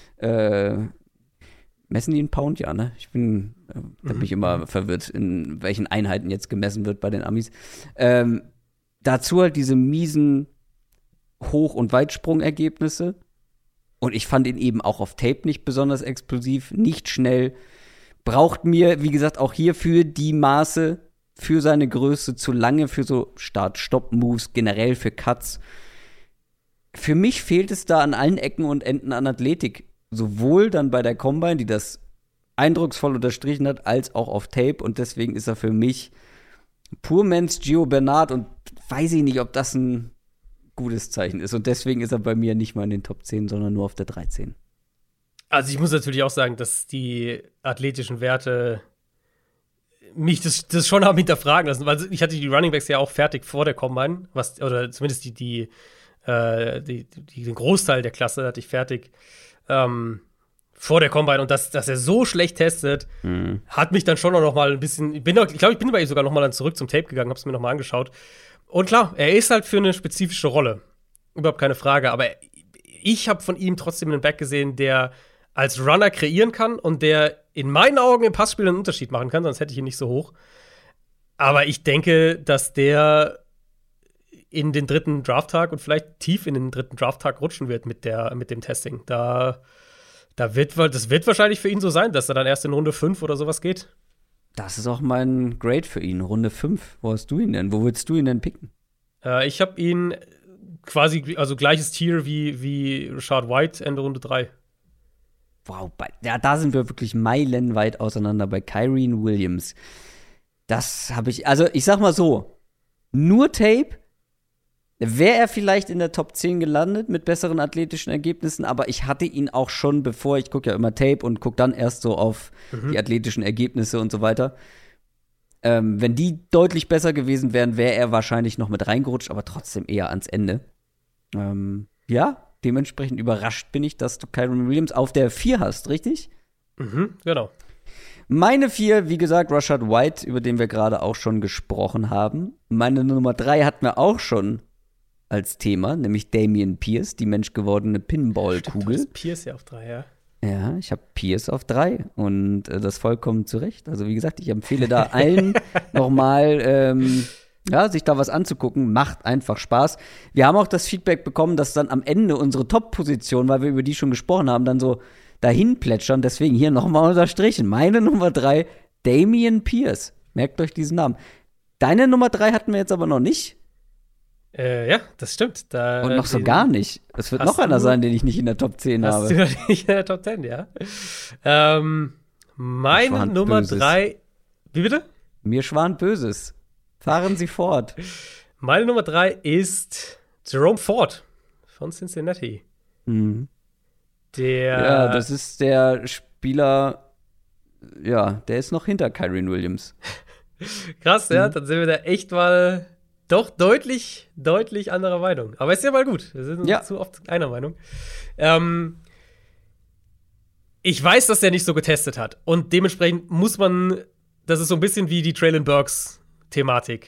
messen die in Pound? Ja, ne? Da bin ich immer verwirrt, in welchen Einheiten jetzt gemessen wird bei den Amis. Dazu halt diese miesen Hoch- und Weitsprungergebnisse. Und ich fand ihn eben auch auf Tape nicht besonders explosiv, nicht schnell. Braucht mir, wie gesagt, auch hier für die Maße, für seine Größe zu lange, für so Start-Stopp-Moves, generell für Cuts. Für mich fehlt es da an allen Ecken und Enden an Athletik. Sowohl dann bei der Combine, die das eindrucksvoll unterstrichen hat, als auch auf Tape. Und deswegen ist er für mich pur Mens Gio Bernard und weiß ich nicht, ob das ein gutes Zeichen ist. Und deswegen ist er bei mir nicht mal in den Top 10, sondern nur auf der 13. Also ich muss natürlich auch sagen, dass die athletischen Werte mich das schon haben hinterfragen lassen. Weil ich hatte die Runningbacks ja auch fertig vor der Combine, oder zumindest den Großteil der Klasse hatte ich fertig vor der Combine. Und dass er so schlecht testet, hat mich dann schon noch mal ein bisschen, ich glaube, ich bin bei ihm sogar noch mal dann zurück zum Tape gegangen, hab's mir noch mal angeschaut. Und klar, er ist halt für eine spezifische Rolle. Überhaupt keine Frage. Aber ich habe von ihm trotzdem einen Back gesehen, der als Runner kreieren kann und der in meinen Augen im Passspiel einen Unterschied machen kann, sonst hätte ich ihn nicht so hoch. Aber ich denke, dass der in den 3. Drafttag und vielleicht tief in den 3. Drafttag rutschen wird mit dem Testing. Das wird wahrscheinlich für ihn so sein, dass er dann erst in Runde 5 oder sowas geht. Das ist auch mein Grade für ihn, Runde 5. Wo hast du ihn denn? Wo willst du ihn denn picken? Ich habe ihn quasi, also gleiches Tier wie Rashad White, Ende Runde 3. Wow, da sind wir wirklich meilenweit auseinander bei Kyren Williams. Das habe ich, also ich sag mal so, nur Tape wäre er vielleicht in der Top 10 gelandet mit besseren athletischen Ergebnissen, aber ich hatte ihn auch schon, bevor, ich gucke ja immer Tape und gucke dann erst so auf die athletischen Ergebnisse und so weiter. Wenn die deutlich besser gewesen wären, wäre er wahrscheinlich noch mit reingerutscht, aber trotzdem eher ans Ende. Ja, dementsprechend überrascht bin ich, dass du Kyren Williams auf der 4 hast, richtig? Genau. Meine 4, wie gesagt, Rashad White, über den wir gerade auch schon gesprochen haben. Meine Nummer 3 hatten wir auch schon als Thema, nämlich Dameon Pierce, die menschgewordene Pinballkugel. Stimmt, Pierce ja auf 3, ja. Ja, ich habe Pierce auf 3 und das vollkommen zu Recht. Also wie gesagt, ich empfehle da allen nochmal, sich da was anzugucken. Macht einfach Spaß. Wir haben auch das Feedback bekommen, dass dann am Ende unsere Top-Position, weil wir über die schon gesprochen haben, dann so dahin plätschern. Deswegen hier nochmal unterstrichen. Meine Nummer 3, Dameon Pierce. Merkt euch diesen Namen. Deine Nummer 3 hatten wir jetzt aber noch nicht. Ja, das stimmt. Und noch so gar nicht. Es wird noch einer sein, den ich nicht in der Top 10 habe. Hast du nicht in der Top 10, ja. Meine Nummer Böses. 3. Wie bitte? Mir schwant Böses. Fahren Sie fort. Meine Nummer 3 ist Jerome Ford von Cincinnati. Ja, das ist der Spieler, ja, der ist noch hinter Kyren Williams. Krass, ja, dann sind wir da echt mal doch deutlich anderer Meinung. Aber ist ja mal gut. Wir sind zu oft einer Meinung. Ich weiß, dass der nicht so getestet hat. Und dementsprechend muss man, das ist so ein bisschen wie die Traylon Burks-Thematik.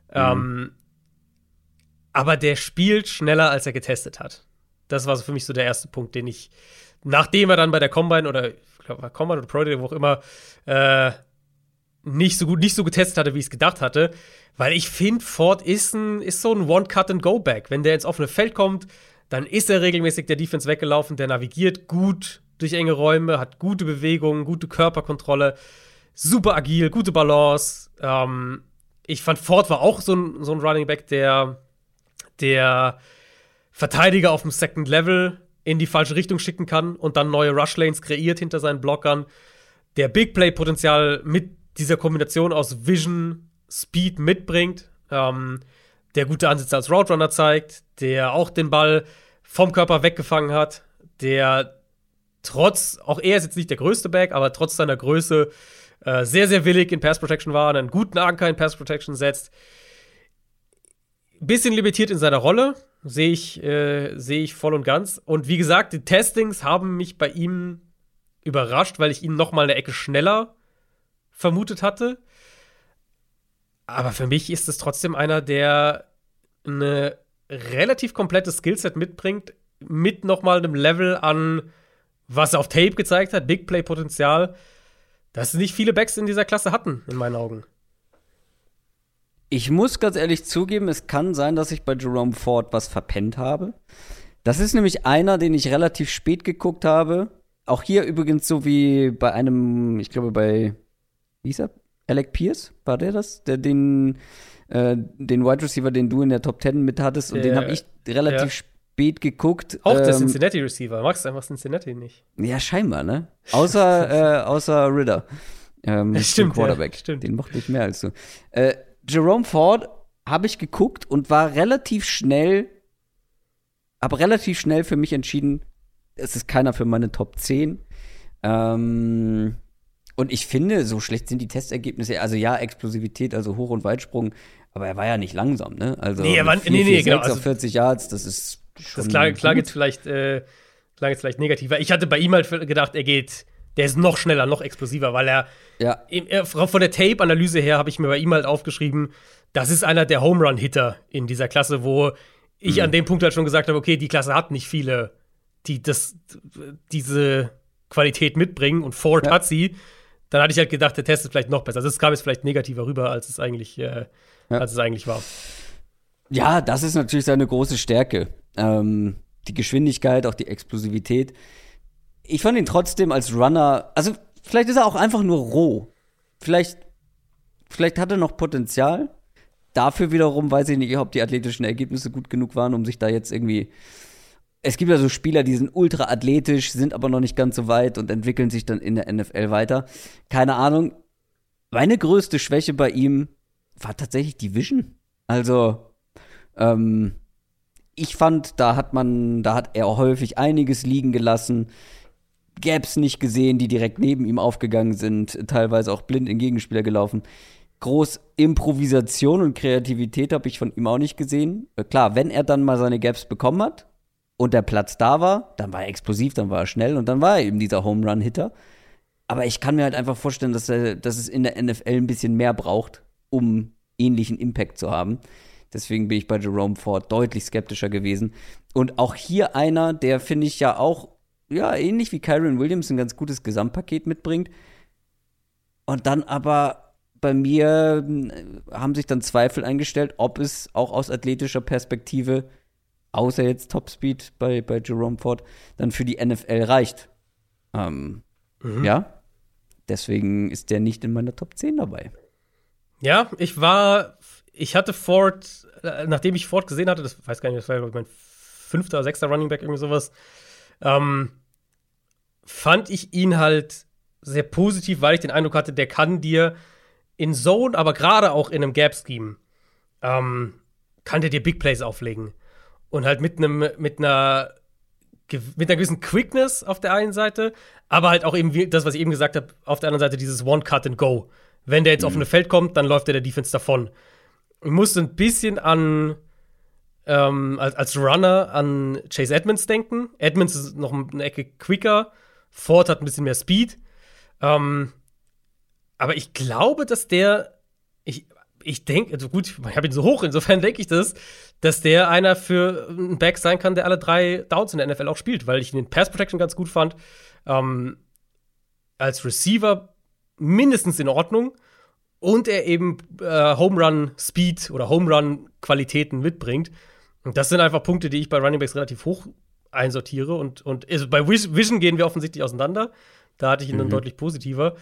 Aber der spielt schneller, als er getestet hat. Das war so für mich so der erste Punkt, den ich, nachdem er dann bei der Combine oder, ich glaube, Combine oder Pro Day, wo auch immer, nicht so getestet hatte, wie ich es gedacht hatte. Weil ich finde, Ford ist so ein One-Cut-and-Go-Back. Wenn der ins offene Feld kommt, dann ist er regelmäßig der Defense weggelaufen. Der navigiert gut durch enge Räume, hat gute Bewegungen, gute Körperkontrolle, super agil, gute Balance. Ich fand, Ford war auch so ein Running Back, der Verteidiger auf dem Second Level in die falsche Richtung schicken kann und dann neue Rush-Lanes kreiert hinter seinen Blockern. Der Big-Play-Potenzial mit dieser Kombination aus Vision, Speed mitbringt, der gute Ansätze als Route Runner zeigt, der auch den Ball vom Körper weggefangen hat, der auch er ist jetzt nicht der größte Back, aber trotz seiner Größe sehr, sehr willig in Pass Protection war, einen guten Anker in Pass Protection setzt. Bisschen limitiert in seiner Rolle, sehe ich voll und ganz. Und wie gesagt, die Testings haben mich bei ihm überrascht, weil ich ihn noch mal eine Ecke schneller vermutet hatte. Aber für mich ist es trotzdem einer, der eine relativ komplettes Skillset mitbringt, mit noch mal einem Level an, was er auf Tape gezeigt hat, Big Play-Potenzial, das nicht viele Backs in dieser Klasse hatten, in meinen Augen. Ich muss ganz ehrlich zugeben, es kann sein, dass ich bei Jerome Ford was verpennt habe. Das ist nämlich einer, den ich relativ spät geguckt habe. Auch hier übrigens so wie bei einem, ich glaube bei, wie hieß er? Alec Pierce, war der das? Den Wide Receiver, den du in der Top 10 mit hattest. Und den habe ich relativ spät geguckt. Auch der Cincinnati Receiver. Magst du einfach Cincinnati nicht? Ja, scheinbar, ne? Außer Ridder. Stimmt, Quarterback. Ja, stimmt. Den mochte ich mehr als du. Jerome Ford habe ich geguckt und war relativ schnell für mich entschieden, es ist keiner für meine Top 10. Und ich finde, so schlecht sind die Testergebnisse. Also ja, Explosivität, also Hoch- und Weitsprung, aber er war ja nicht langsam, ne? Also nee, genau. Auf 40 Yards, das ist schon das klang jetzt vielleicht negativer. Ich hatte bei ihm halt gedacht, er geht Der ist noch schneller, noch explosiver, weil von der Tape-Analyse her habe ich mir bei ihm halt aufgeschrieben, das ist einer der Home-Run-Hitter in dieser Klasse, wo ich an dem Punkt halt schon gesagt habe, okay, die Klasse hat nicht viele, die diese Qualität mitbringen und Ford hat sie. Dann hatte ich halt gedacht, der Test ist vielleicht noch besser. Also es kam jetzt vielleicht negativer rüber, als es eigentlich war. Ja, das ist natürlich seine große Stärke. Die Geschwindigkeit, auch die Explosivität. Ich fand ihn trotzdem als Runner, also vielleicht ist er auch einfach nur roh. Vielleicht hat er noch Potenzial. Dafür wiederum weiß ich nicht, ob die athletischen Ergebnisse gut genug waren, um sich da jetzt irgendwie. Es gibt ja so Spieler, die sind ultra athletisch, sind aber noch nicht ganz so weit und entwickeln sich dann in der NFL weiter. Keine Ahnung. Meine größte Schwäche bei ihm war tatsächlich die Vision. Also, ich fand, da hat er häufig einiges liegen gelassen. Gaps nicht gesehen, die direkt neben ihm aufgegangen sind, teilweise auch blind in Gegenspieler gelaufen. Groß Improvisation und Kreativität habe ich von ihm auch nicht gesehen. Klar, wenn er dann mal seine Gaps bekommen hat und der Platz da war, dann war er explosiv, dann war er schnell und dann war er eben dieser Home-Run-Hitter. Aber ich kann mir halt einfach vorstellen, dass es in der NFL ein bisschen mehr braucht, um ähnlichen Impact zu haben. Deswegen bin ich bei Jerome Ford deutlich skeptischer gewesen. Und auch hier einer, der, finde ich, ja auch, ja, ähnlich wie Kyren Williams ein ganz gutes Gesamtpaket mitbringt. Und dann aber bei mir haben sich dann Zweifel eingestellt, ob es auch aus athletischer Perspektive, außer jetzt Topspeed bei Jerome Ford, dann für die NFL reicht. Ja, deswegen ist der nicht in meiner Top 10 dabei. Ja, ich hatte Ford, nachdem ich Ford gesehen hatte, das weiß gar nicht, das war mein 5. oder 6. Running Back, irgendwie sowas, fand ich ihn halt sehr positiv, weil ich den Eindruck hatte, der kann dir in Zone, aber gerade auch in einem Gap-Scheme, kann der dir Big Plays auflegen. Und halt mit einer gewissen Quickness auf der einen Seite, aber halt auch eben das, was ich eben gesagt habe, auf der anderen Seite dieses One-Cut-and-Go. Wenn der jetzt auf eine Feld kommt, dann läuft der Defense davon. Ich musste ein bisschen als Runner an Chase Edmonds denken. Edmonds ist noch eine Ecke quicker. Ford hat ein bisschen mehr Speed. Aber ich glaube, dass ich denke, also gut, ich habe ihn so hoch, insofern denke ich dass der einer für einen Back sein kann, der alle 3 Downs in der NFL auch spielt, weil ich ihn in Pass Protection ganz gut fand. Als Receiver mindestens in Ordnung und er eben Home Run Speed oder Home Run Qualitäten mitbringt. Und das sind einfach Punkte, die ich bei Running Backs relativ hoch einsortiere. Und also bei Vision gehen wir offensichtlich auseinander. Da hatte ich ihn dann deutlich positiver.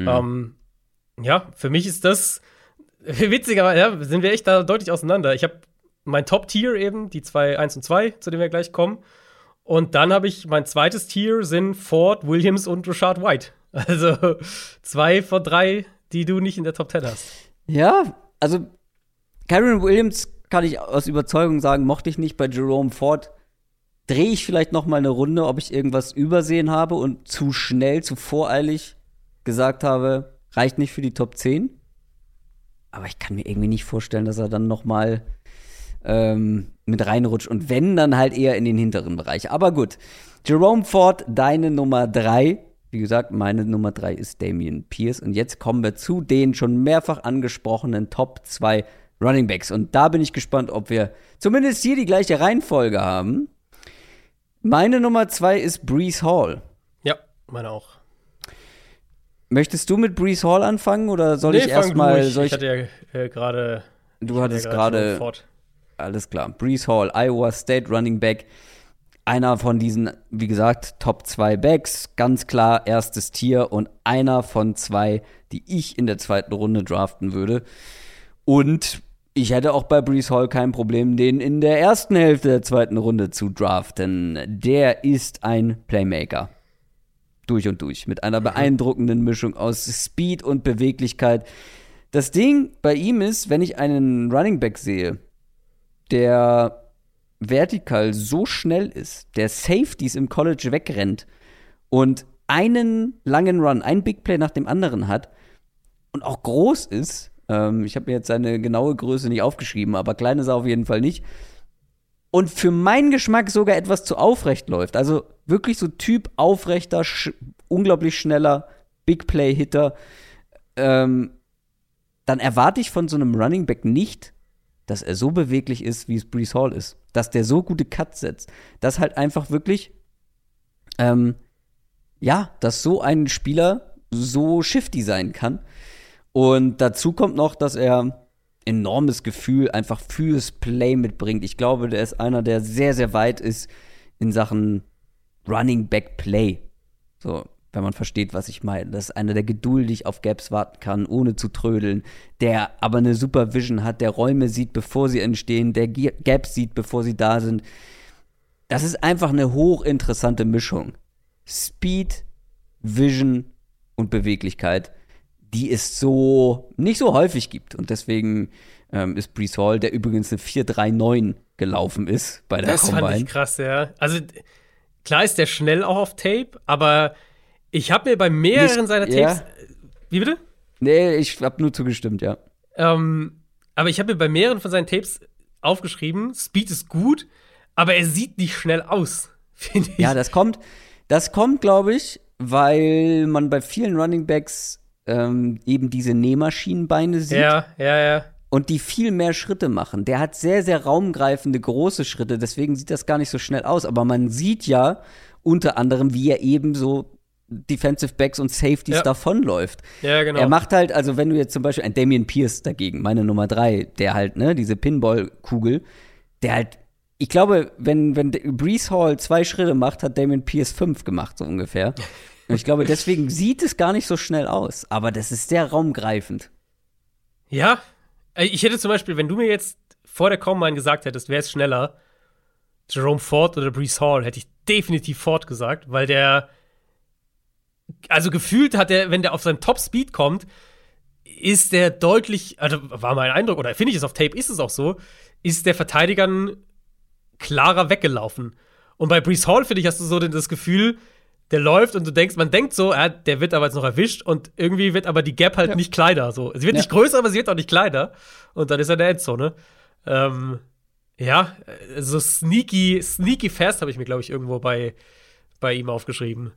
Ja, für mich ist das witziger, ja, sind wir echt da deutlich auseinander. Ich habe mein Top-Tier eben, die 1 und 2, zu denen wir gleich kommen. Und dann habe ich mein zweites Tier sind Ford, Williams und Rashad White. Also 2 von 3, die du nicht in der Top 10 hast. Ja, also Kyren Williams kann ich aus Überzeugung sagen, mochte ich nicht. Bei Jerome Ford drehe ich vielleicht noch mal eine Runde, ob ich irgendwas übersehen habe und zu schnell, zu voreilig gesagt habe, reicht nicht für die Top 10. Aber ich kann mir irgendwie nicht vorstellen, dass er dann noch mal mit reinrutscht. Und wenn, dann halt eher in den hinteren Bereich. Aber gut, Jerome Ford, deine Nummer 3. Wie gesagt, meine Nummer 3 ist Dameon Pierce. Und jetzt kommen wir zu den schon mehrfach angesprochenen Top 2 Running Backs. Und da bin ich gespannt, ob wir zumindest hier die gleiche Reihenfolge haben. Meine Nummer 2 ist Breece Hall. Ja, meine auch. Möchtest du mit Breece Hall anfangen oder soll ich erstmal? Ich hatte ja gerade. Du hattest gerade. Alles klar. Breece Hall, Iowa State Running Back. Einer von diesen, wie gesagt, Top 2 Backs. Ganz klar erstes Tier und einer von 2, die ich in der 2. Runde draften würde. Und ich hätte auch bei Breece Hall kein Problem, den in der ersten Hälfte der 2. Runde zu draften. Der ist ein Playmaker. Durch und durch. Mit einer beeindruckenden Mischung aus Speed und Beweglichkeit. Das Ding bei ihm ist, wenn ich einen Running Back sehe, der vertikal so schnell ist, der Safeties im College wegrennt und einen langen Run, einen Big Play nach dem anderen hat und auch groß ist, ich habe mir jetzt seine genaue Größe nicht aufgeschrieben, aber klein ist er auf jeden Fall nicht, und für meinen Geschmack sogar etwas zu aufrecht läuft. Also wirklich so Typ aufrechter, unglaublich schneller Big Play-Hitter, dann erwarte ich von so einem Running Back nicht, dass er so beweglich ist, wie es Breece Hall ist. Dass der so gute Cuts setzt. Dass halt einfach wirklich, dass so ein Spieler so shifty sein kann. Und dazu kommt noch, dass er enormes Gefühl einfach fürs Play mitbringt. Ich glaube, der ist einer, der sehr, sehr weit ist in Sachen Running Back Play. So, wenn man versteht, was ich meine. Das ist einer, der geduldig auf Gaps warten kann, ohne zu trödeln, der aber eine super Vision hat, der Räume sieht, bevor sie entstehen, der Gaps sieht, bevor sie da sind. Das ist einfach eine hochinteressante Mischung. Speed, Vision und Beweglichkeit, die es so nicht so häufig gibt. Und deswegen ist Breece Hall, der übrigens eine 4.39 gelaufen ist bei der Combine. Das fand ich krass, ja. Also klar ist der schnell auch auf Tape, aber ich habe mir bei mehreren seiner Tapes. Ja. Wie bitte? Nee, ich habe nur zugestimmt, ja. Aber ich habe mir bei mehreren von seinen Tapes aufgeschrieben, Speed ist gut, aber er sieht nicht schnell aus, finde ich. Ja, das kommt, glaube ich, weil man bei vielen Runningbacks eben diese Nähmaschinenbeine sieht. Ja. Und die viel mehr Schritte machen. Der hat sehr, sehr raumgreifende, große Schritte, deswegen sieht das gar nicht so schnell aus. Aber man sieht ja unter anderem, wie er eben so Defensive Backs und Safeties davonläuft. Ja, genau. Er macht halt, also wenn du jetzt zum Beispiel ein Dameon Pierce dagegen, meine Nummer 3, der halt, diese Pinball-Kugel, der halt, ich glaube, wenn Breece Hall 2 Schritte macht, hat Dameon Pierce 5 gemacht, so ungefähr. Und ich glaube, deswegen sieht es gar nicht so schnell aus. Aber das ist sehr raumgreifend. Ja, ich hätte zum Beispiel, wenn du mir jetzt vor der Combine gesagt hättest, wer ist schneller, Jerome Ford oder Breece Hall, hätte ich definitiv Ford gesagt, weil der, also gefühlt hat er, wenn der auf seinen Top-Speed kommt, ist der deutlich, also war mein Eindruck, oder finde ich es auf Tape, ist es auch so, ist der Verteidigern klarer weggelaufen. Und bei Breece Hall, finde ich, hast du so das Gefühl, der läuft und man denkt so, der wird aber jetzt noch erwischt und irgendwie wird aber die Gap halt nicht kleiner. So. Sie wird nicht größer, aber sie wird auch nicht kleiner. Und dann ist er in der Endzone. So sneaky fast habe ich mir, glaube ich, irgendwo bei ihm aufgeschrieben.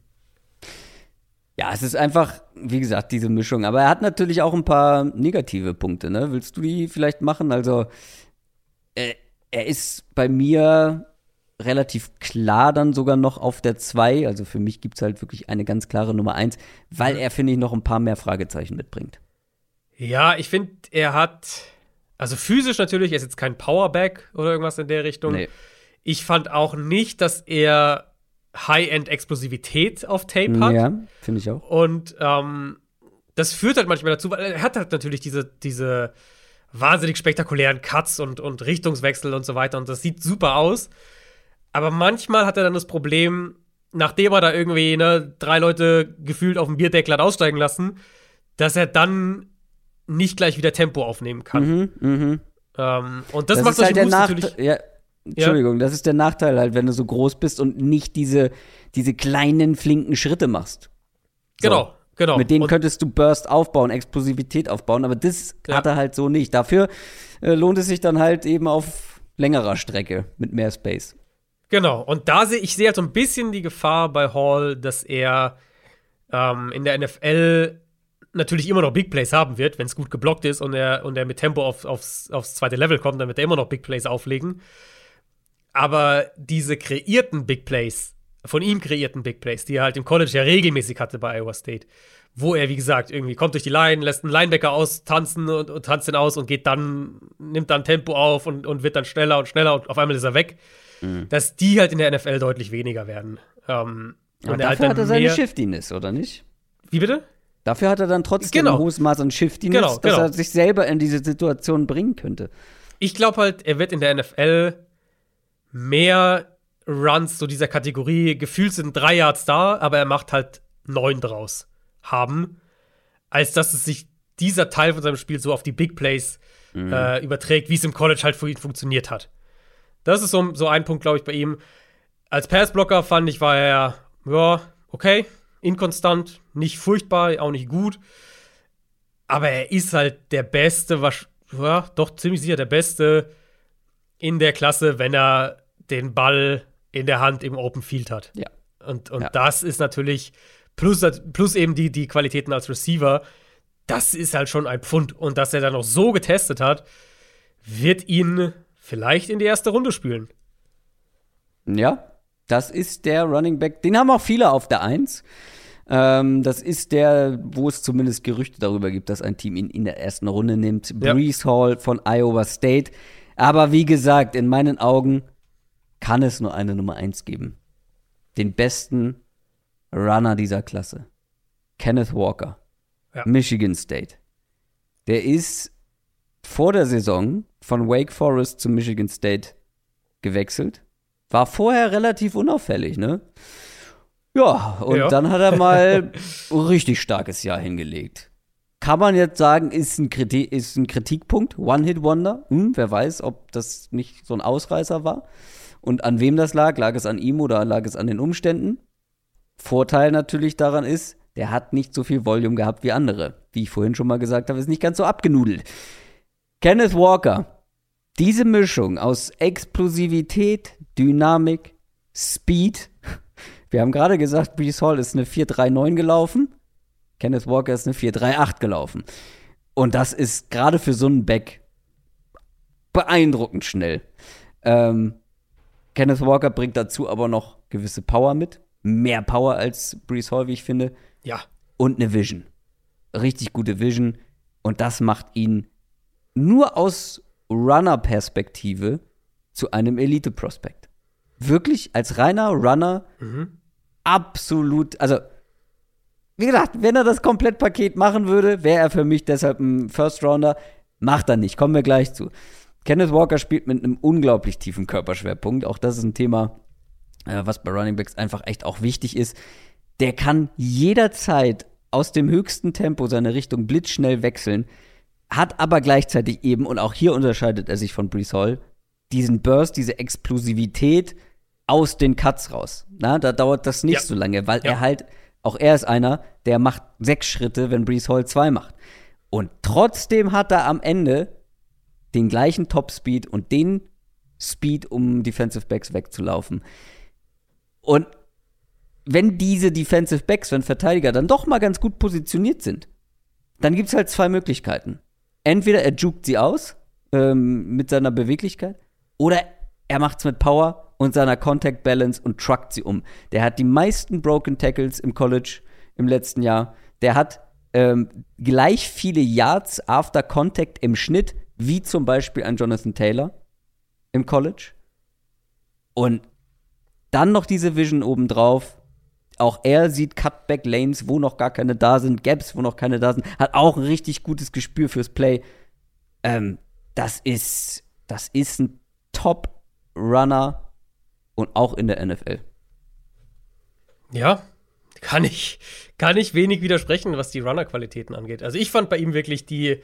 Ja, es ist einfach, wie gesagt, diese Mischung. Aber er hat natürlich auch ein paar negative Punkte, ne? Willst du die vielleicht machen? Also, er ist bei mir relativ klar dann sogar noch auf der 2. Also für mich gibt es halt wirklich eine ganz klare Nummer 1, weil er, finde ich, noch ein paar mehr Fragezeichen mitbringt. Ja, ich finde, er hat, also physisch natürlich, er ist jetzt kein Powerback oder irgendwas in der Richtung. Nee. Ich fand auch nicht, dass er High-End-Explosivität auf Tape hat. Ja, finde ich auch. Und das führt halt manchmal dazu, weil er hat halt natürlich diese wahnsinnig spektakulären Cuts und Richtungswechsel und so weiter. Und das sieht super aus. Aber manchmal hat er dann das Problem, nachdem er da irgendwie 3 Leute gefühlt auf dem Bierdeckel hat aussteigen lassen, dass er dann nicht gleich wieder Tempo aufnehmen kann. Und das macht solche halt Moves natürlich. Ja, Entschuldigung, das ist der Nachteil halt, wenn du so groß bist und nicht diese kleinen, flinken Schritte machst. So. Genau. Mit denen könntest du Burst aufbauen, Explosivität aufbauen, aber das hat er halt so nicht. Dafür lohnt es sich dann halt eben auf längerer Strecke mit mehr Space. Genau, und da sehe ich halt so ein bisschen die Gefahr bei Hall, dass er in der NFL natürlich immer noch Big Plays haben wird, wenn es gut geblockt ist und er mit Tempo aufs zweite Level kommt, dann wird er immer noch Big Plays auflegen. Aber diese von ihm kreierten Big Plays, die er halt im College ja regelmäßig hatte bei Iowa State, wo er, wie gesagt, irgendwie kommt durch die Line, lässt einen Linebacker austanzen und tanzt den aus und nimmt dann Tempo auf und wird dann schneller und schneller und auf einmal ist er weg. Dass die halt in der NFL deutlich weniger werden. Und dafür halt hat er seine Shiftiness, oder nicht? Wie bitte? Dafür hat er dann trotzdem ein hohes Maß an Shiftiness, dass er sich selber in diese Situation bringen könnte. Ich glaube halt, er wird in der NFL mehr Runs so dieser Kategorie, gefühlt sind 3 Yards da, aber er macht halt 9 draus haben, als dass es sich dieser Teil von seinem Spiel so auf die Big Plays überträgt, wie es im College halt für ihn funktioniert hat. Das ist so ein Punkt, glaube ich, bei ihm. Als Passblocker fand ich, war er, okay, inkonstant, nicht furchtbar, auch nicht gut. Aber er ist halt der Beste, doch ziemlich sicher der Beste in der Klasse, wenn er den Ball in der Hand im Open Field hat. Ja. Und das ist natürlich, plus eben die Qualitäten als Receiver, das ist halt schon ein Pfund. Und dass er dann noch so getestet hat, wird ihn vielleicht in die erste Runde spülen. Ja, das ist der Running Back, den haben auch viele auf der 1. Das ist der, wo es zumindest Gerüchte darüber gibt, dass ein Team ihn in der ersten Runde nimmt. Ja. Breece Hall von Iowa State. Aber wie gesagt, in meinen Augen kann es nur eine Nummer 1 geben. Den besten Runner dieser Klasse. Kenneth Walker. Ja. Michigan State. Der ist vor der Saison von Wake Forest zu Michigan State gewechselt. War vorher relativ unauffällig, ne? Ja, und dann hat er mal ein richtig starkes Jahr hingelegt. Kann man jetzt sagen, ist ein Kritikpunkt, One-Hit-Wonder. Wer weiß, ob das nicht so ein Ausreißer war. Und an wem das lag? Lag es an ihm oder lag es an den Umständen? Vorteil natürlich daran ist, der hat nicht so viel Volume gehabt wie andere. Wie ich vorhin schon mal gesagt habe, ist nicht ganz so abgenudelt. Kenneth Walker, diese Mischung aus Explosivität, Dynamik, Speed. Wir haben gerade gesagt, Breece Hall ist eine 4.39 gelaufen. Kenneth Walker ist eine 4.38 gelaufen. Und das ist gerade für so einen Back beeindruckend schnell. Kenneth Walker bringt dazu aber noch gewisse Power mit. Mehr Power als Breece Hall, wie ich finde. Ja. Und eine Vision. Richtig gute Vision. Und das macht ihn nur aus Runner-Perspektive zu einem Elite-Prospect. Wirklich als reiner Runner absolut, also wie gesagt, wenn er das Komplettpaket machen würde, wäre er für mich deshalb ein First-Rounder. Macht er nicht, kommen wir gleich zu. Kenneth Walker spielt mit einem unglaublich tiefen Körperschwerpunkt. Auch das ist ein Thema, was bei Running Backs einfach echt auch wichtig ist. Der kann jederzeit aus dem höchsten Tempo seine Richtung blitzschnell wechseln, hat aber gleichzeitig eben, und auch hier unterscheidet er sich von Breece Hall, diesen Burst, diese Explosivität aus den Cuts raus. Na, da dauert das nicht so lange, weil er halt, auch er ist einer, der macht 6 Schritte, wenn Breece Hall 2 macht. Und trotzdem hat er am Ende den gleichen Top-Speed und den Speed, um Defensive Backs wegzulaufen. Und wenn diese Defensive Backs, wenn Verteidiger dann doch mal ganz gut positioniert sind, dann gibt es halt 2 Möglichkeiten. Entweder er jukt sie aus mit seiner Beweglichkeit oder er macht's mit Power und seiner Contact Balance und truckt sie um. Der hat die meisten Broken Tackles im College im letzten Jahr. Der hat gleich viele Yards after Contact im Schnitt, wie zum Beispiel ein Jonathan Taylor im College. Und dann noch diese Vision obendrauf. Auch er sieht Cutback-Lanes, wo noch gar keine da sind, Gaps, wo noch keine da sind. Hat auch ein richtig gutes Gespür fürs Play. Das ist ein Top-Runner und auch in der NFL. Ja, kann ich wenig widersprechen, was die Runner-Qualitäten angeht. Also ich fand bei ihm wirklich die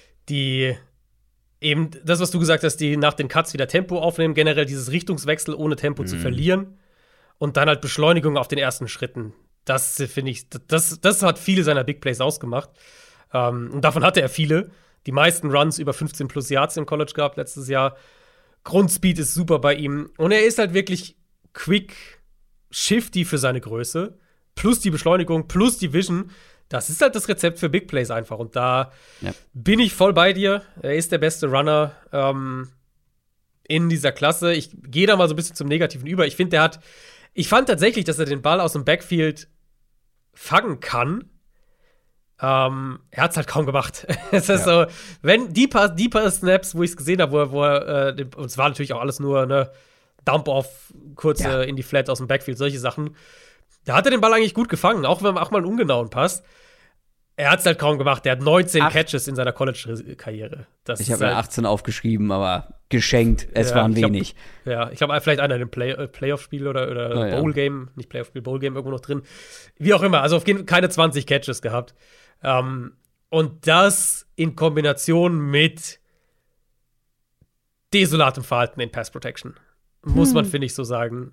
eben das, was du gesagt hast, die nach den Cuts wieder Tempo aufnehmen, generell dieses Richtungswechsel ohne Tempo zu verlieren und dann halt Beschleunigung auf den ersten Schritten. Das finde ich, das hat viele seiner Big Plays ausgemacht. Und davon hatte er viele. Die meisten Runs über 15 plus Yards im College gehabt letztes Jahr. Grundspeed ist super bei ihm. Und er ist halt wirklich quick, shifty für seine Größe. Plus die Beschleunigung, plus die Vision. Das ist halt das Rezept für Big Plays einfach. Und da bin ich voll bei dir. Er ist der beste Runner in dieser Klasse. Ich gehe da mal so ein bisschen zum Negativen über. Ich fand tatsächlich, dass er den Ball aus dem Backfield fangen kann. Er hat es halt kaum gemacht. Es ist so, wenn die paar Snaps, wo ich es gesehen habe, wo er und es war natürlich auch alles nur Dump-Off, kurze in die Flat aus dem Backfield, solche Sachen. Da hat er den Ball eigentlich gut gefangen, auch wenn man auch mal einen ungenauen Pass. Er hat es halt kaum gemacht. Der hat 19 Catches in seiner College-Karriere. Ich habe mir 18 aufgeschrieben, aber geschenkt. Es waren wenig. Ich glaube, vielleicht einer in einem Playoff-Spiel oder Bowl-Game, nicht Playoff-Spiel, Bowl-Game irgendwo noch drin. Wie auch immer, also auf jeden Fall keine 20 Catches gehabt. Und das in Kombination mit desolatem Verhalten in Pass Protection. Muss man, finde ich, so sagen.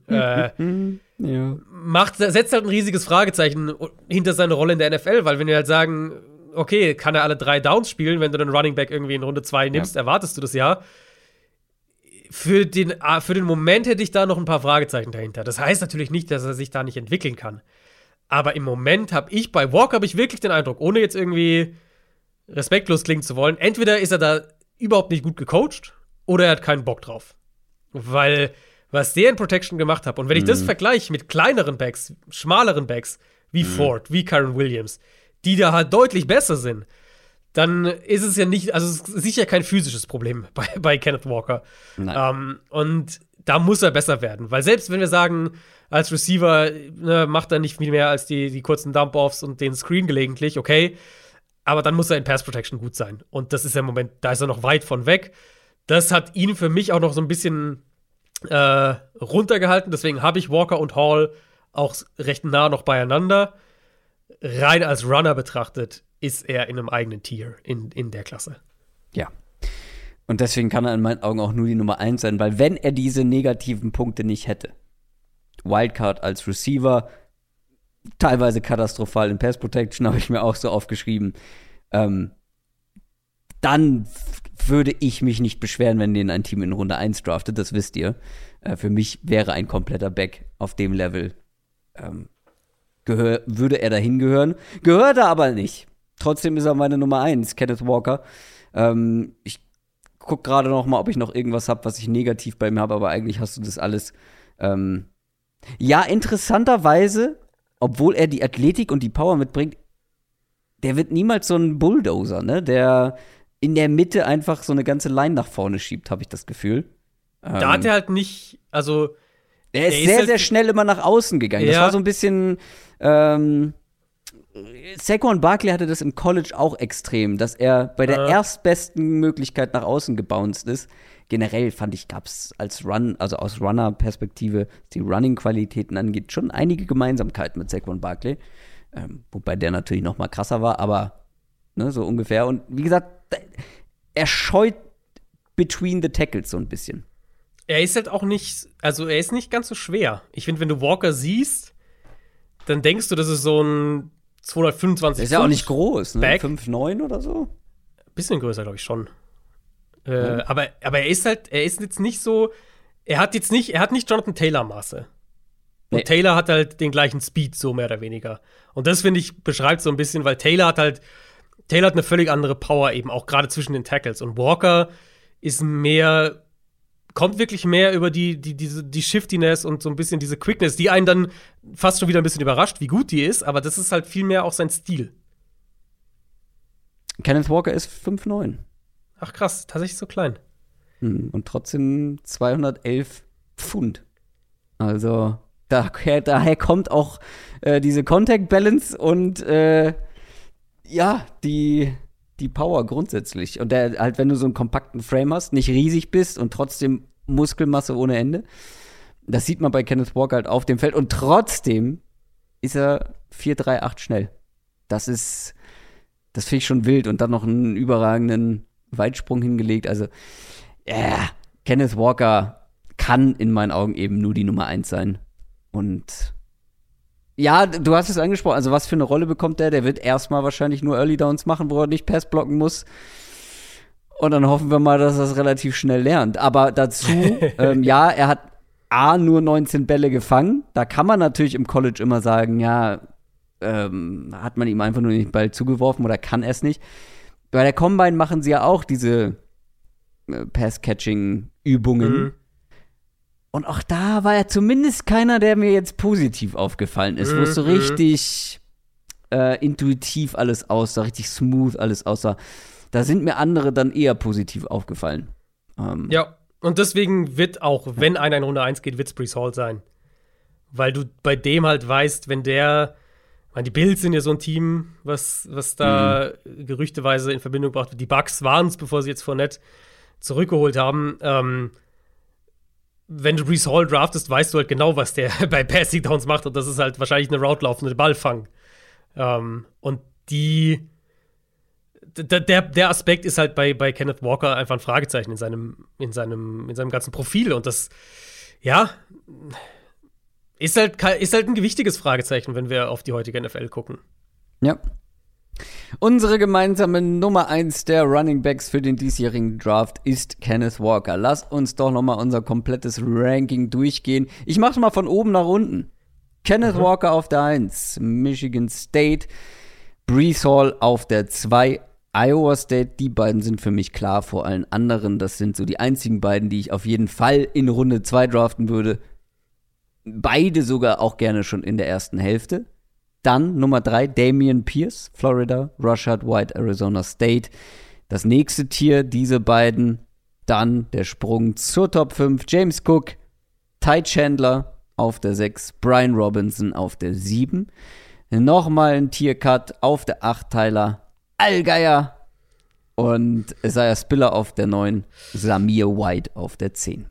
Setzt halt ein riesiges Fragezeichen hinter seine Rolle in der NFL, weil wenn wir halt sagen, okay, kann er alle 3 Downs spielen, wenn du den Running Back irgendwie in Runde 2 nimmst, erwartest du das ja. für den Moment hätte ich da noch ein paar Fragezeichen dahinter. Das heißt natürlich nicht, dass er sich da nicht entwickeln kann. Aber im Moment habe ich bei Walker wirklich den Eindruck, ohne jetzt irgendwie respektlos klingen zu wollen, entweder ist er da überhaupt nicht gut gecoacht oder er hat keinen Bock drauf. Weil was der in Protection gemacht hat, und wenn ich das vergleiche mit kleineren Backs, schmaleren Backs, wie Ford, wie Kyren Williams, die da halt deutlich besser sind, dann ist es ja nicht, also es ist sicher kein physisches Problem bei Kenneth Walker. Und da muss er besser werden. Weil selbst wenn wir sagen, als Receiver macht er nicht viel mehr als die kurzen Dump-Offs und den Screen gelegentlich, okay, aber dann muss er in Pass Protection gut sein. Und das ist ja im Moment, da ist er noch weit von weg. Das hat ihn für mich auch noch so ein bisschen runtergehalten. Deswegen habe ich Walker und Hall auch recht nah noch beieinander. Rein als Runner betrachtet ist er in einem eigenen Tier in der Klasse. Ja. Und deswegen kann er in meinen Augen auch nur die Nummer 1 sein, weil wenn er diese negativen Punkte nicht hätte, Wildcard als Receiver, teilweise katastrophal in Pass Protection, habe ich mir auch so aufgeschrieben, dann würde ich mich nicht beschweren, wenn den ein Team in Runde 1 draftet, das wisst ihr. Für mich wäre ein kompletter Back auf dem Level, würde er dahin gehören. Gehört er aber nicht. Trotzdem ist er meine Nummer 1, Kenneth Walker. Ich guck gerade noch mal, ob ich noch irgendwas habe, was ich negativ bei mir habe, aber eigentlich hast du das alles. Ja, interessanterweise, obwohl er die Athletik und die Power mitbringt, der wird niemals so ein Bulldozer, ne? Der in der Mitte einfach so eine ganze Line nach vorne schiebt, habe ich das Gefühl. Da hat er halt nicht, also er ist sehr, sehr schnell immer nach außen gegangen. Ja. Das war so ein bisschen Saquon Barkley hatte das im College auch extrem, dass er bei der erstbesten Möglichkeit nach außen gebounced ist. Generell fand ich, gab es als also aus Runner-Perspektive, was die Running-Qualitäten angeht, schon einige Gemeinsamkeiten mit Saquon Barkley. Wobei der natürlich noch mal krasser war, aber ne, so ungefähr. Und wie gesagt, er scheut between the tackles so ein bisschen. Er ist halt auch nicht, also er ist nicht ganz so schwer. Ich finde, wenn du Walker siehst, dann denkst du, das ist so ein 225. Ist ja auch nicht groß, ne? 5'9" oder so. Bisschen größer, glaube ich schon. Aber er ist jetzt nicht so, er hat nicht Jonathan Taylor-Maße. Und Taylor hat halt den gleichen Speed, so mehr oder weniger. Und das, finde ich, beschreibt so ein bisschen, weil Taylor hat eine völlig andere Power eben, auch gerade zwischen den Tackles. Und Walker kommt wirklich mehr über die Shiftiness und so ein bisschen diese Quickness, die einen dann fast schon wieder ein bisschen überrascht, wie gut die ist, aber das ist halt viel mehr auch sein Stil. Kenneth Walker ist 5'9". Ach krass, tatsächlich so klein. Und trotzdem 211 Pfund. Also daher kommt auch diese Contact Balance und die Power grundsätzlich. Und der halt, wenn du so einen kompakten Frame hast, nicht riesig bist und trotzdem Muskelmasse ohne Ende. Das sieht man bei Kenneth Walker halt auf dem Feld. Und trotzdem ist er 4,38 schnell. Das finde ich schon wild. Und dann noch einen überragenden Weitsprung hingelegt. Also, Kenneth Walker kann in meinen Augen eben nur die Nummer 1 sein. Und ja, du hast es angesprochen, also was für eine Rolle bekommt der? Der wird erstmal wahrscheinlich nur Early Downs machen, wo er nicht Pass blocken muss. Und dann hoffen wir mal, dass er es relativ schnell lernt. Aber dazu, er hat nur 19 Bälle gefangen. Da kann man natürlich im College immer sagen, hat man ihm einfach nur den Ball zugeworfen oder kann er es nicht. Bei der Combine machen sie ja auch diese Pass-Catching-Übungen. Und auch da war er zumindest keiner, der mir jetzt positiv aufgefallen ist, wo es so richtig intuitiv alles aussah, richtig smooth alles aussah. Da sind mir andere dann eher positiv aufgefallen. Ja, und deswegen wird auch, wenn einer in Runde 1 geht, wird es Breece Hall sein. Weil du bei dem halt weißt, wenn die Bills sind ja so ein Team, was da gerüchteweise in Verbindung gebracht wird. Die Bucks waren es, bevor sie jetzt Fournette zurückgeholt haben. Wenn du Breece Hall draftest, weißt du halt genau, was der bei Passing Downs macht. Und das ist halt wahrscheinlich eine Route laufen, eine Ballfang. Und der Aspekt ist halt bei Kenneth Walker einfach ein Fragezeichen in seinem ganzen Profil. Und das, ist halt ein gewichtiges Fragezeichen, wenn wir auf die heutige NFL gucken. Ja. Unsere gemeinsame Nummer 1 der Running Backs für den diesjährigen Draft ist Kenneth Walker. Lass uns doch nochmal unser komplettes Ranking durchgehen. Ich mach's mal von oben nach unten. Kenneth Walker auf der 1, Michigan State, Breece Hall auf der 2, Iowa State. Die beiden sind für mich klar vor allen anderen. Das sind so die einzigen beiden, die ich auf jeden Fall in Runde 2 draften würde. Beide sogar auch gerne schon in der ersten Hälfte. Dann Nummer 3, Dameon Pierce, Florida, Rashad White, Arizona State. Das nächste Tier, diese beiden. Dann der Sprung zur Top 5, James Cook, Ty Chandler auf der 6, Brian Robinson auf der 7. Nochmal ein Tiercut auf der 8, Tyler Allgeier und Isaiah Spiller auf der 9, Zamir White auf der 10.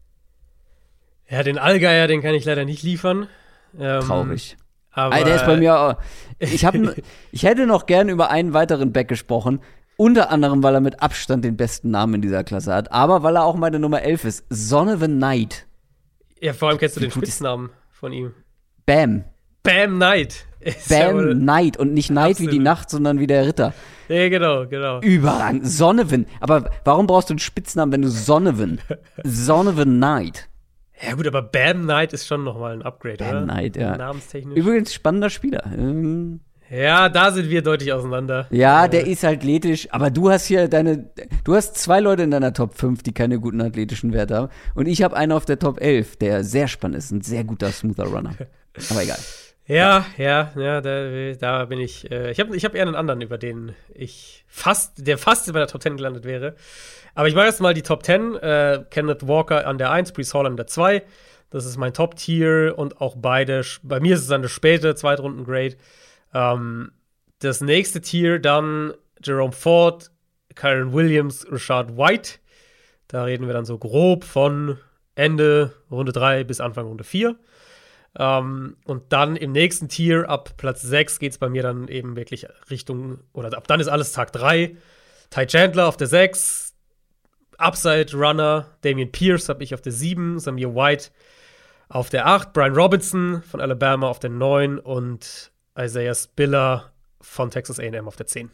Ja, den Allgeier, den kann ich leider nicht liefern. Traurig. Aber der ist bei mir auch. Ich hätte noch gern über einen weiteren Back gesprochen. Unter anderem, weil er mit Abstand den besten Namen in dieser Klasse hat. Aber weil er auch meine Nummer 11 ist. Son of a Knight. Ja, vor allem kennst du den Spitznamen von ihm. Bam. Bam Knight. Bam Knight. Und nicht Knight Absolut. wie die Nacht, sondern wie der Ritter. Ja, genau. Überragend. Sonovan. Aber warum brauchst du einen Spitznamen, wenn du Sonovan? Son of a Knight. Ja gut, aber Bam Knight ist schon nochmal ein Upgrade, Bam oder? Knight, ja. Namenstechnisch. Übrigens spannender Spieler. Ja, da sind wir deutlich auseinander. Ja, der ist athletisch, aber du hast hier du hast 2 Leute in deiner Top 5, die keine guten athletischen Werte haben. Und ich habe einen auf der Top 11, der sehr spannend ist, ein sehr guter, smoother Runner. Aber egal. Ja, da bin ich. Ich hab eher einen anderen, über den der fast in meiner Top 10 gelandet wäre. Aber ich mache jetzt mal die Top 10. Kenneth Walker an der 1, Breece Hall an der 2. Das ist mein Top-Tier und auch beide. Bei mir ist es dann eine späte Zweitrunden-Grade. Das nächste Tier dann Jerome Ford, Kyren Williams, Rashad White. Da reden wir dann so grob von Ende Runde 3 bis Anfang Runde 4. Und dann im nächsten Tier, ab Platz 6, geht es bei mir dann eben wirklich Richtung, oder ab dann ist alles Tag 3. Ty Chandler auf der 6, Upside Runner, Dameon Pierce habe ich auf der 7, Zamir White auf der 8, Brian Robinson von Alabama auf der 9 und Isaiah Spiller von Texas A&M auf der 10.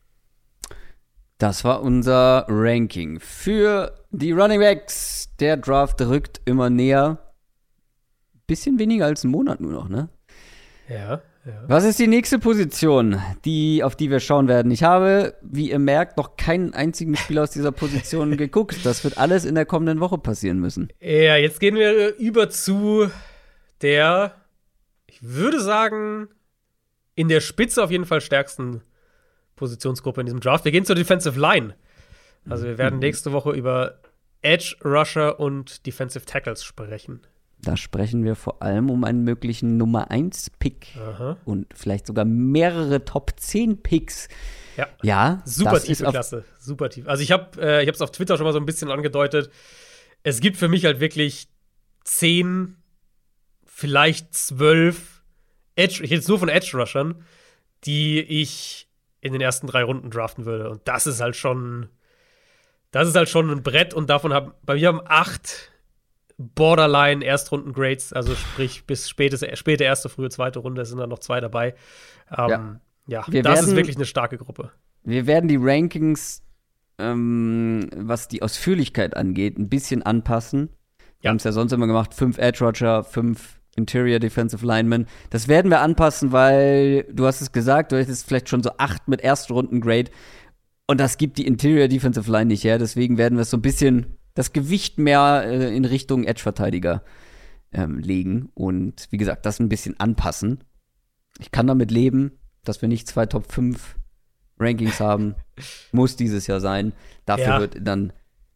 Das war unser Ranking für die Running Backs. Der Draft rückt immer näher. Bisschen weniger als einen Monat nur noch, ne? Ja. Was ist die nächste Position, auf die wir schauen werden? Ich habe, wie ihr merkt, noch keinen einzigen Spieler aus dieser Position geguckt. Das wird alles in der kommenden Woche passieren müssen. Ja, jetzt gehen wir über zu der, ich würde sagen, in der Spitze auf jeden Fall stärksten Positionsgruppe in diesem Draft. Wir gehen zur Defensive Line. Also wir werden nächste Woche über Edge Rusher und Defensive Tackles sprechen. Da sprechen wir vor allem um einen möglichen Nummer 1 Pick und vielleicht sogar mehrere Top 10 Picks. Ja, super tiefe Klasse, super tief. Also ich habe es auf Twitter schon mal so ein bisschen angedeutet. Es gibt für mich halt wirklich 10, vielleicht 12 ich rede jetzt nur von Edge-Rushern, die ich in den ersten 3 Runden draften würde. Und das ist halt schon ein Brett. Und bei mir haben 8 Borderline Erstrunden-Grades, also sprich bis späte erste, frühe zweite Runde, sind dann noch 2 dabei. Das ist wirklich eine starke Gruppe. Wir werden die Rankings, was die Ausführlichkeit angeht, ein bisschen anpassen. Wir haben es ja sonst immer gemacht, 5 Edge-Rusher, 5 Interior Defensive Linemen. Das werden wir anpassen, weil, du hast es gesagt, du hättest vielleicht schon so 8 mit Erstrunden-Grade und das gibt die Interior Defensive Line nicht her, deswegen werden wir es so ein bisschen das Gewicht mehr in Richtung Edge-Verteidiger legen und wie gesagt, das ein bisschen anpassen. Ich kann damit leben, dass wir nicht 2 Top 5 Rankings haben. Muss dieses Jahr sein. Dafür wird dann,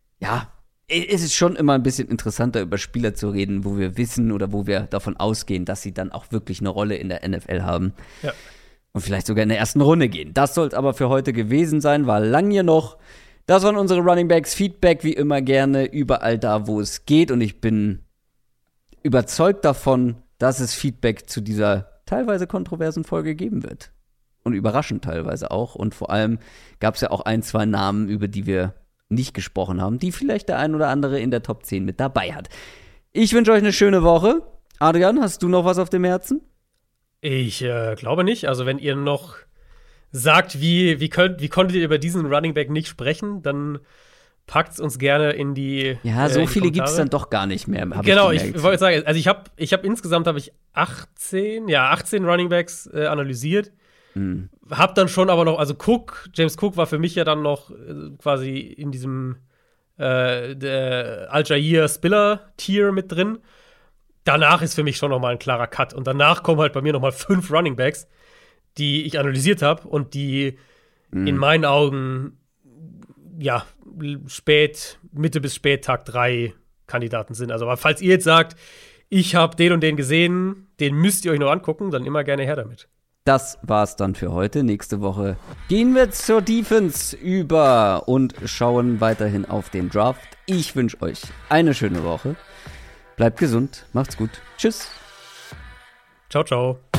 es ist schon immer ein bisschen interessanter, über Spieler zu reden, wo wir wissen oder wo wir davon ausgehen, dass sie dann auch wirklich eine Rolle in der NFL haben. Ja. Und vielleicht sogar in der ersten Runde gehen. Das soll es aber für heute gewesen sein, war lang hier noch. Das waren unsere Running Backs. Feedback wie immer gerne überall da, wo es geht. Und ich bin überzeugt davon, dass es Feedback zu dieser teilweise kontroversen Folge geben wird. Und überraschend teilweise auch. Und vor allem gab es ja auch 1, 2 Namen, über die wir nicht gesprochen haben, die vielleicht der ein oder andere in der Top 10 mit dabei hat. Ich wünsche euch eine schöne Woche. Adrian, hast du noch was auf dem Herzen? Ich glaube nicht. Also wenn ihr noch sagt, wie konntet ihr über diesen Running Back nicht sprechen, dann packt's uns gerne in die Ja, so in die viele gibt es Kommentare. dann doch gar nicht mehr. Genau, ich wollte sagen, also ich habe insgesamt 18 Running Backs analysiert. Hab dann schon aber noch, also James Cook war für mich ja dann noch quasi in diesem Al-Jair Spiller-Tier mit drin. Danach ist für mich schon noch mal ein klarer Cut. Und danach kommen halt bei mir noch mal 5 Running Backs, die ich analysiert habe und die in meinen Augen ja Mitte bis spät Tag 3 Kandidaten sind. Also, aber falls ihr jetzt sagt, ich habe den und den gesehen, den müsst ihr euch noch angucken, dann immer gerne her damit. Das war's dann für heute. Nächste Woche gehen wir zur Defense über und schauen weiterhin auf den Draft. Ich wünsche euch eine schöne Woche. Bleibt gesund, macht's gut. Tschüss. Ciao, ciao.